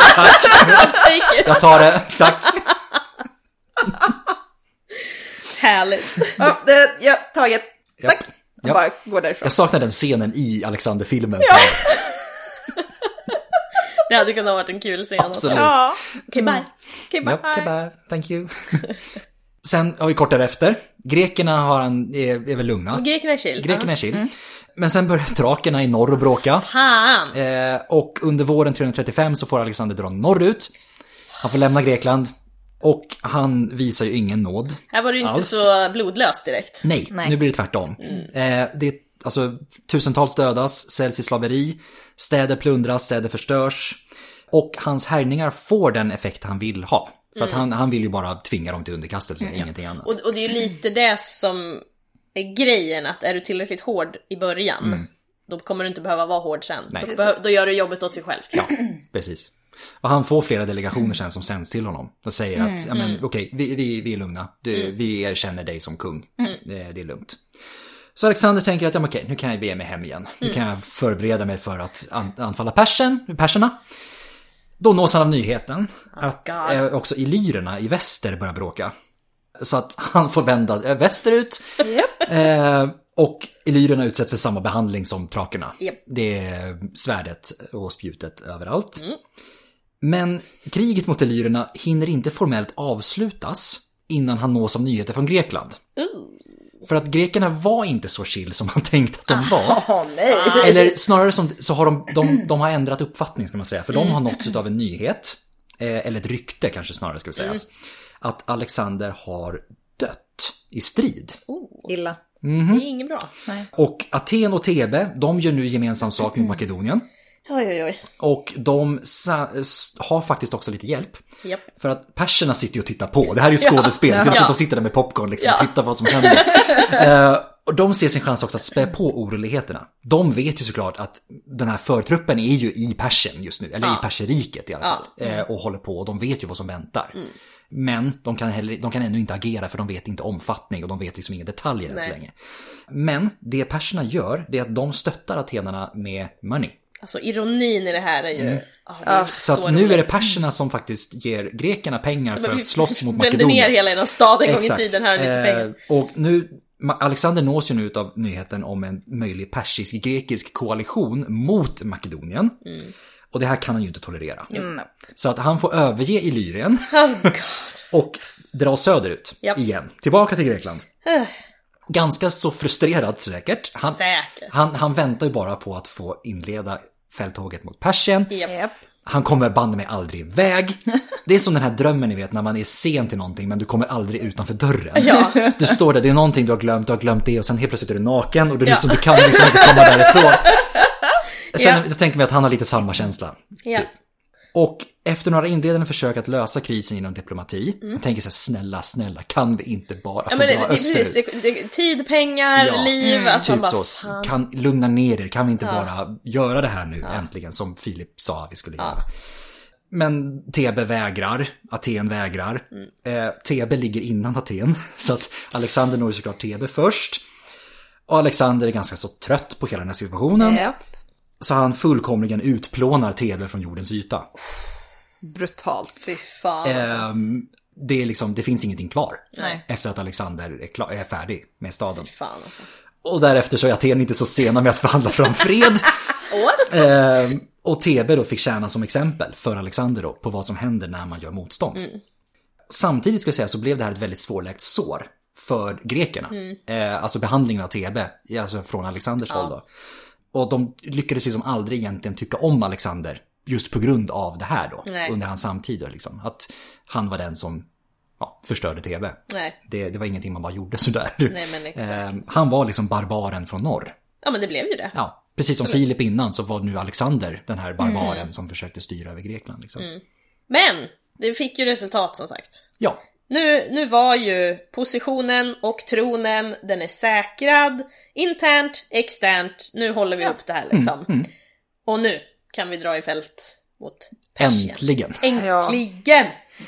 Tack, jag tar det, tack. Härligt. Ja, det, ja, taget, tack. Japp. Och Japp. bara går därifrån. Jag saknar den scenen i Alexander-filmen. Ja. Det hade kunnat varit en kul scen. Absolut. Ja. Okej, bye. Okej, bye. Okay, bye. Thank you. Sen har vi kort därefter. Grekerna har en, är, är väl lugna. Och grekerna är chill. Grekerna är chill. Mm. Men sen börjar trakerna i norr och bråka. Fan. Eh, och under våren trehundratrettiofem så får Alexander dra norrut. Han får lämna Grekland. Och han visar ju ingen nåd. Här var det ju inte alls. så blodlöst direkt. Nej, Nej. Nu blir det tvärtom. Mm. Eh, det är, alltså, tusentals dödas, säljs i slaveri. Städer plundras, städer förstörs. Och hans härjningar får den effekt han vill ha. För att mm. han, han vill ju bara tvinga dem till underkastelse, mm. ingenting annat. Och, och det är ju lite det som är grejen, att är du tillräckligt hård i början, mm. då kommer du inte behöva vara hård sen. Då, behö- då gör du jobbet åt sig själv. Ja, precis. Och han får flera delegationer sen som sänds till honom. Och säger mm, att, ja men okej, okay, vi, vi, vi är lugna. Du, mm. Vi erkänner dig som kung. Mm. Det, det är lugnt. Så Alexander tänker att, ja men okej, nu kan jag be mig hem igen. Nu mm. kan jag förbereda mig för att an, anfalla persen, perserna. Då nås han av nyheten oh, att eh, också illyrerna i väster börjar bråka. Så att han får vända västerut. Yep. Eh, och illyrerna utsätts för samma behandling som trakerna. Yep. Det är svärdet och spjutet överallt. Mm. Men kriget mot illyrerna hinner inte formellt avslutas innan han nås av nyheter från Grekland. Mm. För att grekerna var inte så chill som man tänkte att de var. Oh, nej. Eller snarare som, så har de, de, de har ändrat uppfattning ska man säga. För mm. de har nåtts av en nyhet, eh, eller ett rykte kanske snarare ska vi säga. Mm. Att Alexander har dött i strid. Oh, illa. Mm-hmm. Det är inget bra. Nej. Och Aten och Thebe, de gör nu gemensam sak mot Makedonien. Oj, oj, oj. Och de sa- har faktiskt också lite hjälp. Yep. För att perserna sitter ju och tittar på. Det här är ju skådespel. Ja. Ja. De sitter där med popcorn liksom, ja. Och tittar på vad som händer. uh, och de ser sin chans också att spä på oroligheterna. De vet ju såklart att den här förtruppen är ju i Persien just nu. Eller ja. I Perserriket i alla fall. Ja. Mm. Uh, och håller på. Och de vet ju vad som väntar. Mm. Men de kan, heller, de kan ännu inte agera för de vet inte omfattning och de vet liksom inga detaljer än så länge. Men det perserna gör, det är att de stöttar atenarna med money. Alltså ironin i det här är ju... Mm. Oh, det är så, så att nu är det perserna som faktiskt ger grekerna pengar för att slåss mot Makedonien. Brände ner hela den staden en gång i tiden här lite pengar. Eh, och nu, Alexander nås ju nu av nyheten om en möjlig persisk-grekisk koalition mot Makedonien. Mm. Och det här kan han ju inte tolerera. Mm. Så att han får överge Illyrien oh, God. och dra söderut yep. igen. Tillbaka till Grekland. Ganska så frustrerad säkert. Han, säkert. Han, han väntar ju bara på att få inleda fälttåget mot Persien. Yep. Han kommer banne mig aldrig iväg. Det är som den här drömmen ni vet när man är sen till någonting men du kommer aldrig utanför dörren. Ja. Du står där, det är någonting du har glömt, du har glömt det och sen helt plötsligt är du naken och du, liksom, ja. Du kan liksom inte komma därifrån. Jag, känner, ja. jag tänker mig att han har lite samma känsla. Ja. Typ. Och efter några inledande försök att lösa krisen inom diplomati, mm. jag tänker så här, snälla, snälla, kan vi inte bara ja, få det, dra det, österut? Det, det, tid, pengar, ja. liv. Mm. Alltså typ bara, så, kan, lugna ner er, kan vi inte ja. bara göra det här nu ja. äntligen som Filip sa att vi skulle ja. göra. Men Thebe vägrar, Aten vägrar. Mm. Eh, Thebe ligger innan Aten, så att Alexander når såklart Thebe först. Och Alexander är ganska så trött på hela den här situationen. Yep. Så han fullkomligen utplånar Thebe från jordens yta. Brutalt. Fy fan. Eh, det, är liksom, det finns ingenting kvar. Nej. Efter att Alexander är, klar, är färdig med staden. Fy fan alltså. Och därefter så är Aten inte så sena med att förhandla fram fred. eh, och Thebe då fick tjäna som exempel för Alexander då, på vad som händer när man gör motstånd. Mm. Samtidigt ska jag säga så blev det här ett väldigt svårläkt sår för grekerna. Mm. Eh, alltså behandlingen av Thebe, alltså från Alexanders ja. håll då. Och de lyckades liksom aldrig egentligen tycka om Alexander just på grund av det här då. Nej. Under hans samtid liksom. Att han var den som ja, förstörde Thebe. Nej. Det, det var ingenting man bara gjorde sådär. Nej, men exakt. Eh, han var liksom barbaren från norr. Ja men det blev ju det. Ja, precis som Absolut. Filip innan så var nu Alexander den här barbaren mm. som försökte styra över Grekland. Liksom. Mm. Men det fick ju resultat som sagt. Ja. Nu, nu var ju positionen och tronen, den är säkrad, internt, externt, nu håller vi ja. upp det här liksom. Mm, mm. Och nu kan vi dra i fält mot Persien. Äntligen. Äntligen!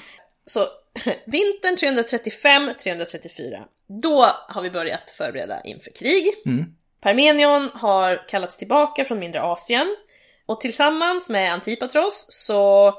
Så vintern trehundratrettiofem trehundratrettiofyra, då har vi börjat förbereda inför krig. Mm. Parmenion har kallats tillbaka från mindre Asien och tillsammans med Antipatros så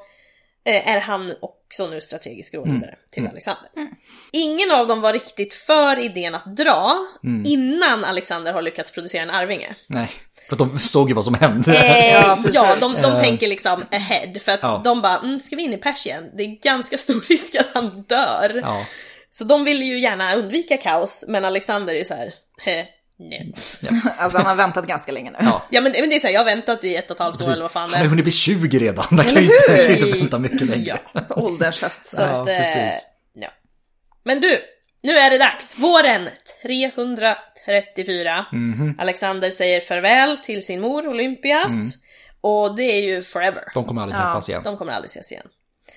är han också nu strategisk rådgivare mm. till Alexander. Mm. Ingen av dem var riktigt för idén att dra mm. innan Alexander har lyckats producera en arvinge. Nej, för de såg ju vad som hände. Eh, ja, ja, de, de uh. tänker liksom ahead. För att ja. de bara, mm, ska vi in i Persien? Det är ganska stor risk att han dör. Ja. Så de vill ju gärna undvika kaos, men Alexander är ju så här, heh. Nej. Ja. Alltså han har väntat ganska länge nu. Ja, ja men, men det är så här, jag har väntat i ett och ett halvt år eller vad fan det är. Han har hunnit bli tjugo redan. Han kan ju inte, kan inte vänta mycket längre. Ja, på ålderns höst. Så ja, att, precis. Ja. Men du, nu är det dags. Våren trehundratrettiofyra. Mm-hmm. Alexander säger farväl till sin mor Olympias. Mm. Och det är ju forever. De kommer aldrig träffas ja, igen. De kommer aldrig ses igen.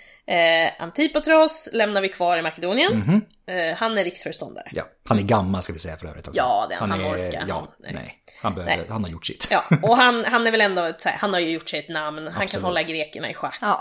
Eh, Antipatros lämnar vi kvar i Makedonien. Mm-hmm. eh, Han är riksföreståndare. Ja, han är gammal ska vi säga för övrigt också. Ja, det, han, han är, orkar ja, han, nej. nej. Han, behöver, nej. han har gjort sitt. Ja, och han, han är väl ändå, han har ju gjort sig ett namn. Han Absolut. kan hålla grekerna i schack. Ja.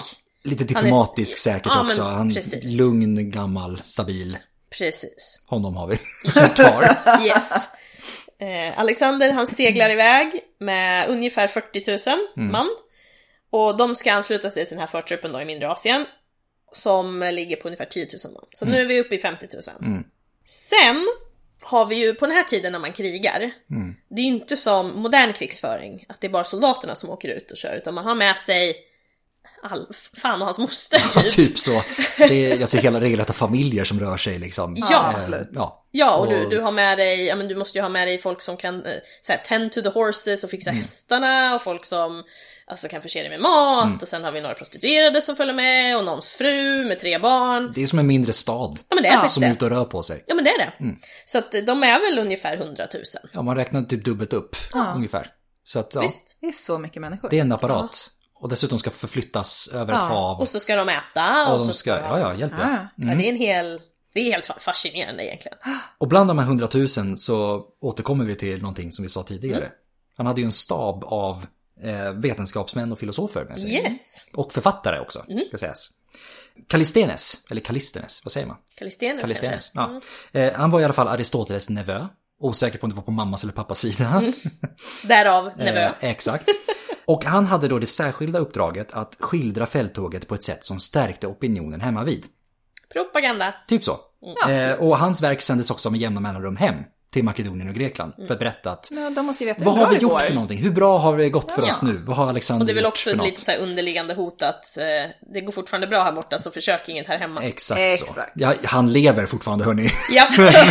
lite diplomatisk är... säkert ja, också. Men, han precis. lugn, gammal, stabil. Precis. Honom har vi kvar. Yes. Eh, Alexander han seglar iväg med ungefär fyrtio tusen mm. man. Och de ska ansluta sig till den här förtruppen då i mindre Asien. Som ligger på ungefär tio tusen man. Så mm. nu är vi uppe i femtio tusen. Mm. Sen har vi ju på den här tiden när man krigar. Mm. Det är ju inte som modern krigsföring. Att det är bara soldaterna som åker ut och kör. Utan man har med sig all, fan och hans moster typ. Ja, typ så. Det är, jag ser hela regelrätta familjer som rör sig liksom. Ja, eh, absolut. Ja, ja och, och du, du har med dig, ja men du måste ju ha med dig folk som kan eh, såhär, tend to the horses och fixa mm. hästarna och folk som alltså kan förse dig med mat mm. och sen har vi några prostituerade som följer med och någons fru med tre barn. Det är som en mindre stad. Ja men det är ja. Som det. Ut och rör på sig. Ja men det är det. Mm. Så att de är väl ungefär hundratusen. Ja man räknar typ dubbelt upp ja. ungefär. Så att ja. Visst, det är så mycket människor. Det är en apparat. Ja. Och dessutom ska förflyttas över ja. ett hav. Och så ska de äta. Och, och de så ska, ska ja ja, hjälp ja. Mm. Ja det är en hel, det är helt fascinerande egentligen. Och bland de här hundratusen så återkommer vi till någonting som vi sa tidigare. Mm. Han hade ju en stab av eh, vetenskapsmän och filosofer med sig. Yes. Och författare också, mm. ska sägas. Kallisthenes, eller Kallistenes, vad säger man? Kallistenes, Kallistenes ja. Mm. Eh, han var i alla fall Aristoteles nevö. Osäker på om det var på mammas eller pappas sida. Mm. Därav nevö. Eh, exakt. Och han hade då det särskilda uppdraget att skildra fälttåget på ett sätt som stärkte opinionen hemma vid. Propaganda. Typ så. Mm. Eh, och hans verk sändes också med jämna mellanrum hem till Makedonien och Grekland mm. för att berätta att ja, de måste ju veta vad har vi gjort går. för någonting? Hur bra har det gått för ja. oss nu? Vad har Alexander Och det är väl gjort också för ett något? lite så här underliggande hot att eh, det går fortfarande bra här borta så försök inget här hemma. Exakt, Exakt. så. Ja, han lever fortfarande hörni. Ja.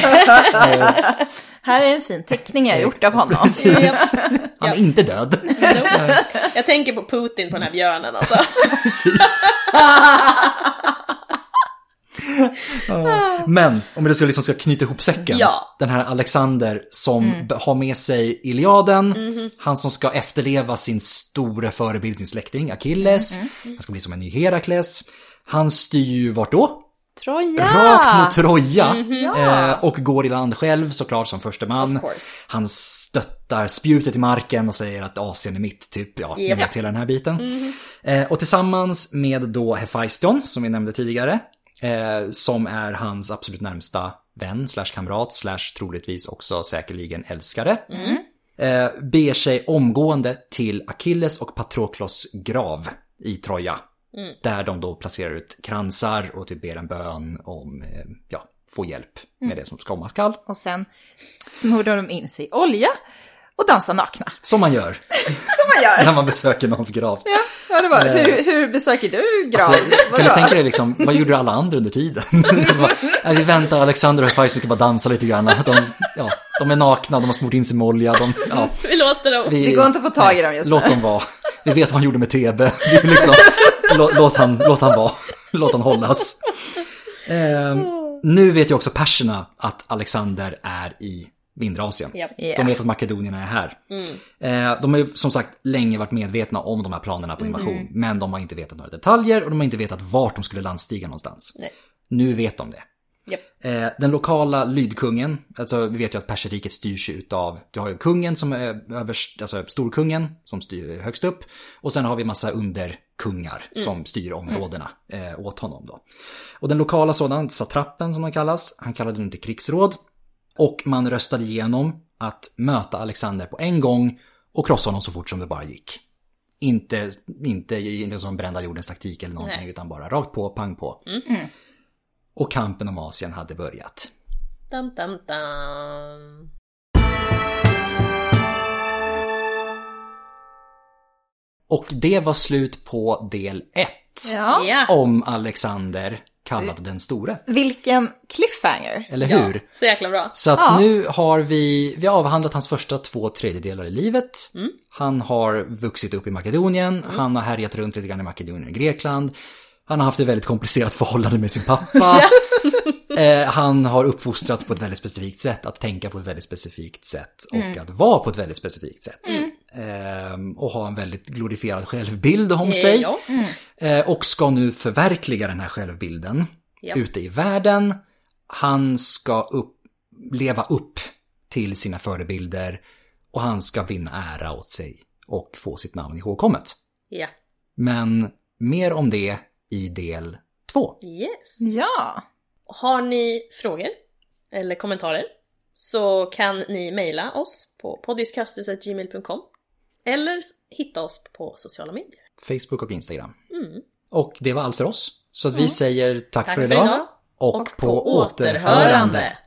Här är en fin teckning jag gjort av honom. Precis. Han är inte död. No. Jag tänker på Putin på den här björnen alltså. Precis. Men om du ska, liksom ska knyta ihop säcken ja. Den här Alexander som mm. har med sig Iliaden mm-hmm. Han som ska efterleva sin stora förebild, sin släkting Achilles mm-hmm. Han ska bli som en ny Herakles. Han styr ju vart då? Troja! Rakt mot Troja mm-hmm. eh, och går i land själv såklart som första man. Han stöttar spjutet i marken och säger att Asien är mitt typ, ja, yep. ni vet hela den här biten mm-hmm. eh, och tillsammans med då Hephaistion som vi nämnde tidigare Eh, som är hans absolut närmsta vän slash kamrat slash troligtvis också säkerligen älskare mm. eh, beger sig omgående till Achilles och Patroklos grav i Troja mm. där de då placerar ut kransar och typ ber en bön om eh, ja, få hjälp med mm. det som komma skall. Och sen smörjer de in sig i olja och dansar nakna. Som man gör. Som man gör. När man besöker någons grav. Ja. Ja, det var, hur, hur besöker du grav? Alltså, kan du tänka dig liksom, vad gjorde alla andra under tiden? bara, vi väntar, Alexander och Hephaistos ska bara dansa lite grann. De, ja, de är nakna, de har smort in sig med olja. De, ja, vi låter dem. Vi, det går inte att få tag i dem just låt nu. Dem vara. Vi vet vad han gjorde med T B. Vi vill liksom, låt, låt, han, låt han vara. Låt han hållas. Eh, nu vet ju också perserna att Alexander är i Vindrasien. Yep. Yeah. De vet att makedonierna är här. Mm. Eh, de har ju som sagt länge varit medvetna om de här planerna på invasion. Mm. Men de har inte vetat några detaljer och de har inte vetat vart de skulle landstiga någonstans. Nej. Nu vet de det. Yep. Eh, den lokala lydkungen, alltså vi vet ju att Perserriket styrs utav, du har ju kungen som är överst, alltså storkungen som styr högst upp. Och sen har vi massa underkungar mm. som styr områdena eh, åt honom då. Och den lokala sådan, satrappen som han kallas, han kallade det inte krigsråd. Och man röstade igenom att möta Alexander på en gång och krossa honom så fort som det bara gick. Inte, inte i en sån brända jordens taktik eller någonting. Nej. Utan bara rakt på, pang på. Mm. Mm. Och kampen om Asien hade börjat. Dum, dum, dum. Och det var slut på del ett. Ja. Om Alexander kallad den store. Vilken cliffhanger. Eller hur? Ja, så jäkla bra. Så att ja. nu har vi, vi har avhandlat hans första två tredjedelar i livet. Mm. Han har vuxit upp i Makedonien. Mm. Han har härjat runt lite grann i Makedonien och Grekland. Han har haft ett väldigt komplicerat förhållande med sin pappa. eh, han har uppfostrats på ett väldigt specifikt sätt. Att tänka på ett väldigt specifikt sätt. Och mm. att vara på ett väldigt specifikt sätt. Mm. Eh, och ha en väldigt glorifierad självbild om eh, sig. Ja. Mm. Eh, och ska nu förverkliga den här självbilden. Ja. Ute i världen. Han ska upp, leva upp till sina förebilder. Och han ska vinna ära åt sig. Och få sitt namn ihågkommet. Ja. Men mer om det i del två. Yes. Ja. Har ni frågor eller kommentarer så kan ni mejla oss på poddiscasters at gmail dot com eller hitta oss på sociala medier. Facebook och Instagram. Mm. Och det var allt för oss. Så att vi säger tack, Tack för för idag. idag. Och, Och på, på återhörande. återhörande.